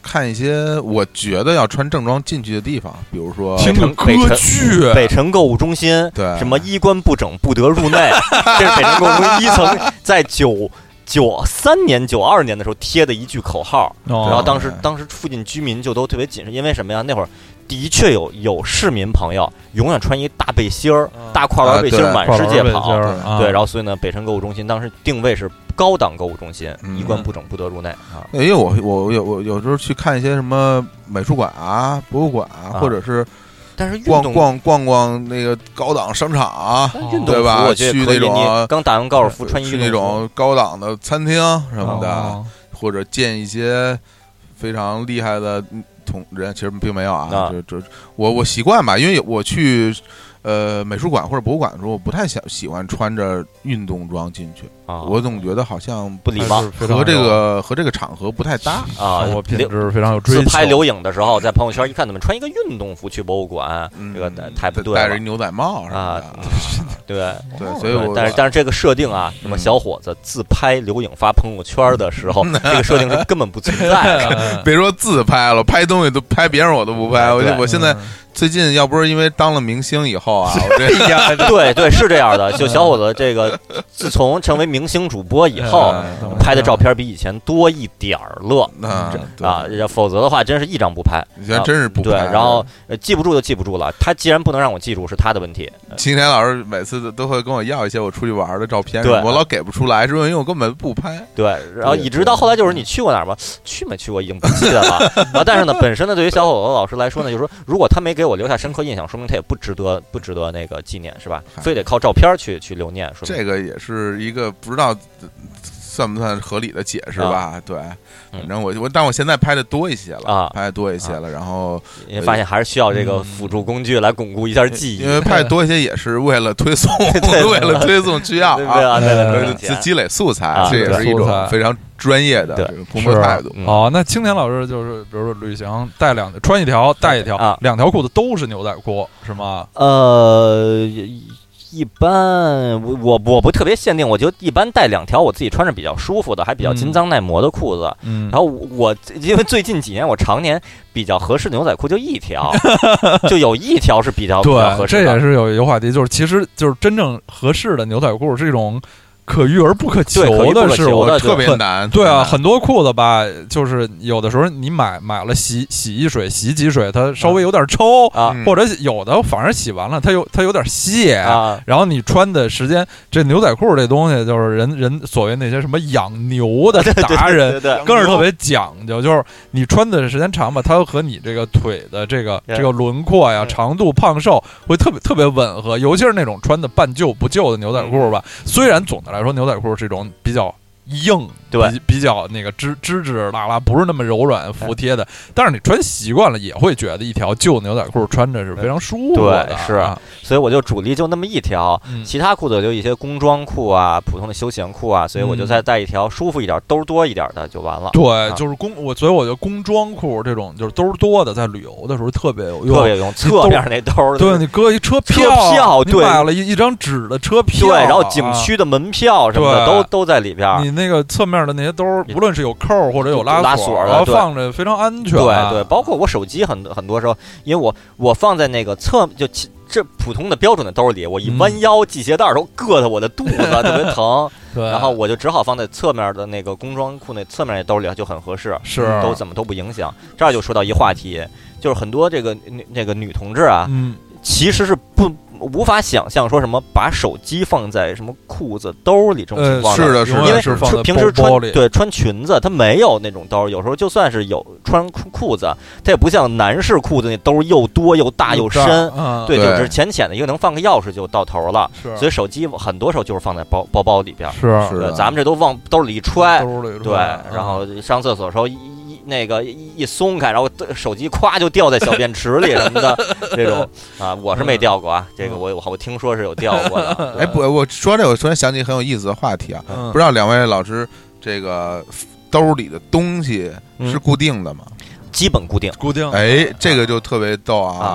Speaker 1: 看一些我觉得要穿正装进去的地方，比如说
Speaker 3: 听个歌剧，
Speaker 2: 北辰购物中心，
Speaker 1: 对，
Speaker 2: 什么衣冠不整不得入内，这是北辰购物中心一层，在九九三年、九二年的时候贴的一句口号，
Speaker 3: 哦、
Speaker 2: 然后当时当时附近居民就都特别谨慎，因为什么呀？那会儿的确有有市民朋友永远穿一大背心儿、嗯、大跨栏背心儿、啊、满世界跑，
Speaker 3: 啊、
Speaker 2: 对，然后所以呢，北辰购物中心当时定位是高档购物中心，衣冠不整不得入内啊。
Speaker 1: 因为我我有我有时候去看一些什么美术馆啊、博物馆啊，或者是。
Speaker 2: 但是
Speaker 1: 逛逛逛逛那个高档商场啊，对吧？去那种
Speaker 2: 刚打完高尔夫穿
Speaker 1: 去那种高档的餐厅什么的，哦、或者见一些非常厉害的同人，其实并没有啊。
Speaker 2: 啊
Speaker 1: 就就我我习惯吧，因为我去呃美术馆或者博物馆的时候，我不太想喜欢穿着运动装进去。
Speaker 2: 啊，
Speaker 1: 我总觉得好像
Speaker 2: 不礼貌，
Speaker 1: 和这个和这个场合不太搭
Speaker 3: 啊。我品质非常有追求。
Speaker 2: 自拍留影的时候，在朋友圈一看，怎么穿一个运动服去博物馆，
Speaker 1: 嗯、
Speaker 2: 这个太不对了。
Speaker 1: 戴着牛仔帽
Speaker 2: 啊，对
Speaker 1: 对，所以我
Speaker 2: 但是但是这个设定啊，什么小伙子自拍留影发朋友圈的时候，这个设定是根本不存在的。
Speaker 1: 别说自拍了，拍东西都拍别人我都不拍。我我现在最近要不是因为当了明星以后啊，我这
Speaker 2: 对对是这样的，就小伙子这个自从成为明星主播以后，拍的照片比以前多一点儿乐啊，否则的话真是一张不拍。
Speaker 1: 以前真是不拍。
Speaker 2: 对，然后记不住就记不住了。他既然不能让我记住，是他的问题。
Speaker 1: 青年老师每次都会跟我要一些我出去玩的照片，
Speaker 2: 对
Speaker 1: 我老给不出来，是因为我根本不拍。
Speaker 2: 对，然后一直到后来就是你去过哪儿吗？去没去过已经不记得了。然后但是呢，本身呢，对于小伙子老师来说呢，就是说，如果他没给我留下深刻印象，说明他也不值得不值得那个纪念，是吧？非得靠照片去去留念。说
Speaker 1: 这个也是一个不知道算不算合理的解释吧？啊、对，反正我我，但我现在拍的多一些了
Speaker 2: 啊，
Speaker 1: 拍的多一些了，然后
Speaker 2: 也发现还是需要这个辅助工具来巩固一下记忆，
Speaker 1: 因为拍的多一些也是为了推送，为了推送需要
Speaker 2: 啊，
Speaker 1: 积积累素材，这也是一种非常专业的工作态度。
Speaker 3: 哦，那青年老师就是，比如说旅行带两穿一条带一条
Speaker 2: 啊，
Speaker 3: 两条裤子都是牛仔裤是吗？
Speaker 2: 呃。一般我我我不特别限定，我就一般带两条我自己穿着比较舒服的，还比较经脏耐磨的裤子。
Speaker 3: 嗯，
Speaker 2: 然后我因为最近几年我常年比较合适的牛仔裤就一条，就有一条是比较
Speaker 3: 对，
Speaker 2: 比较合适的。
Speaker 3: 这也是有一个话题，就是其实就是真正合适的牛仔裤是一种。可遇而不可求的是，我
Speaker 1: 特别难。
Speaker 3: 对啊，很多裤子吧，就是有的时候你买买了洗洗衣水、洗几水，它稍微有点抽
Speaker 2: 啊，
Speaker 3: 或者有的反而洗完了，它有它有点泄
Speaker 2: 啊。
Speaker 3: 然后你穿的时间，这牛仔裤这东西就是人人所谓那些什么养牛的达人，更是特别讲究，就是你穿的时间长吧，它和你这个腿的这个这个轮廓呀、长度、胖瘦会特别特别吻合，尤其是那种穿的半旧不旧的牛仔裤吧，虽然总的来说牛仔裤是一种比较硬，
Speaker 2: 对，
Speaker 3: 比比较那个支支支拉拉，不是那么柔软服帖的。但是你穿习惯了，也会觉得一条旧牛仔裤穿着是非常舒服的。
Speaker 2: 对，是，所以我就主力就那么一条，
Speaker 3: 嗯、
Speaker 2: 其他裤子就一些工装裤啊，普通的休闲裤啊，所以我就再带一条舒服一点、兜多一点的就完了。
Speaker 3: 对，啊、就是工我，所以我觉得工装裤这种就是兜多的，在旅游的时候特别有用，
Speaker 2: 特别有用。侧面那兜，
Speaker 3: 对你搁一车票，
Speaker 2: 车票，
Speaker 3: 你买了一一张纸的车票，
Speaker 2: 对，然后景区的门票什么的都都在里边。
Speaker 3: 你那个侧面的那些兜，无论是有扣或者有拉
Speaker 2: 拉锁，
Speaker 3: 然后放着非常安全。
Speaker 2: 对对，包括我手机很很多时候，因为我我放在那个侧就这普通的标准的兜里，我一弯腰系鞋带都硌得我的肚子特别疼。
Speaker 3: 对，
Speaker 2: 然后我就只好放在侧面的那个工装裤那侧面那兜里，就很合适，
Speaker 3: 是
Speaker 2: 都怎么都不影响。这儿就说到一话题，就是很多这个那个女同志啊，
Speaker 3: 嗯，
Speaker 2: 其实是不。无法想象说什么把手机放在什么裤子兜里这种情况、
Speaker 1: 呃、是的，是的，
Speaker 2: 因为
Speaker 3: 是放在
Speaker 2: 平时穿对穿裙子，它没有那种兜，有时候就算是有穿裤子，它也不像男士裤子那兜又多又大又深，
Speaker 3: 嗯、
Speaker 2: 对，就是浅浅的一个能放个钥匙就到头了。
Speaker 3: 是，
Speaker 2: 所以手机很多时候就是放在包包包里边，
Speaker 3: 是，
Speaker 2: 是咱们这都往兜里一揣，
Speaker 3: 兜里
Speaker 2: 对，然后上厕所的时候一。那个一松开，然后手机咵就掉在小便池里什么的，这种啊，我是没掉过啊。这个我我听说是有掉过的。
Speaker 1: 哎，不，我说这我突然想起很有意思的话题啊，
Speaker 3: 嗯、
Speaker 1: 不知道两位老师这个兜里的东西是固定的吗？
Speaker 2: 基本固定，
Speaker 3: 固定。
Speaker 1: 哎，这个就特别逗啊。
Speaker 2: 啊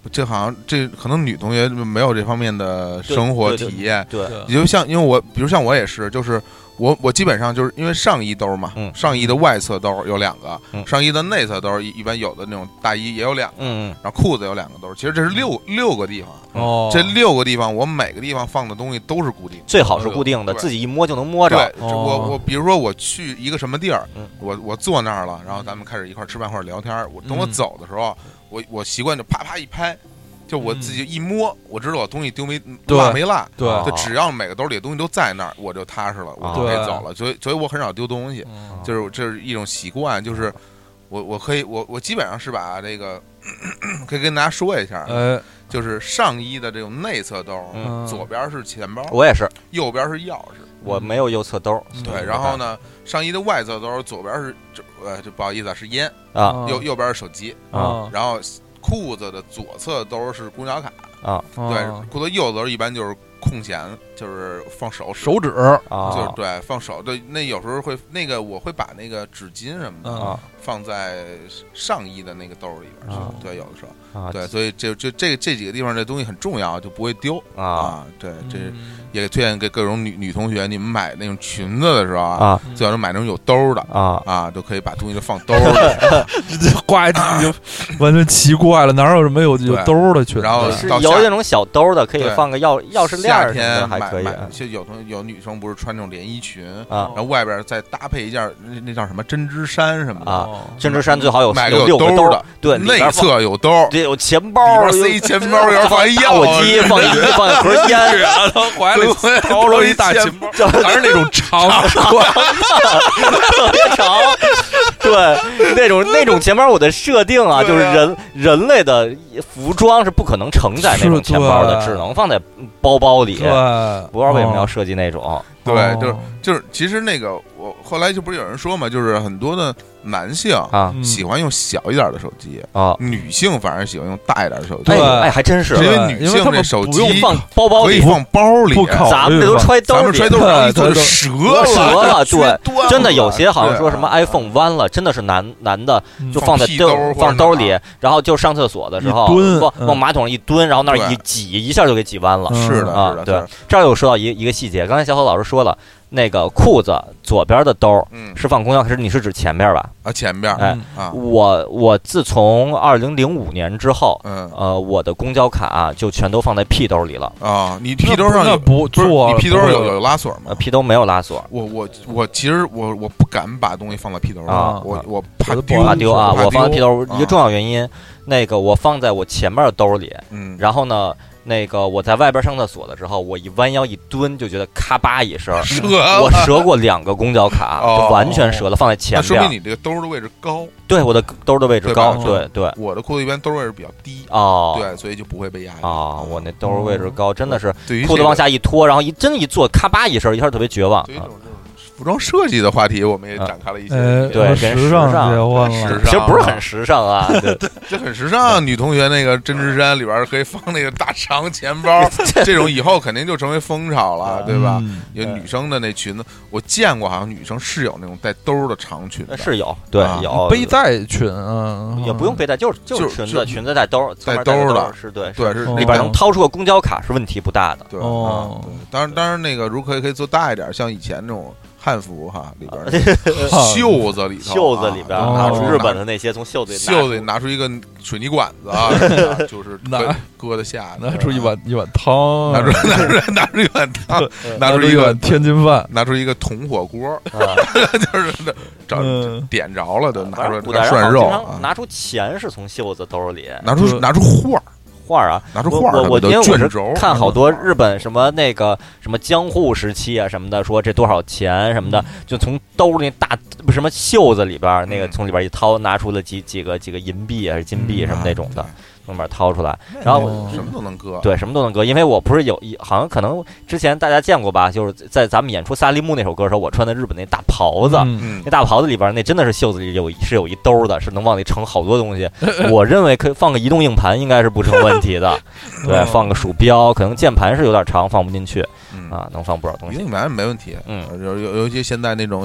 Speaker 1: 这好像这可能女同学没有这方面的生活体验，
Speaker 2: 对，
Speaker 1: 也就像因为我，比如像我也是，就是我我基本上就是因为上衣兜嘛，
Speaker 2: 嗯、
Speaker 1: 上衣的外侧兜有两个，
Speaker 2: 嗯、
Speaker 1: 上衣的内侧兜一般有的那种大衣也有两个，
Speaker 2: 嗯，
Speaker 1: 然后裤子有两个兜，其实这是六六个地方，
Speaker 3: 哦，
Speaker 1: 这六个地方我每个地方放的东西都是固定的，
Speaker 2: 最好是固定的，自己一摸就能摸着。
Speaker 1: 对，我我比如说我去一个什么地儿，我我坐那儿了，然后咱们开始一块吃饭或者聊天，我等我走的时候。我我习惯就啪啪一拍，就我自己一摸，嗯、我知道我东西丢没落没落，
Speaker 3: 对，
Speaker 1: 就只要每个兜里的东西都在那儿，我就踏实了，我就可以走了。所以所以我很少丢东西，
Speaker 3: 嗯、
Speaker 1: 就是这是一种习惯，就是我我可以我我基本上是把这个可以跟大家说一下，
Speaker 3: 呃，
Speaker 1: 就是上衣的这种内侧兜，
Speaker 3: 嗯、
Speaker 1: 左边是钱包，
Speaker 2: 我也是，
Speaker 1: 右边是钥匙。
Speaker 2: 我没有右侧兜，
Speaker 1: 对，然后呢，上衣的外侧兜左边是这呃，这不好意思啊，是烟
Speaker 2: 啊，
Speaker 1: 右右边是手机
Speaker 2: 啊，
Speaker 1: 然后裤子的左侧兜是公交卡
Speaker 2: 啊，
Speaker 1: 对，裤子右侧一般就是空闲，就是放手
Speaker 3: 手指
Speaker 2: 啊，
Speaker 1: 就是对放手，对，那有时候会那个我会把那个纸巾什么的
Speaker 2: 啊
Speaker 1: 放在上衣的那个兜里边去，对，有的时候
Speaker 2: 啊，
Speaker 1: 对，所以这这这这几个地方这东西很重要，就不会丢
Speaker 2: 啊，
Speaker 1: 对，这。也推荐给各种女女同学，你们买那种裙子的时候
Speaker 2: 啊，
Speaker 1: 最好是买那种有兜的
Speaker 2: 啊
Speaker 1: 啊，都可以把东西就放兜里。
Speaker 3: 这挂就完全奇怪了，哪有什么有有兜的裙子？
Speaker 1: 然后
Speaker 2: 是有那种小兜的，可以放个钥钥匙链
Speaker 1: 夏天
Speaker 2: 还可以。
Speaker 1: 就有同有女生不是穿那种连衣裙
Speaker 2: 啊，
Speaker 1: 然后外边再搭配一件那那叫什么针织衫什么的
Speaker 2: 啊，针织衫最好有
Speaker 1: 买
Speaker 2: 有
Speaker 1: 六个
Speaker 2: 兜
Speaker 1: 的，
Speaker 2: 对，
Speaker 1: 内侧有兜，
Speaker 2: 对，有钱包，
Speaker 1: 里边塞钱包，里边放一
Speaker 2: 药机，放一放一盒烟，
Speaker 3: 然后怀里掏出一大钱包，还是那种长
Speaker 2: 特别长，对，那种那种钱包，我的设定啊，就是人人类的服装是不可能承载那种钱包的，只能放在包包里。
Speaker 3: 对，
Speaker 2: 不知道为什么要设计那种。
Speaker 1: 对，就是就是，其实那个我后来就不是有人说嘛，就是很多的男性
Speaker 2: 啊
Speaker 1: 喜欢用小一点的手机
Speaker 2: 啊，
Speaker 1: 女性反而喜欢用大一点的手机。
Speaker 2: 对，哎，还真是，
Speaker 1: 因为女性这手机
Speaker 2: 不用放包包里，
Speaker 1: 可以放包里，
Speaker 2: 咱们这都揣兜里，
Speaker 1: 咱们揣兜里一做就折
Speaker 2: 折了。对，真的有些好像说什么 iPhone 弯了，真的是男男的就放在兜放兜里，然后就上厕所的时候往往马桶上一蹲，然后那一挤一下就给挤弯了。
Speaker 1: 是的，
Speaker 2: 啊，对，这儿又说到一一个细节，刚才小伙老师说了。那个裤子左边的兜是放公交，可是你是指前边吧？
Speaker 1: 啊，前边。
Speaker 2: 哎，
Speaker 1: 啊，
Speaker 2: 我我自从二零零五年之后，
Speaker 1: 嗯，
Speaker 2: 呃，我的公交卡就全都放在屁兜里了。
Speaker 1: 啊，你屁兜上
Speaker 3: 那不错，
Speaker 1: 你屁兜有有拉锁吗？
Speaker 2: 屁兜没有拉锁。
Speaker 1: 我我我其实我我不敢把东西放在屁兜
Speaker 2: 啊，
Speaker 1: 我我怕丢
Speaker 2: 怕丢啊！我放在屁兜一个重要原因，那个我放在我前面的兜里，
Speaker 1: 嗯，
Speaker 2: 然后呢。那个我在外边上厕所的时候，我一弯腰一蹲，就觉得咔吧一声，我折过两个公交卡，
Speaker 1: 哦、
Speaker 2: 就完全折了，放在前边。
Speaker 1: 说明你这个兜的位置高。
Speaker 2: 对，我的兜的位置高，对对。
Speaker 1: 我的裤子一般兜位置比较低
Speaker 2: 哦，
Speaker 1: 对，所以就不会被压抑。
Speaker 2: 啊，我那兜位置高，真的是
Speaker 1: 对
Speaker 2: 裤子往下一拖，然后一真一坐，咔吧一声，一下特别绝望。
Speaker 1: 服装设计的话题，我们也展开了一些，
Speaker 3: 呃、
Speaker 2: 对，
Speaker 3: 时尚结婚了，
Speaker 2: 其实不是很时尚啊，对，
Speaker 1: 这很时尚。女同学那个针织衫里边可以放那个大长钱包，这种以后肯定就成为风潮了，对吧？有女生的那裙子，我见过，好像女生是有那种带兜的长裙子，
Speaker 2: 是有，对，有
Speaker 3: 背带裙啊，
Speaker 2: 也不用背带，就是就是裙子，裙子带兜，
Speaker 1: 带兜的，
Speaker 2: 是对，
Speaker 1: 对，是
Speaker 2: 里边能掏出个公交卡是问题不大的，
Speaker 1: 对，哦，当然，当然那个如果可以可以做大一点，像以前那种。汉服哈里边袖子里头，
Speaker 2: 袖子里边拿出日本的那些从袖子里
Speaker 1: 袖子里拿出一个水泥管子啊，就是
Speaker 3: 拿
Speaker 1: 搁在下，
Speaker 3: 拿出一碗一碗汤，
Speaker 1: 拿出拿出拿出一碗汤，拿出
Speaker 3: 一碗天津饭，
Speaker 1: 拿出一个铜火锅，就是找点着了就拿出来涮肉，
Speaker 2: 拿出钱是从袖子兜里，
Speaker 1: 拿出拿出画。
Speaker 2: 画啊，
Speaker 1: 拿出画，
Speaker 2: 我我因为我是看好多日本什么那个什么江户时期啊什么的，说这多少钱什么的，就从兜里大不什么袖子里边那个从里边一掏，拿出了几几个几个银币还是金币什么那种的。从里面掏出来，然后
Speaker 1: 什么都能搁，
Speaker 2: 对，什么都能搁。因为我不是有一好像可能之前大家见过吧，就是在咱们演出《萨利木》那首歌的时候，我穿的日本那大袍子，
Speaker 1: 嗯、
Speaker 2: 那大袍子里边那真的是袖子里有是有一兜的，是能往里盛好多东西。我认为可以放个移动硬盘应该是不成问题的，对，放个鼠标，可能键盘是有点长放不进去，啊，能放不少东西。
Speaker 1: 移动硬盘没问题，
Speaker 2: 嗯，
Speaker 1: 尤尤尤其现在那种。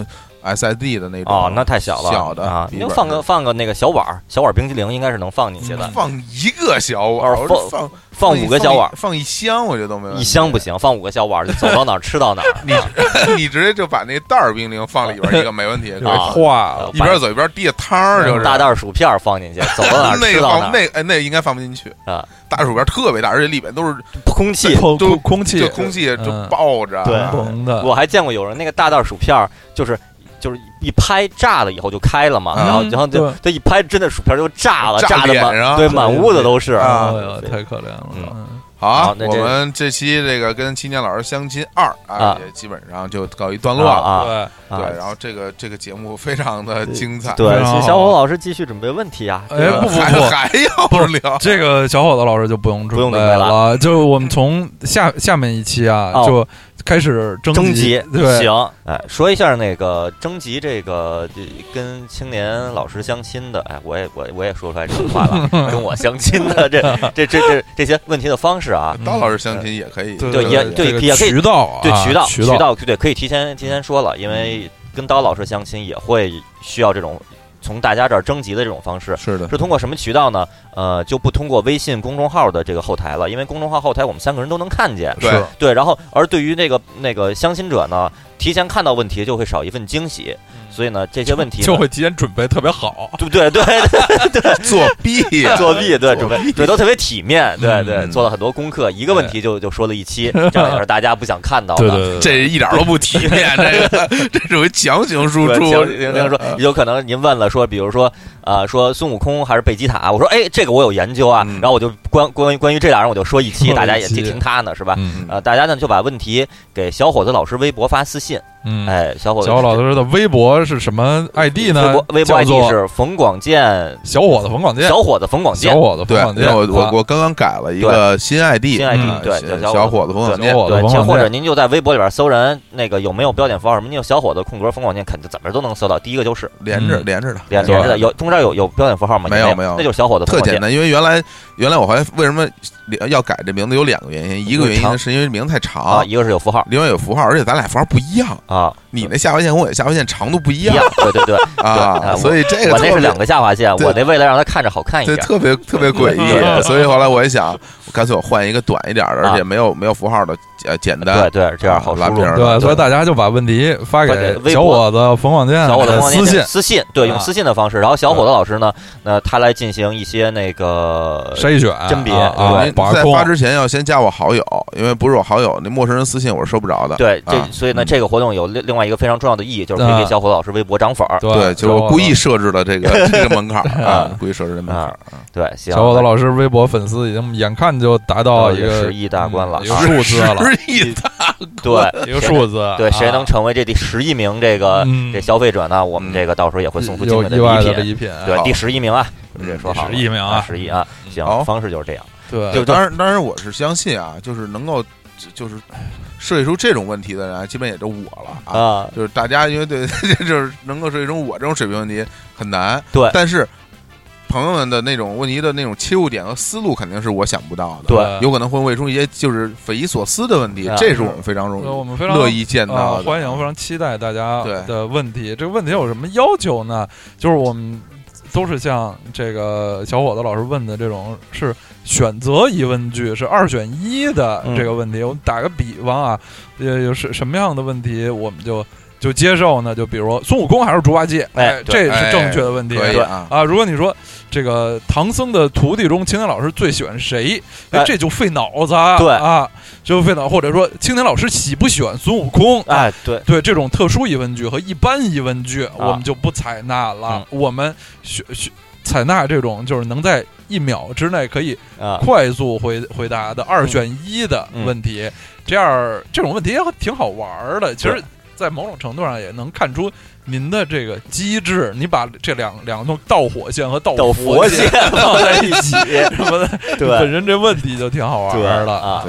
Speaker 1: S I D 的那种
Speaker 2: 哦，那太小了，
Speaker 1: 小的
Speaker 2: 啊，你放个放个那个小碗小碗冰淇淋应该是能放进去的，
Speaker 1: 放一个小碗，
Speaker 2: 放
Speaker 1: 放
Speaker 2: 放五个小碗，
Speaker 1: 放一箱，我觉得都没问题。
Speaker 2: 一箱不行，放五个小碗就走到哪儿吃到哪儿。
Speaker 1: 你你直接就把那袋儿冰淇淋放里边一个没问题，
Speaker 3: 化了，
Speaker 1: 一边走一边滴汤儿，就是
Speaker 2: 大袋薯片放进去，走到哪儿吃到哪儿。
Speaker 1: 那哎那应该放不进去
Speaker 2: 啊，
Speaker 1: 大薯片特别大，而且里面都是
Speaker 2: 空气，
Speaker 1: 都
Speaker 3: 空气，
Speaker 1: 就空气就爆着。
Speaker 2: 对，我还见过有人那个大袋薯片就是。就是一拍炸了以后就开了嘛，
Speaker 1: 嗯、
Speaker 2: 然后然后就这一拍，真的薯片就炸了，炸的满对满屋子都是
Speaker 3: 啊，太可怜了。
Speaker 2: 嗯，
Speaker 1: 好啊，我们这期这个跟青年老师相亲二啊，也基本上就告一段落了
Speaker 2: 啊。
Speaker 1: 对对，然后这个这个节目非常的精彩。
Speaker 2: 对，小伙老师继续准备问题啊。
Speaker 3: 哎，不不不，
Speaker 1: 还要聊
Speaker 3: 这个小伙子老师就不用
Speaker 2: 不用
Speaker 3: 准备了，就我们从下下面一期啊就。开始征
Speaker 2: 征
Speaker 3: 集，
Speaker 2: 对，行，哎，说一下那个征集这个跟青年老师相亲的，哎，我也我我也说出来这句话了，跟我相亲的这这这这这些问题的方式啊，
Speaker 1: 刀老师相亲也可以，
Speaker 2: 对，也对，也可以
Speaker 3: 渠道，
Speaker 2: 对渠道
Speaker 3: 渠
Speaker 2: 道，对，可以提前提前说了，因为跟刀老师相亲也会需要这种。从大家这儿征集的这种方式
Speaker 1: 是的，
Speaker 2: 是通过什么渠道呢？呃，就不通过微信公众号的这个后台了，因为公众号后台我们三个人都能看见，
Speaker 1: 对
Speaker 2: 对。然后，而对于那个那个相亲者呢，提前看到问题就会少一份惊喜，所以呢，这些问题
Speaker 3: 就会提前准备特别好，
Speaker 2: 对不对？对对对，
Speaker 1: 作弊
Speaker 2: 作弊，对准备对都特别体面，对对，做了很多功课，一个问题就就说了一期，这样也是大家不想看到的，
Speaker 3: 对对，
Speaker 1: 这一点都不体面，这个这属于强行输出，
Speaker 2: 强行说，有可能您问了说，比如说。啊、呃，说孙悟空还是贝吉塔？我说，哎，这个我有研究啊。嗯、然后我就关关于关于这俩人，我就说一期，大家也听他呢，是吧？
Speaker 3: 嗯、
Speaker 2: 呃，大家呢就把问题给小伙子老师微博发私信。
Speaker 3: 嗯，
Speaker 2: 哎，小伙子，
Speaker 3: 小伙老师的微博是什么 I D 呢？
Speaker 2: 微博微博 I D 是冯广建，
Speaker 3: 小伙子冯广建，
Speaker 2: 小伙子冯广建，
Speaker 3: 小伙子冯广建。
Speaker 1: 我我我刚刚改了一个新 I D，
Speaker 2: 新 I D， 对，
Speaker 1: 叫小伙子冯广建。
Speaker 2: 对，或者您就在微博里边搜人，那个有没有标点符号什么？您有小伙子空格冯广建，肯定怎么都能搜到。第一个就是
Speaker 1: 连着连着的，
Speaker 2: 连连着的，有中间有有标点符号吗？
Speaker 1: 没有没有，
Speaker 2: 那就是小伙子
Speaker 1: 特简单。因为原来原来我还为什么要改这名字有两个原因，一个原因是因为名字太长，
Speaker 2: 一个是有符号，
Speaker 1: 另外有符号，而且咱俩符号不一样
Speaker 2: 啊。
Speaker 1: 你那下划线和我那下划线长度不一样，
Speaker 2: 对对对
Speaker 1: 啊，所以这个
Speaker 2: 我那是两个下划线，我那为了让它看着好看一点，
Speaker 1: 对，特别特别诡异，所以后来我也想，干脆我换一个短一点的，而且没有没有符号的，呃，简单，
Speaker 2: 对对，这样好
Speaker 1: 拉平。
Speaker 3: 对，所以大家就把问题发给小伙子冯广建，
Speaker 2: 小伙子
Speaker 3: 私信
Speaker 2: 私信，对，用私信的方式，然后小伙子老师呢，那他来进行一些那个
Speaker 3: 筛选
Speaker 2: 甄别，
Speaker 3: 对，
Speaker 1: 在发之前要先加我好友，因为不是我好友，那陌生人私信我是收不着的。
Speaker 2: 对，这所以呢，这个活动有另另外一个非常重要的意义。就是可以给小伙子老师微博涨粉儿，
Speaker 3: 对，
Speaker 1: 就是我故意设置的这个这个门槛啊，故意设置的门槛。
Speaker 2: 对，行，
Speaker 3: 小伙子老师微博粉丝已经眼看就达到一个
Speaker 2: 十亿大关了，
Speaker 3: 一个数字了，
Speaker 1: 十亿大
Speaker 2: 关，
Speaker 3: 对，一个数字。
Speaker 2: 对，谁能成为这第十一名这个这消费者呢？我们这个到时候也会送出精美
Speaker 3: 的
Speaker 2: 礼
Speaker 3: 品。
Speaker 2: 对，第十一名啊，这说好，
Speaker 3: 十一名啊，
Speaker 2: 十一啊，行，方式就是这样。
Speaker 3: 对，
Speaker 1: 就当然当然我是相信啊，就是能够就是设计出这种问题的人，基本也就我了啊。就是大家因为对，就是能够设计出我这种水平问题很难。
Speaker 2: 对，
Speaker 1: 但是朋友们的那种问题的那种切入点和思路，肯定是我想不到的。
Speaker 2: 对，
Speaker 1: 有可能会问出一些就是匪夷所思的问题，这是我们非常容易，
Speaker 3: 我们非常
Speaker 1: 乐意见到的。
Speaker 3: 欢迎，非常期待大家的问题。这个问题有什么要求呢？就是我们都是像这个小伙子老师问的这种是选择疑问句，是二选一的这个问题。嗯、我们打个比方啊，呃，有什什么样的问题我们就就接受呢？就比如说孙悟空还是猪八戒，
Speaker 2: 哎，
Speaker 3: 这是正确的问题。
Speaker 1: 对啊，
Speaker 3: 啊，如果你说这个唐僧的徒弟中，青年老师最喜欢谁？哎，这就费脑子。
Speaker 2: 对
Speaker 3: 啊，就费脑。或者说青年老师喜不喜欢孙悟空？
Speaker 2: 哎，对
Speaker 3: 对，这种特殊疑问句和一般疑问句，我们就不采纳了。
Speaker 2: 啊、
Speaker 3: 我们选选采纳这种就是能在一秒之内可以快速回回答的二选一的问题。
Speaker 2: 嗯、
Speaker 3: 这样这种问题也挺好玩的。其实，在某种程度上也能看出您的这个机智。你把这两两个东西导火线和导
Speaker 2: 佛
Speaker 3: 线放在一起什么的，
Speaker 2: 对，
Speaker 3: 本身这问题就挺好玩的
Speaker 2: 啊。
Speaker 1: 对，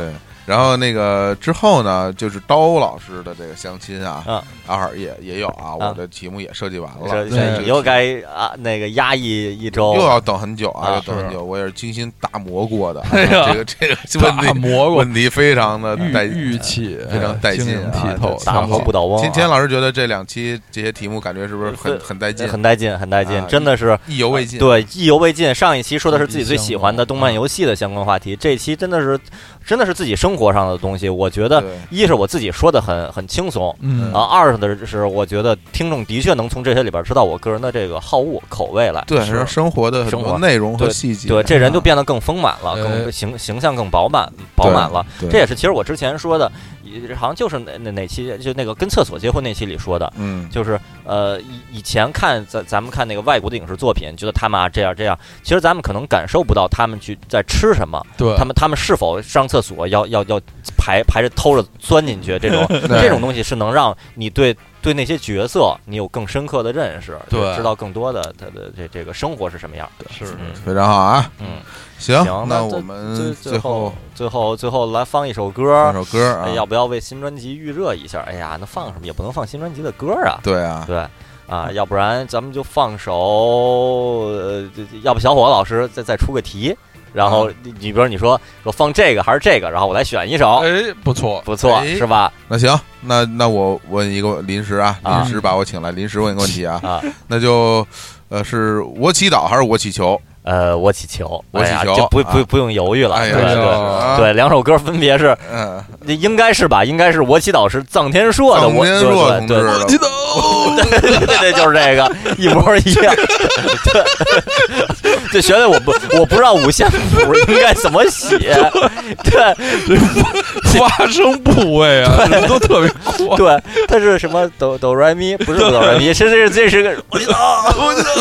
Speaker 1: 然后那个之后呢，就是刀老师的这个相亲啊，嗯，啊也也有啊，我的题目也设计完了，
Speaker 2: 又该啊那个压抑一周，
Speaker 1: 又要等很久啊，要等很久，我也是精心打磨过的，这个这个问题问题非常的带
Speaker 3: 玉器，
Speaker 1: 非常带劲
Speaker 3: 剔透，
Speaker 2: 打磨不倒翁。
Speaker 1: 今天老师觉得这两期这些题目感觉是不是很很带劲？
Speaker 2: 很带劲，很带劲，真的是
Speaker 1: 意犹未尽。
Speaker 2: 对，意犹未尽。上一期说的是自己最喜欢的动漫游戏的相关话题，这期真的是。真的是自己生活上的东西，我觉得一是我自己说的很很轻松，嗯啊，二的是我觉得听众的确能从这些里边知道我个人的这个好恶口味来，
Speaker 1: 对，是生活的生活内容和细节，
Speaker 2: 对，这人就变得更丰满了，更形形象更饱满饱满了，这也是其实我之前说的。好像就是哪哪期就那个跟厕所结婚那期里说的，嗯，就是呃以以前看咱咱们看那个外国的影视作品，觉得他们啊这样这样，其实咱们可能感受不到他们去在吃什么，
Speaker 3: 对，
Speaker 2: 他们他们是否上厕所要要要排排着偷着钻进去，这种这种东西是能让你对对那些角色你有更深刻的认识，
Speaker 3: 对，
Speaker 2: 知道更多的他的这这个生活是什么样的，
Speaker 3: 是、
Speaker 2: 嗯、
Speaker 1: 非常好啊，
Speaker 2: 嗯。
Speaker 1: 行，
Speaker 2: 行，
Speaker 1: 那我们
Speaker 2: 最
Speaker 1: 后
Speaker 2: 最后最后来放一首歌，
Speaker 1: 放首歌、啊
Speaker 2: 哎，要不要为新专辑预热一下？哎呀，那放什么也不能放新专辑的歌啊。
Speaker 1: 对啊，
Speaker 2: 对啊，要不然咱们就放首，呃，要不小伙老师再再出个题，然后你比如你说说放这个还是这个，然后我来选一首。
Speaker 3: 哎，不错
Speaker 2: 不错、
Speaker 1: 哎，
Speaker 2: 是吧？
Speaker 1: 那行，那那我问一个临时啊，临时把我请来，临时问一个问题啊，
Speaker 2: 啊
Speaker 1: 那就呃是我祈祷还是我祈求？
Speaker 2: 呃，我祈求，
Speaker 1: 我祈求，
Speaker 2: 哎、就不不、啊、不用犹豫了。
Speaker 1: 哎、
Speaker 2: 对对对、
Speaker 1: 啊、
Speaker 2: 对，两首歌分别是，
Speaker 1: 嗯，
Speaker 2: 应该是吧？应该是我祈祷是臧天朔的，
Speaker 1: 臧天朔同志
Speaker 2: 的，
Speaker 3: 我祈祷，
Speaker 2: 对对对对，就是这个，一模一样。对，这旋律我不我不知道五线谱应该怎么写，对，
Speaker 3: 发声部位啊，都特别快。
Speaker 2: 对，它是什么哆哆来咪？不是哆来咪，是这这是个我祈祷，我祈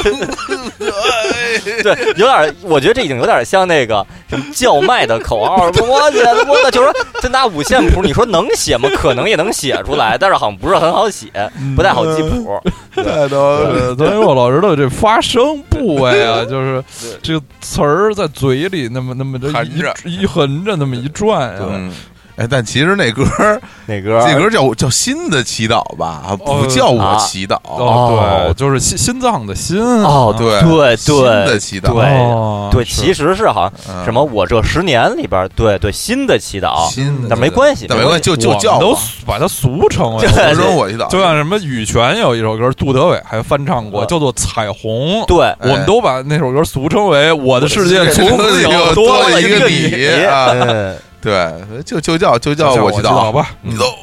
Speaker 2: 祷。对，有点，我觉得这已经有点像那个什么叫卖的口号。我的我的，就是说，这拿五线谱，你说能写吗？可能也能写出来，但是好像不是很好写，不太好记谱。
Speaker 3: 太多了，所以我老知道这发声部位啊，就是这个词儿在嘴里那么那么的一一横着那么一转啊。
Speaker 1: 哎，但其实那歌
Speaker 2: 那歌
Speaker 1: 这歌叫叫心的祈祷吧，不叫我祈祷。
Speaker 3: 哦，对，就是心心脏的心。
Speaker 2: 哦，
Speaker 1: 对
Speaker 2: 对对，
Speaker 1: 心的祈祷。
Speaker 2: 对对，其实是好像什么我这十年里边，对对，心的祈祷，
Speaker 1: 心，
Speaker 2: 但没关系，
Speaker 1: 但没关系，就就叫
Speaker 3: 都把它俗称为
Speaker 1: 俗称我祈祷。
Speaker 3: 就像什么羽泉有一首歌，杜德伟还翻唱过，叫做《彩虹》。
Speaker 2: 对，
Speaker 3: 我们都把那首歌俗称为《我的世界从此有
Speaker 1: 多
Speaker 3: 了
Speaker 1: 一个你》
Speaker 2: 啊。
Speaker 1: 对，就就叫就叫我祈
Speaker 3: 祷吧。
Speaker 1: 你走。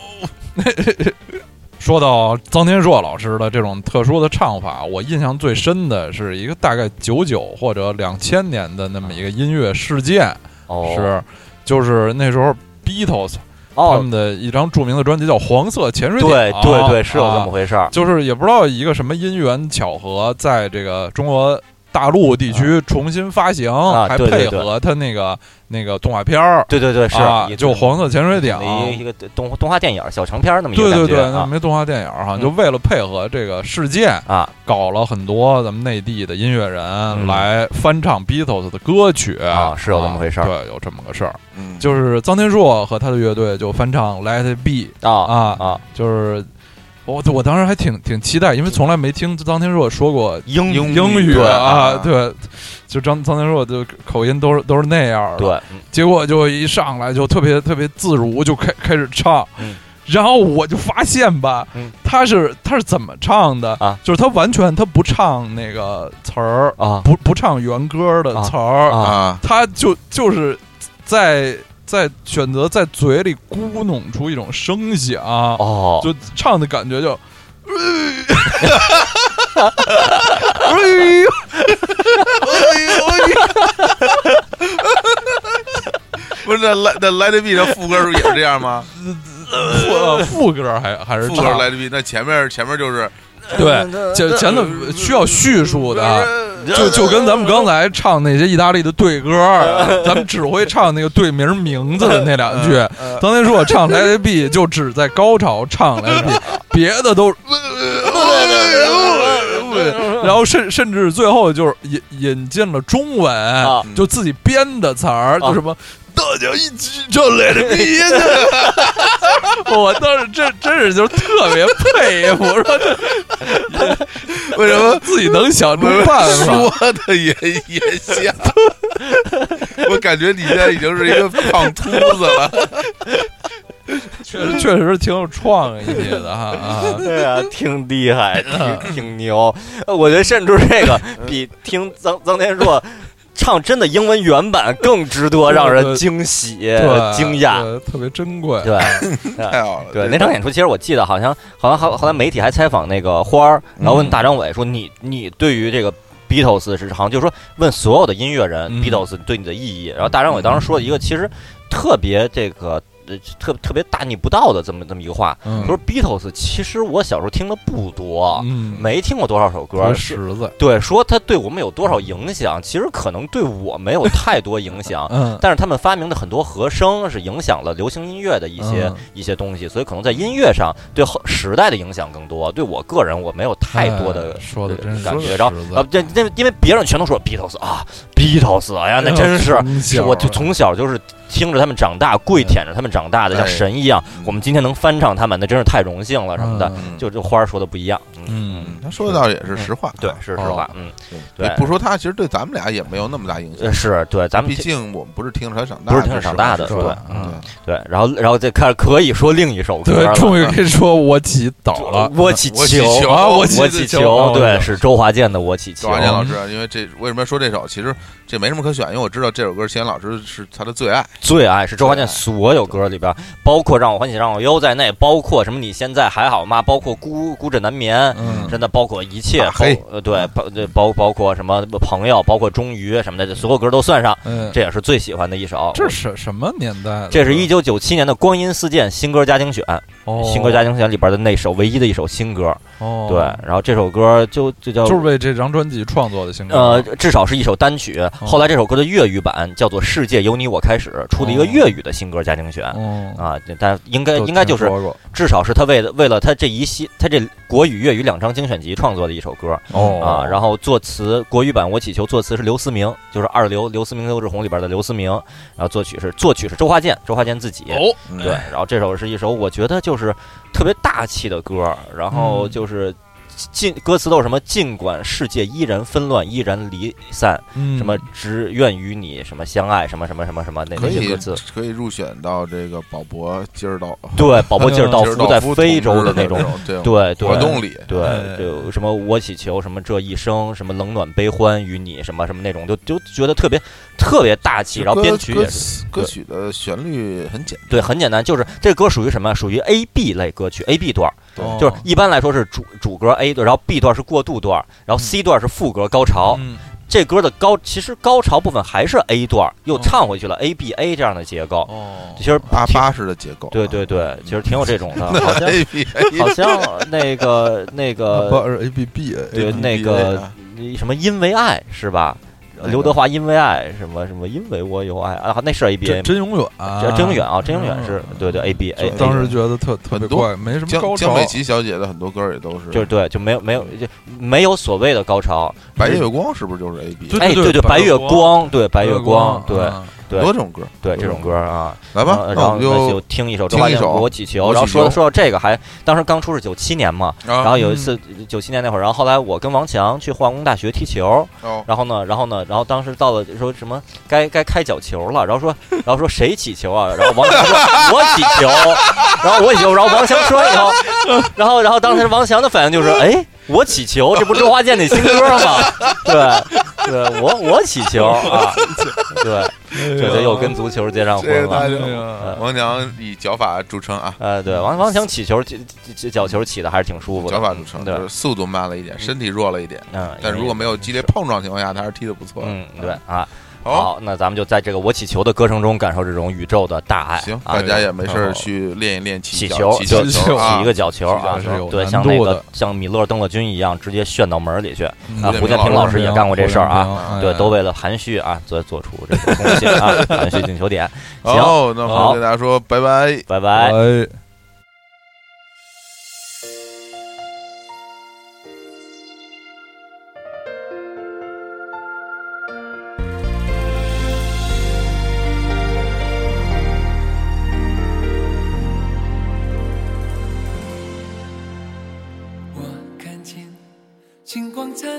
Speaker 3: 说到臧天朔老师的这种特殊的唱法，我印象最深的是一个大概九九或者两千年的那么一个音乐事件，
Speaker 2: 哦、
Speaker 3: 是就是那时候 Beatles。他们的一张著名的专辑叫《黄色潜水艇》，
Speaker 2: 对对对，是有这么回事儿、啊。
Speaker 3: 就是也不知道一个什么因缘巧合，在这个中国大陆地区重新发行，
Speaker 2: 啊、
Speaker 3: 还配合他那个那个动画片儿。
Speaker 2: 对对对，是、
Speaker 3: 啊、就《黄色潜水艇》
Speaker 2: 一个动动画电影小长片那么一个
Speaker 3: 对对对，
Speaker 2: 那
Speaker 3: 么一动画电影哈，就为了配合这个事件
Speaker 2: 啊，
Speaker 3: 搞了很多咱们内地的音乐人来翻唱 Beatles 的歌曲
Speaker 2: 啊，是有这么回事儿。
Speaker 3: 对，有这么个事儿。嗯，就是臧天朔和他的乐队就翻唱 Let It Be
Speaker 2: 啊
Speaker 3: 啊
Speaker 2: 啊，
Speaker 3: 就是我我当时还挺挺期待，因为从来没听臧天朔说过
Speaker 2: 英
Speaker 3: 英语啊，对，就张臧天朔就口音都是都是那样的，
Speaker 2: 对，
Speaker 3: 结果就一上来就特别特别自如，就开开始唱。
Speaker 2: 嗯，
Speaker 3: 然后我就发现吧，
Speaker 2: 嗯、
Speaker 3: 他是他是怎么唱的
Speaker 2: 啊？
Speaker 3: 就是他完全他不唱那个词儿
Speaker 2: 啊，
Speaker 3: 不不唱原歌的词儿
Speaker 1: 啊，
Speaker 3: 他就就是在在选择在嘴里咕哝出一种声响
Speaker 2: 哦，
Speaker 3: 就唱的感觉就。
Speaker 1: 不是那来那 Let It Be 的副歌也是这样吗？
Speaker 3: 副副歌还还是
Speaker 1: 副歌 Let It Be， 那前面前面就是
Speaker 3: 对前前头需要叙述的，就就跟咱们刚才唱那些意大利的对歌，咱们只会唱那个队名名字的那两句。当天说我唱 Let It Be 就只在高潮唱 Let It Be， 别的都。然后甚甚至最后就是引引进了中文，
Speaker 2: 啊、
Speaker 3: 就自己编的词儿，啊、就什么大就一直就 let me， 我当时真真是就特别佩服，说
Speaker 1: 为什么
Speaker 3: 自己能想出办法？
Speaker 1: 说的也也像，我感觉你现在已经是一个胖秃子了。
Speaker 3: 确实确实挺有创意的哈啊，
Speaker 2: 对啊，挺厉害，挺挺牛。我觉得甚至这个比听臧臧天朔唱真的英文原版更值得让人惊喜、惊讶，
Speaker 3: 特别珍贵。
Speaker 2: 对，
Speaker 1: 太好了。
Speaker 2: 对，那场演出其实我记得好像好像后后来媒体还采访那个花儿，然后问大张伟说：“你你对于这个。” Beatles 是好像就是说问所有的音乐人、嗯、Beatles 对你的意义，然后大张伟当时说了一个其实特别这个特特别大逆不道的这么这么一个话，嗯、说 Beatles 其实我小时候听的不多，嗯、没听过多少首歌，
Speaker 3: 实在
Speaker 2: 对，说他对我们有多少影响，其实可能对我没有太多影响，嗯、但是他们发明的很多和声是影响了流行音乐的一些、嗯、一些东西，所以可能在音乐上对时代的影响更多，对我个人我没有太多的、
Speaker 3: 哎、说的真是
Speaker 2: 感觉，然后啊，这这因为别人全都说 Beatles 啊 ，Beatles 哎呀，那真是，是我就从小就是。听着他们长大，跪舔着他们长大的，像神一样。我们今天能翻唱他们，那真是太荣幸了，什么的。就这花儿说的不一样，
Speaker 1: 嗯，他说的倒也是实话，
Speaker 2: 对，是实话，嗯，对。
Speaker 1: 不说他，其实对咱们俩也没有那么大影响。
Speaker 2: 是对，咱们
Speaker 1: 毕竟我们不是听着他长大，
Speaker 2: 不是听着长大的，对，嗯，对。然后，然后再看，可以说另一首歌了。
Speaker 3: 终于可以说我起倒了，
Speaker 2: 我起
Speaker 1: 球
Speaker 2: 啊，我起球，对，是周华健的《我起球》。
Speaker 1: 周华健老师，因为这为什么说这首？其实这没什么可选，因为我知道这首歌谢贤老师是他的最爱，
Speaker 2: 最爱是周华健。所有歌里边，包括让我欢喜让我忧在内，包括什么你现在还好吗？包括孤孤枕难眠，嗯，真的包括一切，包呃对包包包括什么朋友，包括终于什么的，所有歌都算上，嗯，这也是最喜欢的一首。
Speaker 3: 这是什么年代？
Speaker 2: 这是一九九七年的《光阴似箭》新歌加精选，哦，新歌加精选里边的那首唯一的一首新歌，哦，对，然后这首歌就就叫
Speaker 3: 就是为这张专辑创作的新歌，
Speaker 2: 呃，至少是一首单曲。哦、后来这首歌的粤语版叫做《世界由你我开始》，出了一个粤语的。新歌加精选，哦、啊，但应该应该就是至少是他为了为了他这一系他这国语粤语两张精选集创作的一首歌，哦啊，然后作词国语版我祈求作词是刘思明，就是二刘刘思明刘志宏里边的刘思明，然后作曲是作曲是周华健，周华健自己，哦，对，然后这首是一首我觉得就是特别大气的歌，然后就是。尽歌词都是什么？尽管世界依然纷乱，依然离散，嗯、什么只愿与你什么相爱，什么什么什么什么那那些歌词
Speaker 1: 可以入选到这个保博金儿道，
Speaker 2: 对，保博金儿道夫在非洲的那种，对对
Speaker 1: 活动里，
Speaker 2: 对，就什么我祈求什么这一生，什么冷暖悲欢与你，什么什么那种，就就觉得特别特别大气，然后编曲也是，
Speaker 1: 歌曲的旋律很简单，
Speaker 2: 对，很简单，就是这歌属于什么？属于 A B 类歌曲 ，A B 段，就是一般来说是主主歌 A。然后 B 段是过渡段，然后 C 段是副歌高潮。嗯、这歌的高其实高潮部分还是 A 段，又唱回去了 A B A 这样的结构。哦，其实
Speaker 1: 阿巴式的结构。
Speaker 2: 对对对，其实挺有这种的，好像好像那个那个
Speaker 3: A B B
Speaker 2: 对那个什么因为爱是吧？刘德华因为爱什么什么因为我有爱啊，那是 A B A
Speaker 3: 真永远啊，
Speaker 2: 真永远啊，真永远是对对 A B A。
Speaker 3: 当时觉得特特别怪，没什么高潮。
Speaker 1: 江美琪小姐的很多歌也都是，
Speaker 2: 就是对，就没有没有就没有所谓的高潮。
Speaker 1: 白月光是不是就是 A B？
Speaker 2: 哎，对对，白月光，对白月光，对。对，
Speaker 1: 多这种歌，
Speaker 2: 对这种歌啊，
Speaker 1: 来吧，
Speaker 2: 然后就听一首周华健《我祈求》，然后说说到这个，还当时刚出是九七年嘛，然后有一次九七年那会儿，然后后来我跟王强去化工大学踢球，然后呢，然后呢，然后当时到了说什么该该开角球了，然后说，然后说谁起球啊？然后王强说我起球，然后我起球，然后王强说完以后，然后然后当时王强的反应就是哎。我祈求，这不是周华健那新歌吗？对，对我我祈求啊，对，这就又跟足球接上婚了。
Speaker 1: 王强以脚法著称啊，
Speaker 2: 呃，对，王王强起球脚球起的还是挺舒服的，
Speaker 1: 脚法著称，对，速度慢了一点，身体弱了一点，嗯，但如果没有激烈碰撞情况下，他还是踢得不错。
Speaker 2: 嗯，对啊。好，那咱们就在这个我祈求的歌声中感受这种宇宙的大爱。
Speaker 1: 行，大家也没事去练一练
Speaker 2: 起球，
Speaker 1: 起球，
Speaker 2: 起一个角球啊！对，像那个像米勒登乐军一样，直接旋到门里去。啊，胡建平老师也干过这事儿啊。对，都为了含蓄啊，做做出这个贡献啊，含蓄进球点。行，
Speaker 1: 那好，跟大家说拜拜，
Speaker 2: 拜拜。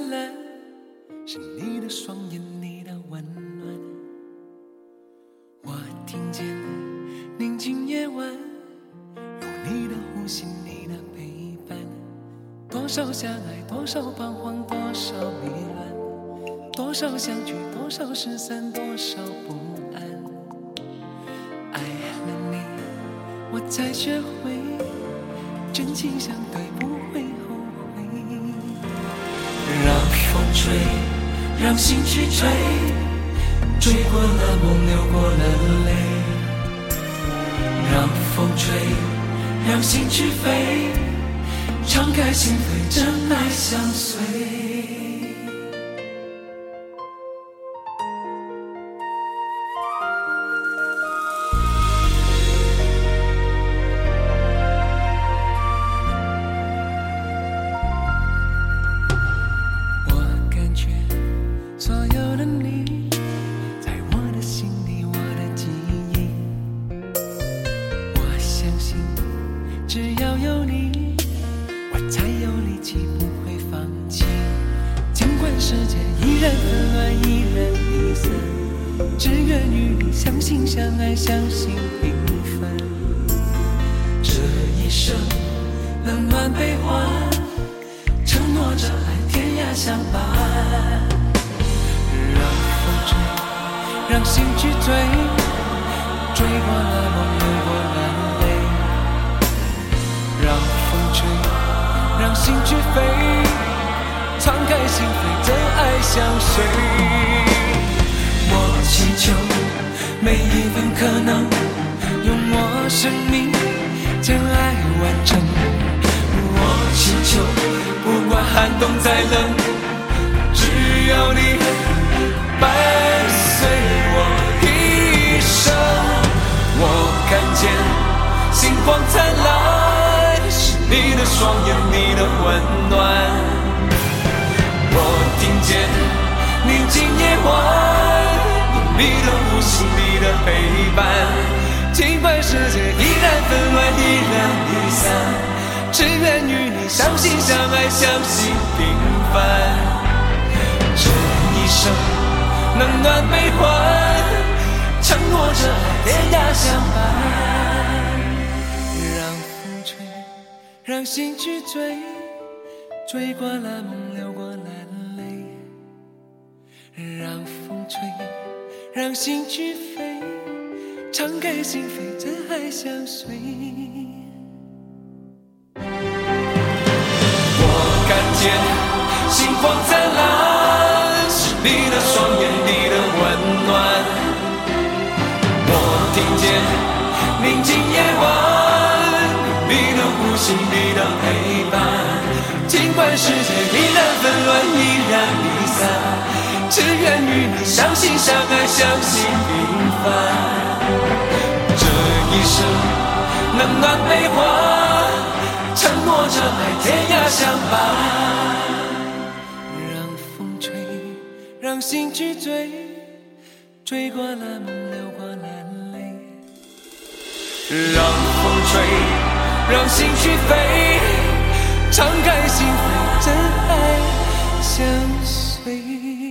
Speaker 4: 蓝，是你的双眼，你的温暖。我听见宁静夜晚，有你的呼吸，你的陪伴。多少相爱，多少彷徨，多少迷乱，多少相聚，多少失散，多少不安。爱了你，我才学会真情相对，不会后悔。让风吹，让心去追，追过了梦，流过了泪。让风吹，让心去飞，敞开心扉，真爱相随。让心去追，追过了梦，流过了泪。让风吹，让心去飞，敞开心扉，真爱相随。我看见星光灿烂，是你的双眼，你的温暖。我听见宁静夜晚，你的呼吸，你的陪伴。尽管世界依然纷乱，依然离散，只愿与你相信相爱，相信平凡。这一生冷暖悲欢，承诺着爱，天涯相伴。让风吹，让心去追，追过了梦，流过了泪。让风吹，让心去飞，敞开心扉，真爱相随。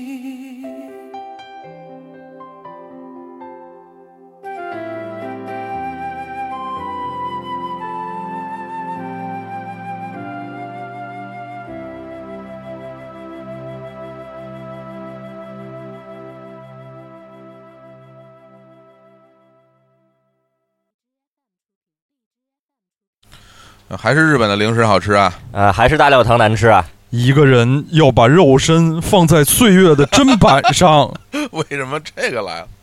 Speaker 1: 还是日本的零食好吃啊？
Speaker 2: 呃，还是大料糖难吃啊？
Speaker 3: 一个人要把肉身放在岁月的砧板上，
Speaker 1: 为什么这个来了？